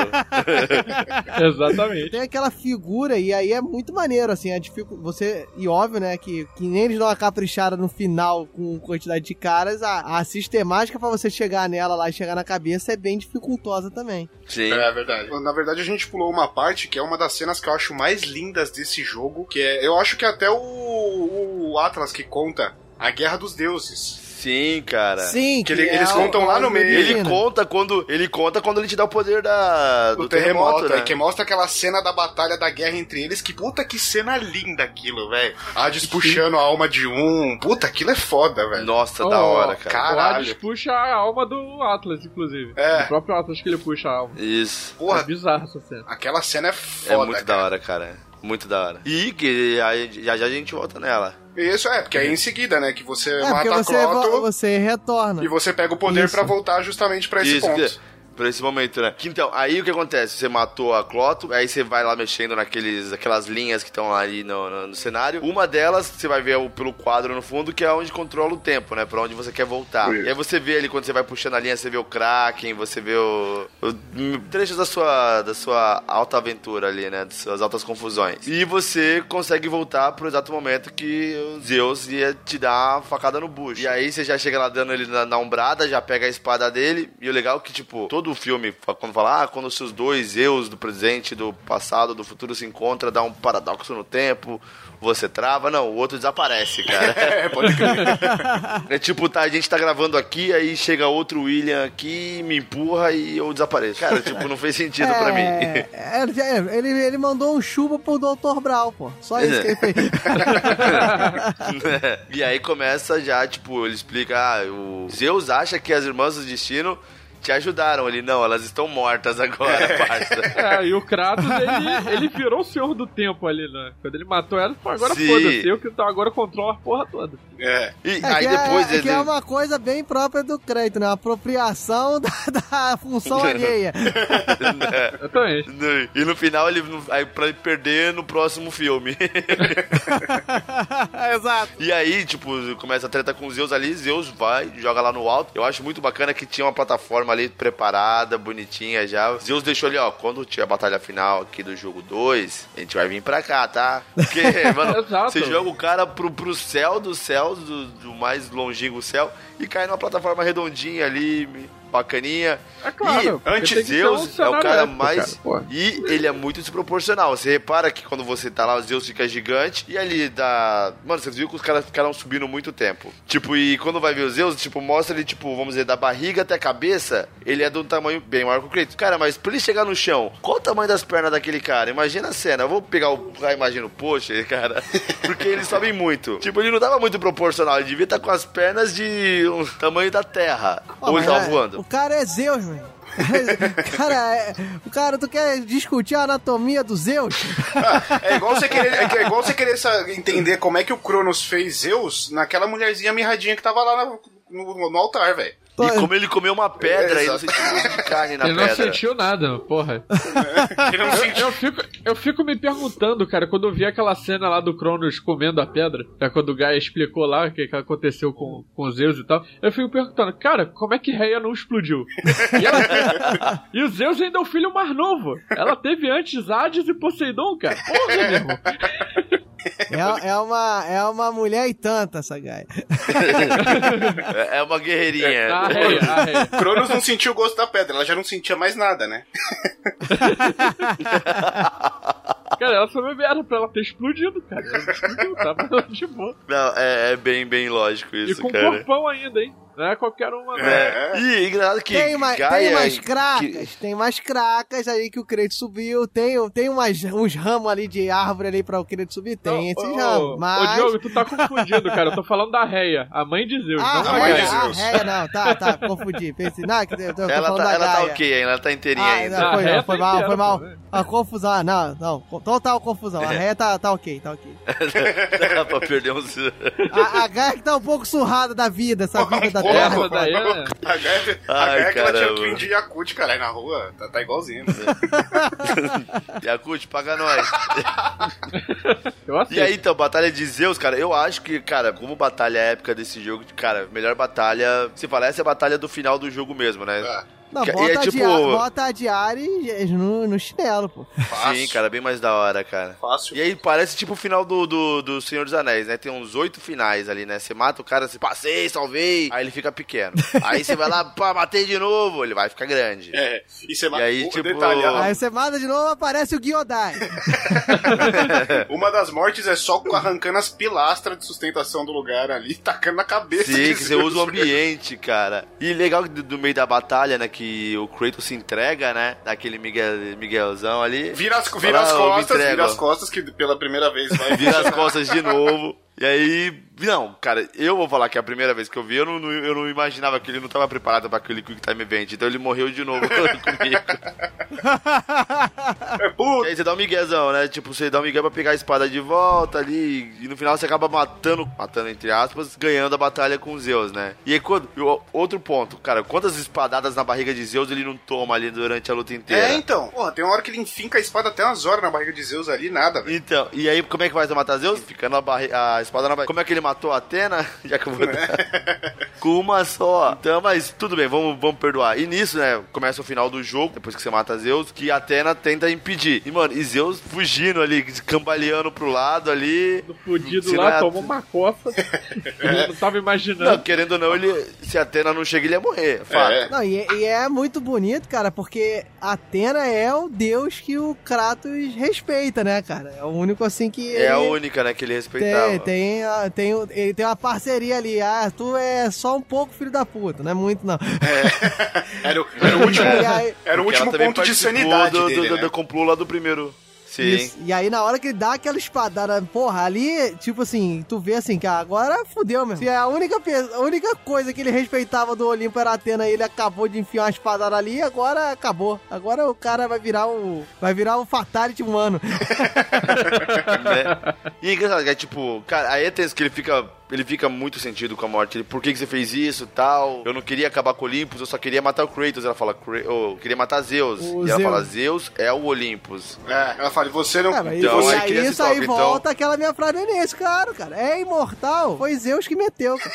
Exatamente. Tem aquela figura e aí é muito maneiro, assim, a dificu... você, e óbvio, né, que, que nem eles dão uma caprichada no final com quantidade de caras, a, a sistemática pra você chegar nela lá e chegar na cabeça é bem dificultosa também. Sim. É verdade. Na verdade, a gente pulou uma parte que é uma das cenas que eu acho mais lindas desse jogo, que é, eu acho que até o, o Atlas que conta a Guerra dos Deuses. Sim, cara. Sim, Que ele- eles contam lá no meio. Ele Imagina. conta quando ele conta quando ele te dá o poder da do O terremoto, terremoto, né? aí que mostra aquela cena da batalha da guerra entre eles, que puta que cena linda aquilo, velho. Hades puxando a alma de um, puta, aquilo é foda, velho. Nossa, Oh, da hora, cara. cara. O Caralho. Hades puxa a alma do Atlas, inclusive. É. O próprio Atlas que ele puxa a alma. Isso. Porra, É bizarro essa cena. aquela cena é É foda, muito cara. da hora, cara. Muito da hora. E que aí, já já a gente volta nela. Isso é, porque aí em seguida, né, que você É, mata porque a você, Cloto você retorna. e você pega o poder Isso. pra voltar justamente pra esse Isso, ponto. que- por esse momento, né? Que, então, aí o que acontece? Você matou a Cloto, aí você vai lá mexendo naqueles, aquelas linhas que estão ali no, no, no cenário. Uma delas, você vai ver pelo quadro no fundo, que é onde controla o tempo, né? Pra onde você quer voltar. Isso. E aí você vê ali, quando você vai puxando a linha, você vê o Kraken, você vê o... o trechos da sua, da sua alta aventura ali, né? Das suas altas confusões. E você consegue voltar pro exato momento que o Zeus ia te dar uma facada no bucho. E aí você já chega lá dando ele na, na umbrada, já pega a espada dele. E o legal é que, tipo, todo o filme, quando fala, ah, quando os seus dois Zeus do presente, do passado, do futuro se encontram, dá um paradoxo no tempo, você trava. Não, o outro desaparece, cara. É, pode crer. É tipo, tá, a gente tá gravando aqui, aí chega outro William aqui, me empurra e eu desapareço. Cara, tipo, não fez sentido é, pra mim. É, ele, ele mandou um chuva pro doutor Brown, pô. Só isso que ele fez. E aí começa já, tipo, ele explica, ah, o Zeus acha que as irmãs do destino te ajudaram. Ele, não, elas estão mortas agora, parça. É, e o Kratos, ele, ele virou o senhor do tempo ali, né? Quando ele matou ela, ele falou, agora Sim. foda-se, eu que então agora controlo a porra toda. É. E É, aí que depois... é, ele... que é uma coisa bem própria do Kratos, né? A apropriação da, da função alheia. Exatamente. E no final, ele aí pra ele perder no próximo filme. Exato. E aí, tipo, começa a treta com Zeus ali, Zeus vai, joga lá no alto. Eu acho muito bacana que tinha uma plataforma ali preparada, bonitinha já. Zeus deixou ali, ó, quando tiver a batalha final aqui do jogo dois, a gente vai vir pra cá, tá? Porque, mano, Exato. você joga o cara pro, pro céu dos céus, do, do mais longínquo céu, e cai numa plataforma redondinha ali, bacaninha. É claro. E antes Zeus um é o cara épico, mais... cara, e ele é muito desproporcional. Você repara que quando você tá lá, o Zeus fica gigante, e ali dá... Mano, você viu que os caras ficaram subindo muito tempo. Tipo, e quando vai ver o Zeus, tipo, mostra ele, tipo, vamos dizer, da barriga até a cabeça, ele é de um tamanho bem maior que o Kratos. Cara, mas pra ele chegar no chão, qual o tamanho das pernas daquele cara? Imagina a cena. Eu vou pegar o... Ah, imagina o poxa, cara. Porque eles sobem muito. Tipo, ele não tava muito proporcional. Ele devia estar com as pernas de um tamanho da terra. Pô, Ou ele tava é, voando. O cara é Zeus, mano. Cara, é, o cara, tu quer discutir a anatomia do Zeus? Ah, é igual você querer, é igual você querer entender como é que o Cronos fez Zeus naquela mulherzinha mirradinha que tava lá no, no, no altar, velho. E como ele comeu uma pedra, É, ele não sentiu gosto de carne na ele pedra. não sentiu nada, porra. Ele não Eu, sentiu. eu, fico, eu fico me perguntando, cara, quando eu vi aquela cena lá do Cronos comendo a pedra, é quando o Gaia explicou lá o que, que aconteceu com, com os Zeus e tal, eu fico perguntando, cara, como é que Reia não explodiu? E, ela, e o Zeus ainda é o filho mais novo. Ela teve antes Hades e Poseidon, cara. Porra, meu irmão. É, é, uma, é uma mulher e tanta essa Gaia. É uma guerreirinha. A Reia, a Reia. Cronos não sentiu o gosto da pedra, ela já não sentia mais nada, né? Cara, ela foi era pra ela ter explodido, cara. Ela explodiu, tava lá de boa. Não, é, é bem, bem lógico isso, E com cara. corpão ainda, hein? Não é qualquer uma. não. É. E engraçado que Tem, uma, Gaia... tem umas cracas, que- tem umas cracas aí que o Kratos subiu, tem, tem umas, uns ramos ali de árvore ali pra o Kratos subir, tem esses Ô, ramos, ô, mas... Ô, Diogo, tu tá confundido, cara. Eu tô falando da Reia, a mãe de Zeus, Ah, não a a mãe Gaia. de ah, Zeus. Reia, não, tá, tá, confundi, pensei, não, que eu tô, eu tô Ela, falando tá, da ela tá Gaia. ok ainda, ela tá inteirinha Ah, ainda. não, foi, A Reia não, foi tá mal, inteira, foi mal. pô, né? A confusão, ah, não, não, total confusão. A Reia tá, tá ok, tá ok. Dá pra perder uns... A, a Gaia que tá um pouco surrada da vida, essa vida da Porra, Terra. Essa daí é... A Gaia, a Ai, Gaia é que ela tinha caramba. que vir de Yakut, caralho, na rua, tá, tá igualzinho. Né? Yakut, paga nós. Eu aceito. E aí, então, Batalha de Zeus, cara, eu acho que, cara, como batalha épica desse jogo, cara, melhor batalha... Se fala, essa é a batalha do final do jogo mesmo, né? Ah, Não, Que- e bota, é a tipo- Diari, bota a Diari no, no chinelo, pô. fácil. Sim, cara, bem mais da hora, cara. Fácil. E aí parece tipo o final do, do, do Senhor dos Anéis, né? Tem uns oito finais ali, né? Você mata o cara, você passei, salvei, aí ele fica pequeno. Aí você vai lá, pá, matei de novo, ele vai ficar grande. É, e você E aí, o tipo- detalhe, a- Aí você mata de novo, aparece o Gyodai. uma das mortes é só arrancando as pilastras de sustentação do lugar ali, tacando na cabeça. Sim, de que você Zeus. usa o ambiente, cara. E legal que do, do meio da batalha, né? Que o Kratos se entrega, né? Daquele Miguel, Miguelzão ali. Vira as, vira as Fala, "Ô, me costas, entrega, vira ó." as costas, que pela primeira vez vai Vira as costas de novo. E aí Não, cara, eu vou falar que a primeira vez que eu vi, eu não, eu não imaginava que ele não tava preparado pra aquele Quick Time Event. Então ele morreu de novo comigo. É puto. E aí você dá um miguezão, né? Tipo, você dá um migué pra pegar a espada de volta ali. E no final você acaba matando, matando entre aspas, ganhando a batalha com Zeus, né? E aí, quando, outro ponto, cara, quantas espadadas na barriga de Zeus ele não toma ali durante a luta inteira? É, então. Porra, tem uma hora que ele enfinca a espada até umas horas na barriga de Zeus ali, nada, velho. Então, e aí como é que faz pra matar Zeus? Ficando a, barri- a espada na barriga. Como é que ele matou a Atena? Já que eu vou dar. Com uma só. Então, mas tudo bem, vamos, vamos perdoar. E nisso, né, começa o final do jogo, depois que você mata Zeus, que a Atena tenta impedir. E, mano, e Zeus fugindo ali, cambaleando pro lado ali. Do fudido Se lá, não é- tomou uma coça. Eu não tava imaginando. Não, querendo ou não, ele, se a Atena não chega, ele ia morrer. É fato. É. Não, e, e é muito bonito, cara, porque Atena é o deus que o Kratos respeita, né, cara? É o único, assim, que É a ele única, né, que ele respeitava. tem, tem, a- tem, o- ele tem uma parceria ali. Ah, tu é só um pouco filho da puta, não é muito, não. Era o, era o último, E aí- era o Porque ela último também ponto de participou sanidade do, dele, do, né? do complô lá do primeiro. Sim. Isso. E aí, na hora que ele dá aquela espadada, porra, ali, tipo assim, tu vê assim, que agora fudeu mesmo. Se a única, pe- a única coisa que ele respeitava do Olimpo era a Atena, ele acabou de enfiar uma espadada ali, agora acabou. Agora o cara vai virar o. Vai virar o Fatality humano. Né? E é engraçado, que é tipo, cara, aí é tenso que ele fica. Ele fica muito sentido com a morte. Ele, por que, que você fez isso tal? Eu não queria acabar com o Olympus, eu só queria matar o Kratos. Ela fala, Kra- oh, eu queria matar Zeus. O e ela Zeus. fala, Zeus é o Olympus. É, ela fala, você não... É, mas Então, isso aí aí, cria esse isso aí toque, volta aquela minha frase no início, claro, cara. É imortal. Foi Zeus que meteu. Cara.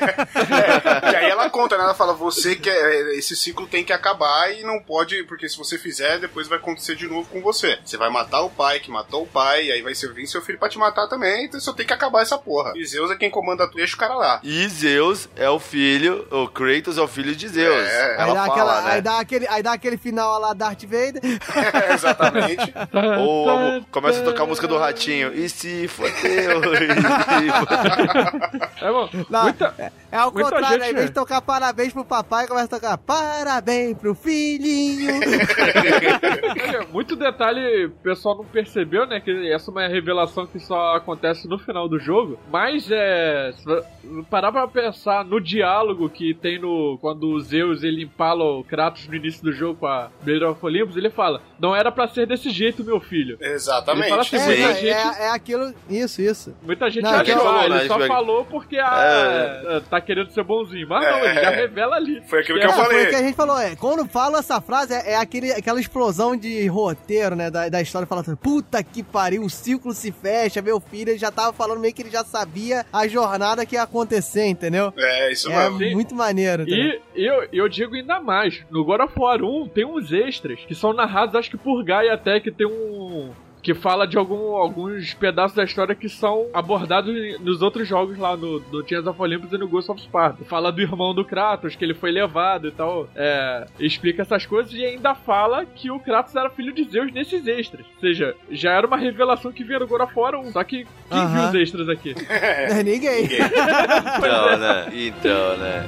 É, e aí ela conta, né? Ela fala, você quer... Esse ciclo tem que acabar e não pode... Porque se você fizer, depois vai acontecer de novo com você. Você vai matar o pai, que matou o pai, e aí vai servir seu filho pra te matar também, então você tem que acabar essa porra. E Zeus é quem comanda tudo, deixa o cara lá. E Zeus é o filho, o Kratos é o filho de Zeus. É. Aí Ela dá, fala, aquela, né? aí, dá aquele, aí dá aquele final lá, Darth Vader. É, exatamente. Ou ou começa a tocar a música do Ratinho. E se fodeu? E se fodeu? É, bom, Não, muita, é, é ao muita contrário, gente- ao invés de tocar parabéns pro papai, começa a tocar parabéns pro filhinho. muito detalhe o pessoal não percebeu, né? Que essa é uma revelação que só acontece no final do jogo. Mas é. Se você parar pra pensar no diálogo que tem no. Quando o Zeus ele empala o Kratos no início do jogo com a Blade of Olympus, ele fala: não era pra ser desse jeito, meu filho. Exatamente. Ele fala assim, É, muita é, gente. é, é aquilo, isso, isso. Muita gente Não, achou, que ele falou, ah, ele né, só tipo, falou porque ah, tá querendo ser bonzinho. Mas não, ele já revela ali. Foi aquilo que é, eu Não, falei. foi o que a gente falou, é, quando fala essa frase, é, é aquele, aquela explosão de roteiro, né, da, da história, falando, puta que pariu, o ciclo se fecha, meu filho, ele já tava falando meio que ele já sabia a jornada que ia acontecer, entendeu? É, isso É mesmo. muito maneiro. entendeu? E eu, eu digo ainda mais, no God of War um tem uns extras que são narrados, acho que por Gaia até, que tem um... que fala de algum, alguns pedaços da história que são abordados nos outros jogos lá, no, no Tears of Olympus e no Ghost of Sparta. Fala do irmão do Kratos, que ele foi levado e tal. É, explica essas coisas e ainda fala que o Kratos era filho de Zeus nesses extras. Ou seja, já era uma revelação que vinha no God of War um. Só que quem Aham. viu os extras aqui? Não é ninguém. Então, né? Então, né?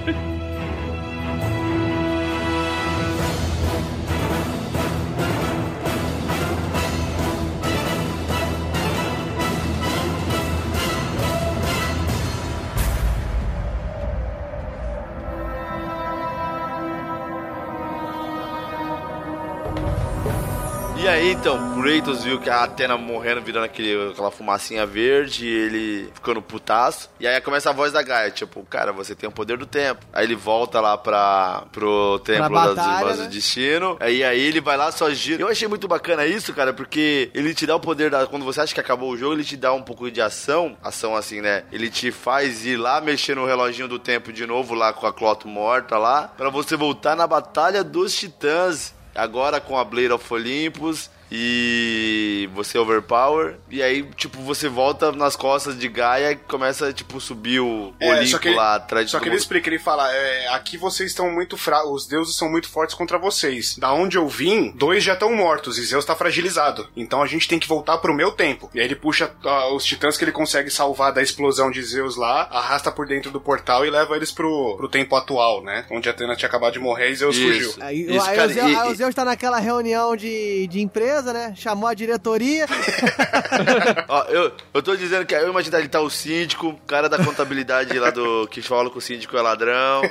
E aí, então, Kratos viu que a Atena morrendo, virando aquele, aquela fumacinha verde, e ele ficando putaço. E aí começa a voz da Gaia, tipo, cara, você tem o poder do tempo. Aí ele volta lá pra, pro templo Pra das batalha, Irmãs né? do Destino. Aí, aí ele vai lá, só gira. Eu achei muito bacana isso, cara, porque ele te dá o poder da... Quando você acha que acabou o jogo, ele te dá um pouco de ação. Ação assim, né? Ele te faz ir lá, mexer no reloginho do tempo de novo, lá com a Cloto morta lá, pra você voltar na Batalha dos Titãs. Agora com a Blade of Olympus e você overpower, e aí, tipo, você volta nas costas de Gaia e começa, tipo, subir o É, Olimpo só que- lá atrás de Só todo que ele mundo. explica, ele fala, é, aqui vocês estão muito fracos, os deuses são muito fortes contra vocês. Da onde eu vim, dois já estão mortos e Zeus tá fragilizado. Então a gente tem que voltar pro meu tempo. E aí ele puxa ah, os titãs que ele consegue salvar da explosão de Zeus lá, arrasta por dentro do portal e leva eles pro, pro tempo atual, né? Onde a Atena tinha acabado de morrer e Zeus Isso. fugiu. Aí, Isso, aí cara, o Zeus, e- aí o e- Zeus tá naquela reunião de, de empresa, empresa, né? Chamou a diretoria. Ó, eu, eu tô dizendo que eu imagino que tá o síndico, o cara da contabilidade lá do que fala que o síndico é ladrão.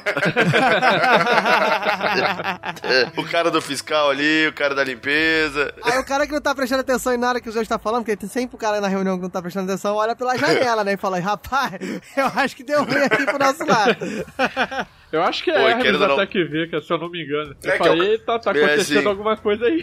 O cara do fiscal ali, o cara da limpeza. Aí o cara que não tá prestando atenção em nada que os dois tá falando, porque tem sempre o cara na reunião que não tá prestando atenção, olha pela janela, né? E fala, rapaz, eu acho que deu ruim aqui pro nosso lado. Eu acho que é Oi, Hermes querendo até não- que vê, que se eu não me engano. É Eu que eu- falei, tá, tá É, acontecendo sim. alguma coisa aí.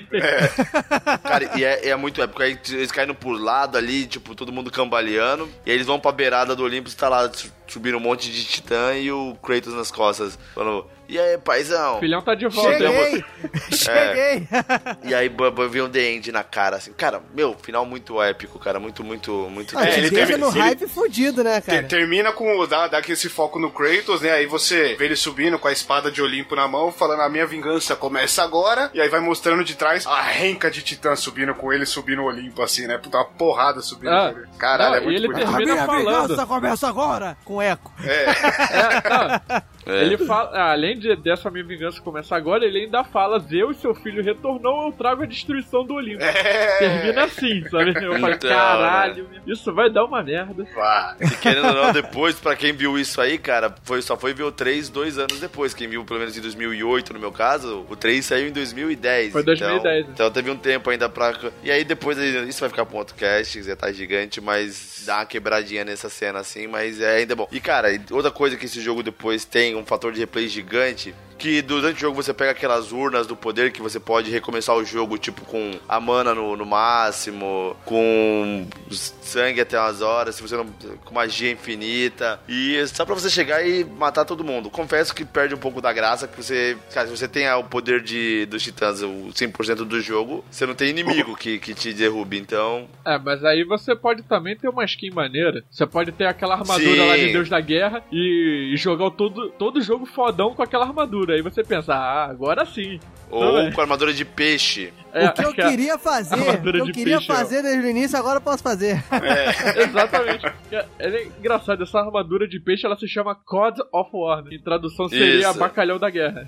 Cara, e é, é muito épico. Aí eles caindo por lado ali, tipo, todo mundo cambaleando. E aí eles vão pra beirada do Olympus, tá lá su- subindo um monte de titã e o Kratos nas costas. Falando, e aí, paizão? O filhão tá de volta. Cheguei! Cheguei! E aí b- b- vem um The End na cara, assim. Cara, meu, final muito épico, cara. Muito, muito, muito... Ah, É, te ele deixa teve- no ele- hype fudido, né, cara? Ter- Termina com o dá, dá aqui esse foco no Kratos, né? Aí você vê ele subindo com a espada de Olimpo na mão, falando a minha vingança começa agora. E aí vai mostrando de trás a renca de Titã subindo com ele, subindo o Olimpo, assim, né? Puta, uma porrada subindo Ah, com ele. Caralho, não, é e muito ele bonito. termina- A minha falando. vingança começa agora! Com eco. É, não, É. Ele fala, ah, além de, dessa minha vingança começar agora, ele ainda fala: Zeus, seu filho retornou, eu trago a destruição do Olimpo. É. Termina assim, sabe? Eu falei, Então, caralho, isso vai dar uma merda. Vai. E querendo ou não, depois, pra quem viu isso aí, cara, foi, só foi ver o três dois anos depois. Quem viu pelo menos em dois mil e oito, no meu caso, o três saiu em dois mil e dez. Foi dois mil e dez, Então, né? então teve um tempo ainda pra... E aí depois, isso vai ficar pra um outro cast, que já tá gigante, mas dá uma quebradinha nessa cena assim, mas é ainda bom. E cara, outra coisa que esse jogo depois tem, um fator de replay gigante, que durante o jogo você pega aquelas urnas do poder que você pode recomeçar o jogo, tipo, com a mana no, no máximo, com sangue até umas horas, se você não, com magia infinita, e só pra você chegar e matar todo mundo. Confesso que perde um pouco da graça, que você, cara, se você tem o poder de, dos titãs, o cem por cento do jogo, você não tem inimigo que, que te derrube, então... É, mas aí você pode também ter uma skin maneira. Você pode ter aquela armadura Sim. lá de Deus da Guerra e, e jogar o todo, todo jogo fodão com aquela armadura. Aí você pensa, ah, agora sim. Ou Então, com armadura de peixe. é, O que eu aquela- queria fazer, armadura o que eu de queria peixe, ó. fazer desde o início, agora eu posso fazer. Exatamente. É, é engraçado, essa armadura de peixe ela se chama Cod of War. Né? Em tradução seria Isso. Bacalhau da Guerra.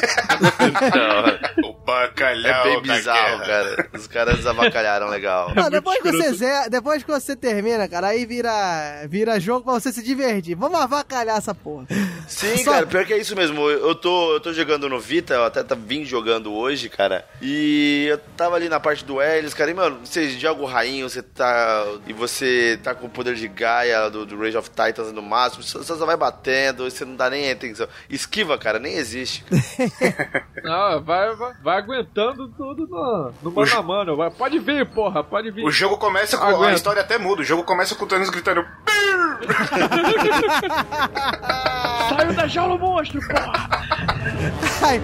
Então, O bacalhau é bem da bizarro, guerra. cara. Os caras avacalharam legal. Não, muito depois, que você escroto. ze- depois que você termina, cara, aí vira, vira jogo pra você se divertir. Vamos avacalhar essa porra. Sim, Só- cara, pior que é isso mesmo. Eu tô, eu tô jogando no Vita, eu até tá, vim jogando hoje, cara. E eu tava ali na parte do Helios, cara. E, mano, você joga o rainho, você tá. E você tá com o poder de Gaia do, do Rage of Titans no máximo. Você só vai batendo, você não dá nem atenção. Esquiva, cara, nem existe. Não, vai, vai, vai aguentando tudo no, no mano a mano. Vai, pode vir, porra, pode vir. O jogo começa com... Aguenta. A história até muda. O jogo começa com o Thanos gritando... Saiu da jaula, monstro, porra! Ai,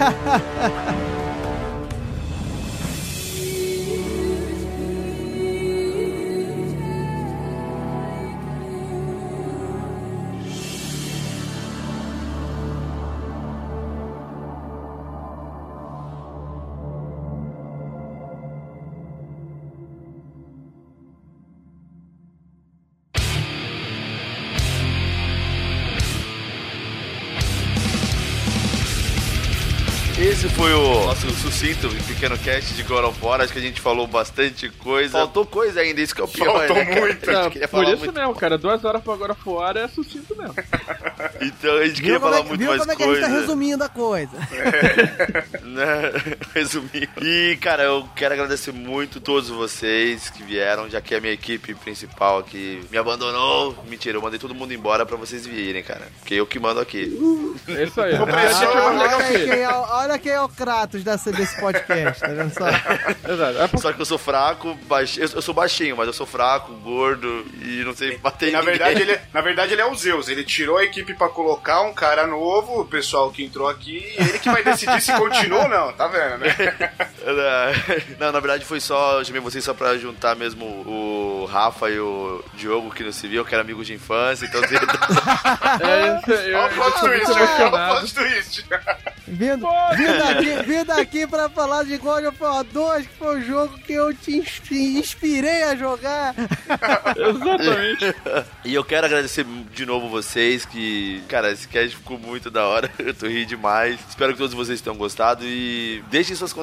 Esse foi o nosso sucinto pequeno cast de God of War. Acho que a gente falou bastante coisa. Faltou coisa ainda, isso que é o pior. Faltou né, cara? muito. A gente É, queria por falar isso muito. mesmo, cara. Duas horas pra agora fora é sucinto mesmo. Então a gente viu queria como, falar é, que- muito viu mais como é que a gente coisa. tá resumindo a coisa? Né? Resumindo. E, cara, eu quero agradecer muito todos vocês que vieram, já que a minha equipe principal aqui me abandonou. Mentira, eu mandei todo mundo embora pra vocês virem, cara. Porque eu que mando aqui. É isso aí. Compreensão. Esse é o mais legal olha, aí que- quem é, o- olha quem é o Kratos dessa, desse podcast, tá vendo só? Exato. É por- Só que eu sou fraco, baixinho. Eu sou baixinho, mas eu sou fraco, gordo e não sei bater em Na ninguém. verdade, ele, na verdade, ele é o Zeus. Ele tirou a equipe pra colocar um cara novo, o pessoal que entrou aqui, e ele que vai decidir se continua ou não, tá vendo, né? Não, na verdade foi só. Eu chamei vocês só pra juntar mesmo o Rafa e o Diogo, que não se viam, que eram amigos de infância. Então, assim, É isso aí. Olha o plot Eu tô muito twist, olha o emocionado. plot twist. Vindo, vindo, aqui, vindo aqui pra falar de God of War dois, que foi o jogo que eu te inspi- inspirei a jogar. Exatamente. e eu quero agradecer de novo vocês, que, cara, esse cast ficou muito da hora. Eu tô rindo demais. Espero que todos vocês tenham gostado e deixem suas considerações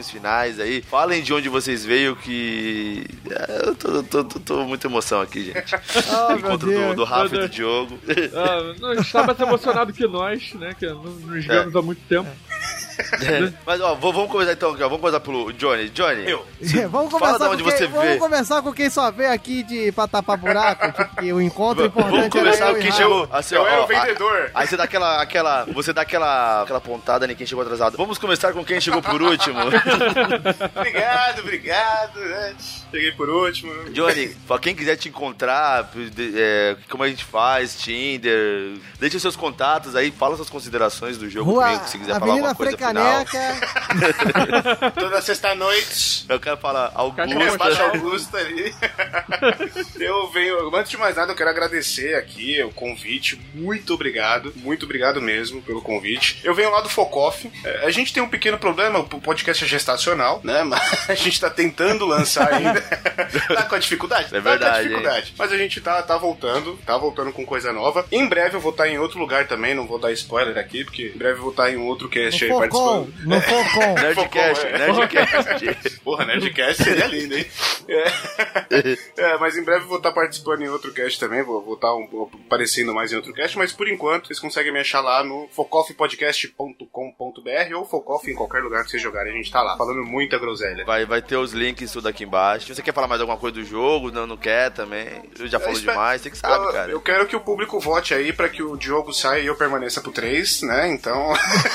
palavrinhas finais aí. Falem de onde vocês veio, que... Eu tô, tô, tô, tô muita emoção aqui, gente. Oh, o encontro do, do Rafa e do Diogo. Ah, não, a gente tá mais emocionado que nós, né? Que não nos vemos é. há muito tempo. É. Mas, ó, vamos começar então, ó, vamos começar pelo Johnny. Johnny, eu. vamos começar fala de onde com quem, você vamos vê. começar com quem só veio aqui de, pra tapar buraco, tipo, que o encontro importante vamos começar era com eu quem e chegou. Assim, eu ó, era ó, o vendedor. Aí, aí você dá aquela, aquela, você dá aquela, aquela pontada em quem chegou atrasado. Vamos começar com quem chegou por último. Obrigado, obrigado. Né? Cheguei por último. Johnny, pra quem quiser te encontrar, é, como a gente faz, Tinder, deixa os seus contatos aí, fala suas considerações do jogo Rua, comigo, se quiser Avenida falar alguma coisa Frecaneca. final. Toda sexta-noite. Eu quero falar Augusta. Baixo Augusta ali. Eu venho, antes de mais nada, eu quero agradecer aqui o convite. Muito obrigado. Muito obrigado mesmo pelo convite. Eu venho lá do Focoff. É, a gente tem um pequeno problema, o podcast é gestacional, né? Mas a gente tá tentando lançar ainda. Tá com a dificuldade? É verdade. Tá com a dificuldade. Mas a gente tá, tá voltando, tá voltando com coisa nova. Em breve eu vou estar em outro lugar também, não vou dar spoiler aqui, porque em breve eu vou estar em um outro cast aí Focom, participando. no Focom. Nerdcast, Focom, é. Nerdcast. Porra, Nerdcast seria lindo, hein? É. É, mas em breve eu vou estar participando em outro cast também, vou, vou estar um, aparecendo mais em outro cast, mas por enquanto vocês conseguem me achar lá no focoff podcast ponto com ponto b r ou Focoff em qualquer lugar que vocês jogarem, a gente tá lá, falando muita groselha. Vai, vai ter os links tudo aqui embaixo. Você quer falar mais alguma coisa do jogo? Não, não quer também? Eu já falou demais, você que sabe, eu, cara. Eu quero que o público vote aí pra que o Diogo saia e eu permaneça pro três, né? Então...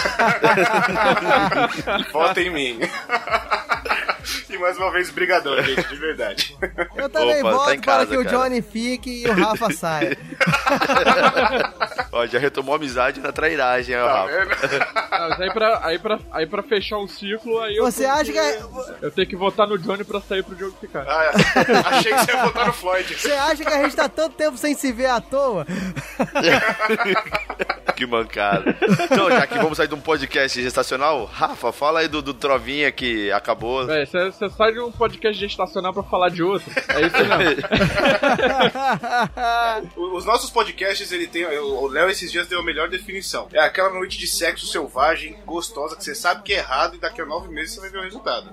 Vota em mim. E mais uma vez, brigadão, gente, de verdade. Eu também Opa, voto tá em casa, para que o cara. Johnny fique e o Rafa saia. Ó, já retomou a amizade na trairagem, ó, Tá Rafa. vendo? Ah, mas aí pra, aí, pra, aí pra fechar um ciclo, aí eu. Você tenho acha que... é- Eu tenho que votar no Johnny pra sair pro jogo ficar. Ah, é. Achei que você ia votar no Floyd. Você acha que a gente tá tanto tempo sem se ver à toa? Que mancada. Então, já que vamos sair de um podcast gestacional, Rafa, fala aí do, do Trovinha que acabou. Véi, você sai de um podcast gestacional pra falar de outro. É isso mesmo. Os nossos podcasts, ele tem. O Léo esses dias deu a melhor definição. É aquela noite de sexo selvagem, gostosa, que você sabe que é errado e daqui a nove meses você vai ver o resultado.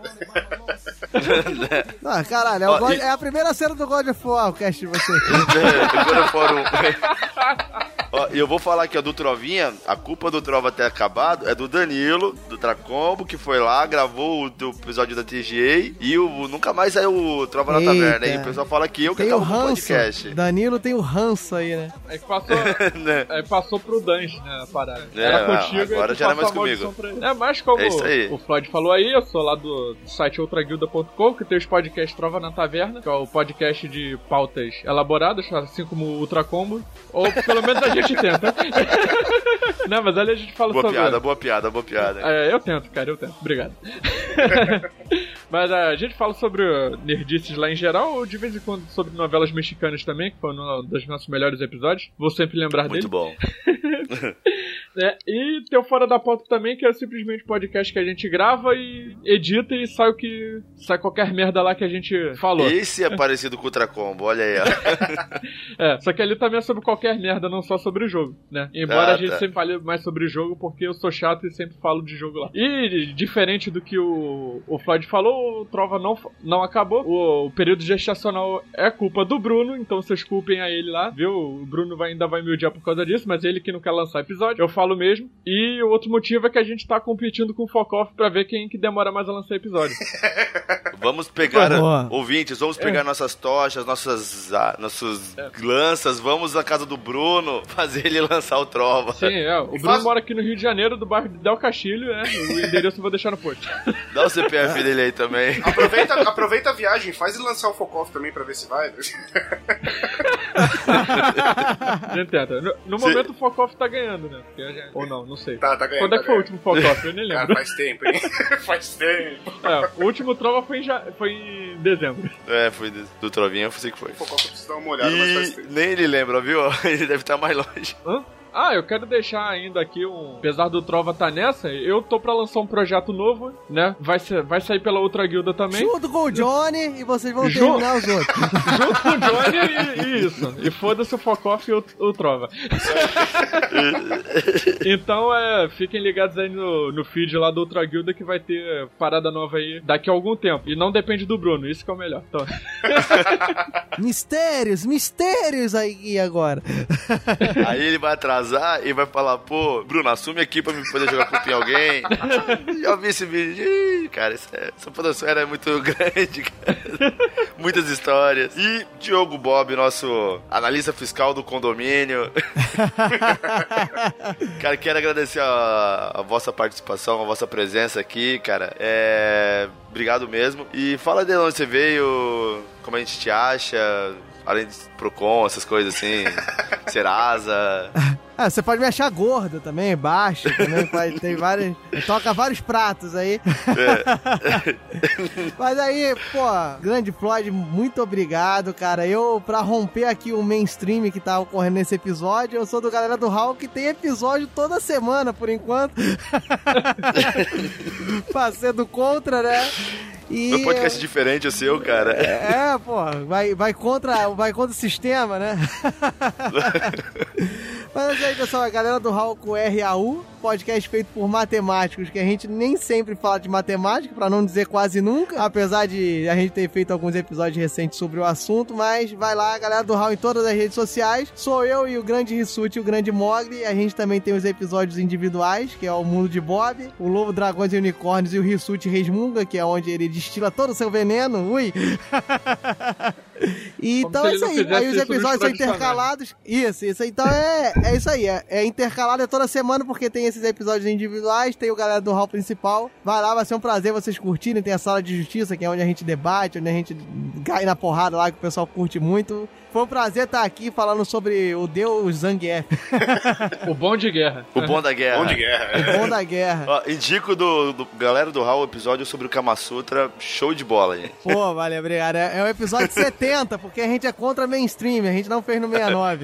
Ah, caralho, é, o Ó, God- e- é a primeira cena do God of War, o cast de você. Agora foram. Ó, e eu vou falar aqui, ó, do Trovinha, a culpa do Trova ter acabado é do Danilo, do Tracombo, que foi lá, gravou o teu episódio da T G A e o, nunca mais saiu o Trova na Eita. Taverna. E o pessoal fala que eu que Tem o acabo com o ranço. podcast. Danilo tem o ranço aí, né? Aí passou, Né? aí passou pro Dange, né, a parada. É, era ah, contigo agora e tu já era passou mais a maldição comigo. pra ele. É, mas como É isso aí. o Floyd falou aí, eu sou lá do, do site outra guilda ponto com, que tem os podcasts Trova na Taverna, que é o podcast de pautas elaboradas, assim como o Ultra Combo. Ou pelo menos a gente tenta. Não, mas ali a gente fala Boa sobre... piada, boa piada, boa piada. É, eu tento, cara, eu tento. Obrigado. Mas a gente fala sobre nerdices lá em geral, ou de vez em quando sobre novelas mexicanas também, que foi um dos nossos melhores episódios. Vou sempre lembrar dele. Muito bom. É, e tem o Fora da Pauta também, que é simplesmente podcast que a gente grava e edita e sai o que. Sai qualquer merda lá que a gente falou. Esse é parecido com o Tracombo, olha aí, ó. É, só que ali também é sobre qualquer merda, não só sobre o jogo, né? Embora Ah, a gente tá. sempre fale mais sobre o jogo, porque eu sou chato e sempre falo de jogo lá. E, diferente do que o, o Floyd falou, o Trova não, não acabou. O, o período gestacional é culpa do Bruno, então vocês culpem a ele lá, viu? O Bruno vai, ainda vai me odiar por causa disso, mas ele que não quer lançar episódio, eu falo mesmo. E o outro motivo é que a gente tá competindo com o Focoff pra ver quem que demora mais a lançar episódio. Vamos pegar, Boa. ouvintes, vamos pegar nossas tochas, nossas, ah, nossas lanças, vamos na casa do Bruno fazer ele lançar o Trova. Sim, é. O Bruno faz- mora aqui no Rio de Janeiro, do bairro de Del Castilho, né? O endereço eu vou deixar no post. Dá o C P F dele aí também. Aproveita, aproveita a viagem, faz ele lançar o Focoff também pra ver se vai. A gente tenta. No, no Sim. momento o Focoff tá ganhando, né? Porque a gente- Ou não, não sei. Tá, tá ganhando. Quando é tá que foi o ganhando. último Focoff? Eu nem Cara, lembro. faz tempo, hein? Faz tempo. É, o último Trova foi em, ja... foi em dezembro. É, foi do, do Trovinha, eu sei que foi. O Focoff eu preciso dar uma olhada, mas faz E tempo. nem ele lembra, viu? Ele deve estar mais longe. Hã? Ah, eu quero deixar ainda aqui um... Apesar do Trova tá nessa, eu tô pra lançar um projeto novo, né? Vai, ser, vai sair pela outra guilda também. Junto com o Johnny e vocês vão Ju- terminar os outros. Junto com o Johnny e, e isso. E foda-se o Focoff e o, o Trova. Então, é, fiquem ligados aí no, no feed lá do Outra Guilda que vai ter parada nova aí daqui a algum tempo. E não depende do Bruno, isso que é o melhor. Então... Mistérios, mistérios aí agora. Aí ele vai atrasar e vai falar, pô, Bruno, assume aqui pra me poder jogar culpa em alguém. Já vi esse vídeo. Ih, cara, essa, essa produção era muito grande, cara. Muitas histórias. E Diogo Bob, nosso analista fiscal do condomínio. Cara, quero agradecer a, a vossa participação, a vossa presença aqui, cara. É... Obrigado mesmo. E fala de onde você veio, como a gente te acha, além de Procon, essas coisas assim, Serasa. Ah, você pode me achar gordo também, baixo também, pode, tem vários, toca vários pratos aí. É. Mas aí, pô, grande Floyd, muito obrigado, cara. Eu, pra romper aqui o mainstream que tá ocorrendo nesse episódio, eu sou do Galera do Hall, que tem episódio toda semana, por enquanto. Passei do contra, né? E... Meu podcast é diferente o seu, cara. É, pô, vai, vai, contra, vai contra o sistema, né? Mas aí, pessoal, a Galera do Hall com R A U, podcast feito por matemáticos, que a gente nem sempre fala de matemática, pra não dizer quase nunca, apesar de a gente ter feito alguns episódios recentes sobre o assunto, mas vai lá, Galera do Hall em todas as redes sociais. Sou eu e o grande Rissuti e o grande Mogli. A gente também tem os episódios individuais, que é o Mundo de Bob, o Lobo, Dragões e Unicórnios e o Rissuti Resmunga, que é onde ele destila todo o seu veneno. Ui! E então é isso aí. Aí os episódios são intercalados. Isso, isso. Então é, é isso aí. É, é intercalado é toda semana, porque tem esses episódios individuais, tem o Galera do Hall principal. Vai lá, vai ser um prazer vocês curtirem. Tem a Sala de Justiça, que é onde a gente debate, onde a gente cai na porrada lá, que o pessoal curte muito. Foi um prazer estar aqui falando sobre o Deus Zangief. O bom de guerra. O bom da guerra. Bom de guerra. O bom da guerra. Ó, indico do, do Galera do Hall o episódio sobre o Kama Sutra. Show de bola, gente. Pô, valeu, obrigado. É, é o episódio setenta, porque a gente é contra mainstream, a gente não fez no sessenta e nove.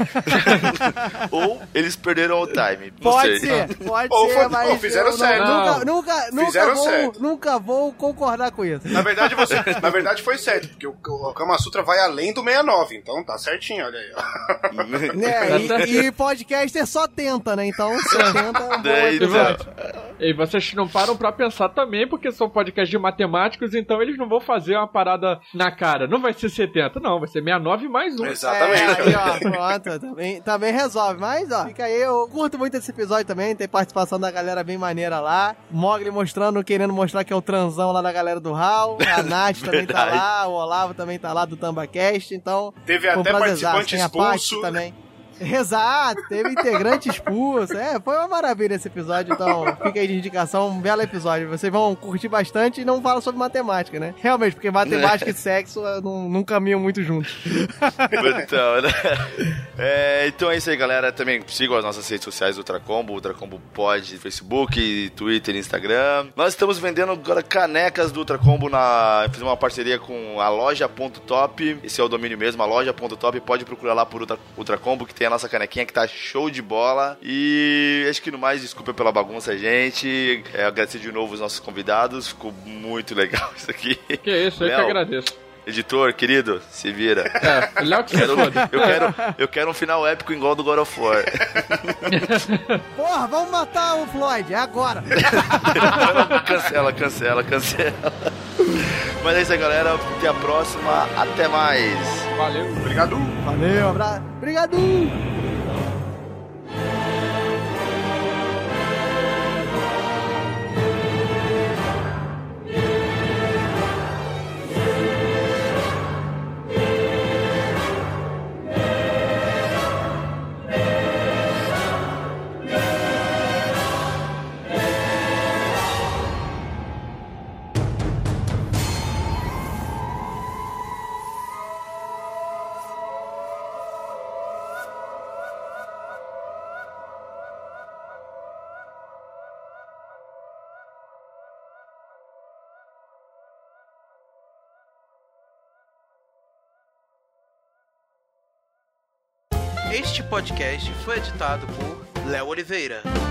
Ou eles perderam o time. Não Pode sei. ser, pode Ou ser, foi- mas ou fizeram eu não- certo. Nunca, nunca, nunca, Fizeram vou, certo. nunca vou concordar com isso. Na verdade, você, na verdade foi certo, porque o, o Kama Sutra vai além do sessenta e nove, então tá certinho, olha aí, ó. Né, e, e podcaster só tenta, né? Então setenta é um bom É, episódio. E vocês não param pra pensar também, porque são podcasts de matemáticos, então eles não vão fazer uma parada na cara. Não vai ser setenta, não, vai ser sessenta e nove mais um. Exatamente. É, aí, ó, pronto, também, também resolve. Mas, ó, fica aí, eu curto muito esse episódio também, tem participação da galera bem maneira lá. Mogli mostrando, querendo mostrar que é o transão lá da galera do Hall. A Nath também tá Verdade. lá, o Olavo também tá lá do TambaCast, então... Teve foi um até prazerzaço. participante Tem a Paty expulso. também. Exato, teve integrante expulso. É, foi uma maravilha esse episódio, então fica aí de indicação, um belo episódio. Vocês vão curtir bastante e não fala sobre matemática, né? Realmente, porque matemática e sexo eh, não, não caminham muito juntos. Então, né? É, então é isso aí, galera. Também sigam as nossas redes sociais do Ultracombo, Ultracombo Pod, Facebook, Twitter, Instagram. Nós estamos vendendo agora canecas do Ultracombo na... Fizemos uma parceria com a loja.top. Esse é o domínio mesmo, a loja.top. Pode procurar lá por Ultra, Ultracombo, que tem a nossa canequinha que tá show de bola. E acho que no mais, desculpa pela bagunça, gente. É, agradecer de novo os nossos convidados. Ficou muito legal isso aqui. Que isso, eu que Léo, agradeço. Editor, querido, se vira. É, Léo que se Quero- foda. eu, quero, eu quero um final épico igual do God of War. Porra, vamos matar o Floyd, é agora. Cancela, cancela, cancela. Mas é isso aí, galera. Até a próxima. Até mais. Valeu. Obrigado. Valeu, abraço. Obrigado. Este podcast foi editado por Léo Oliveira.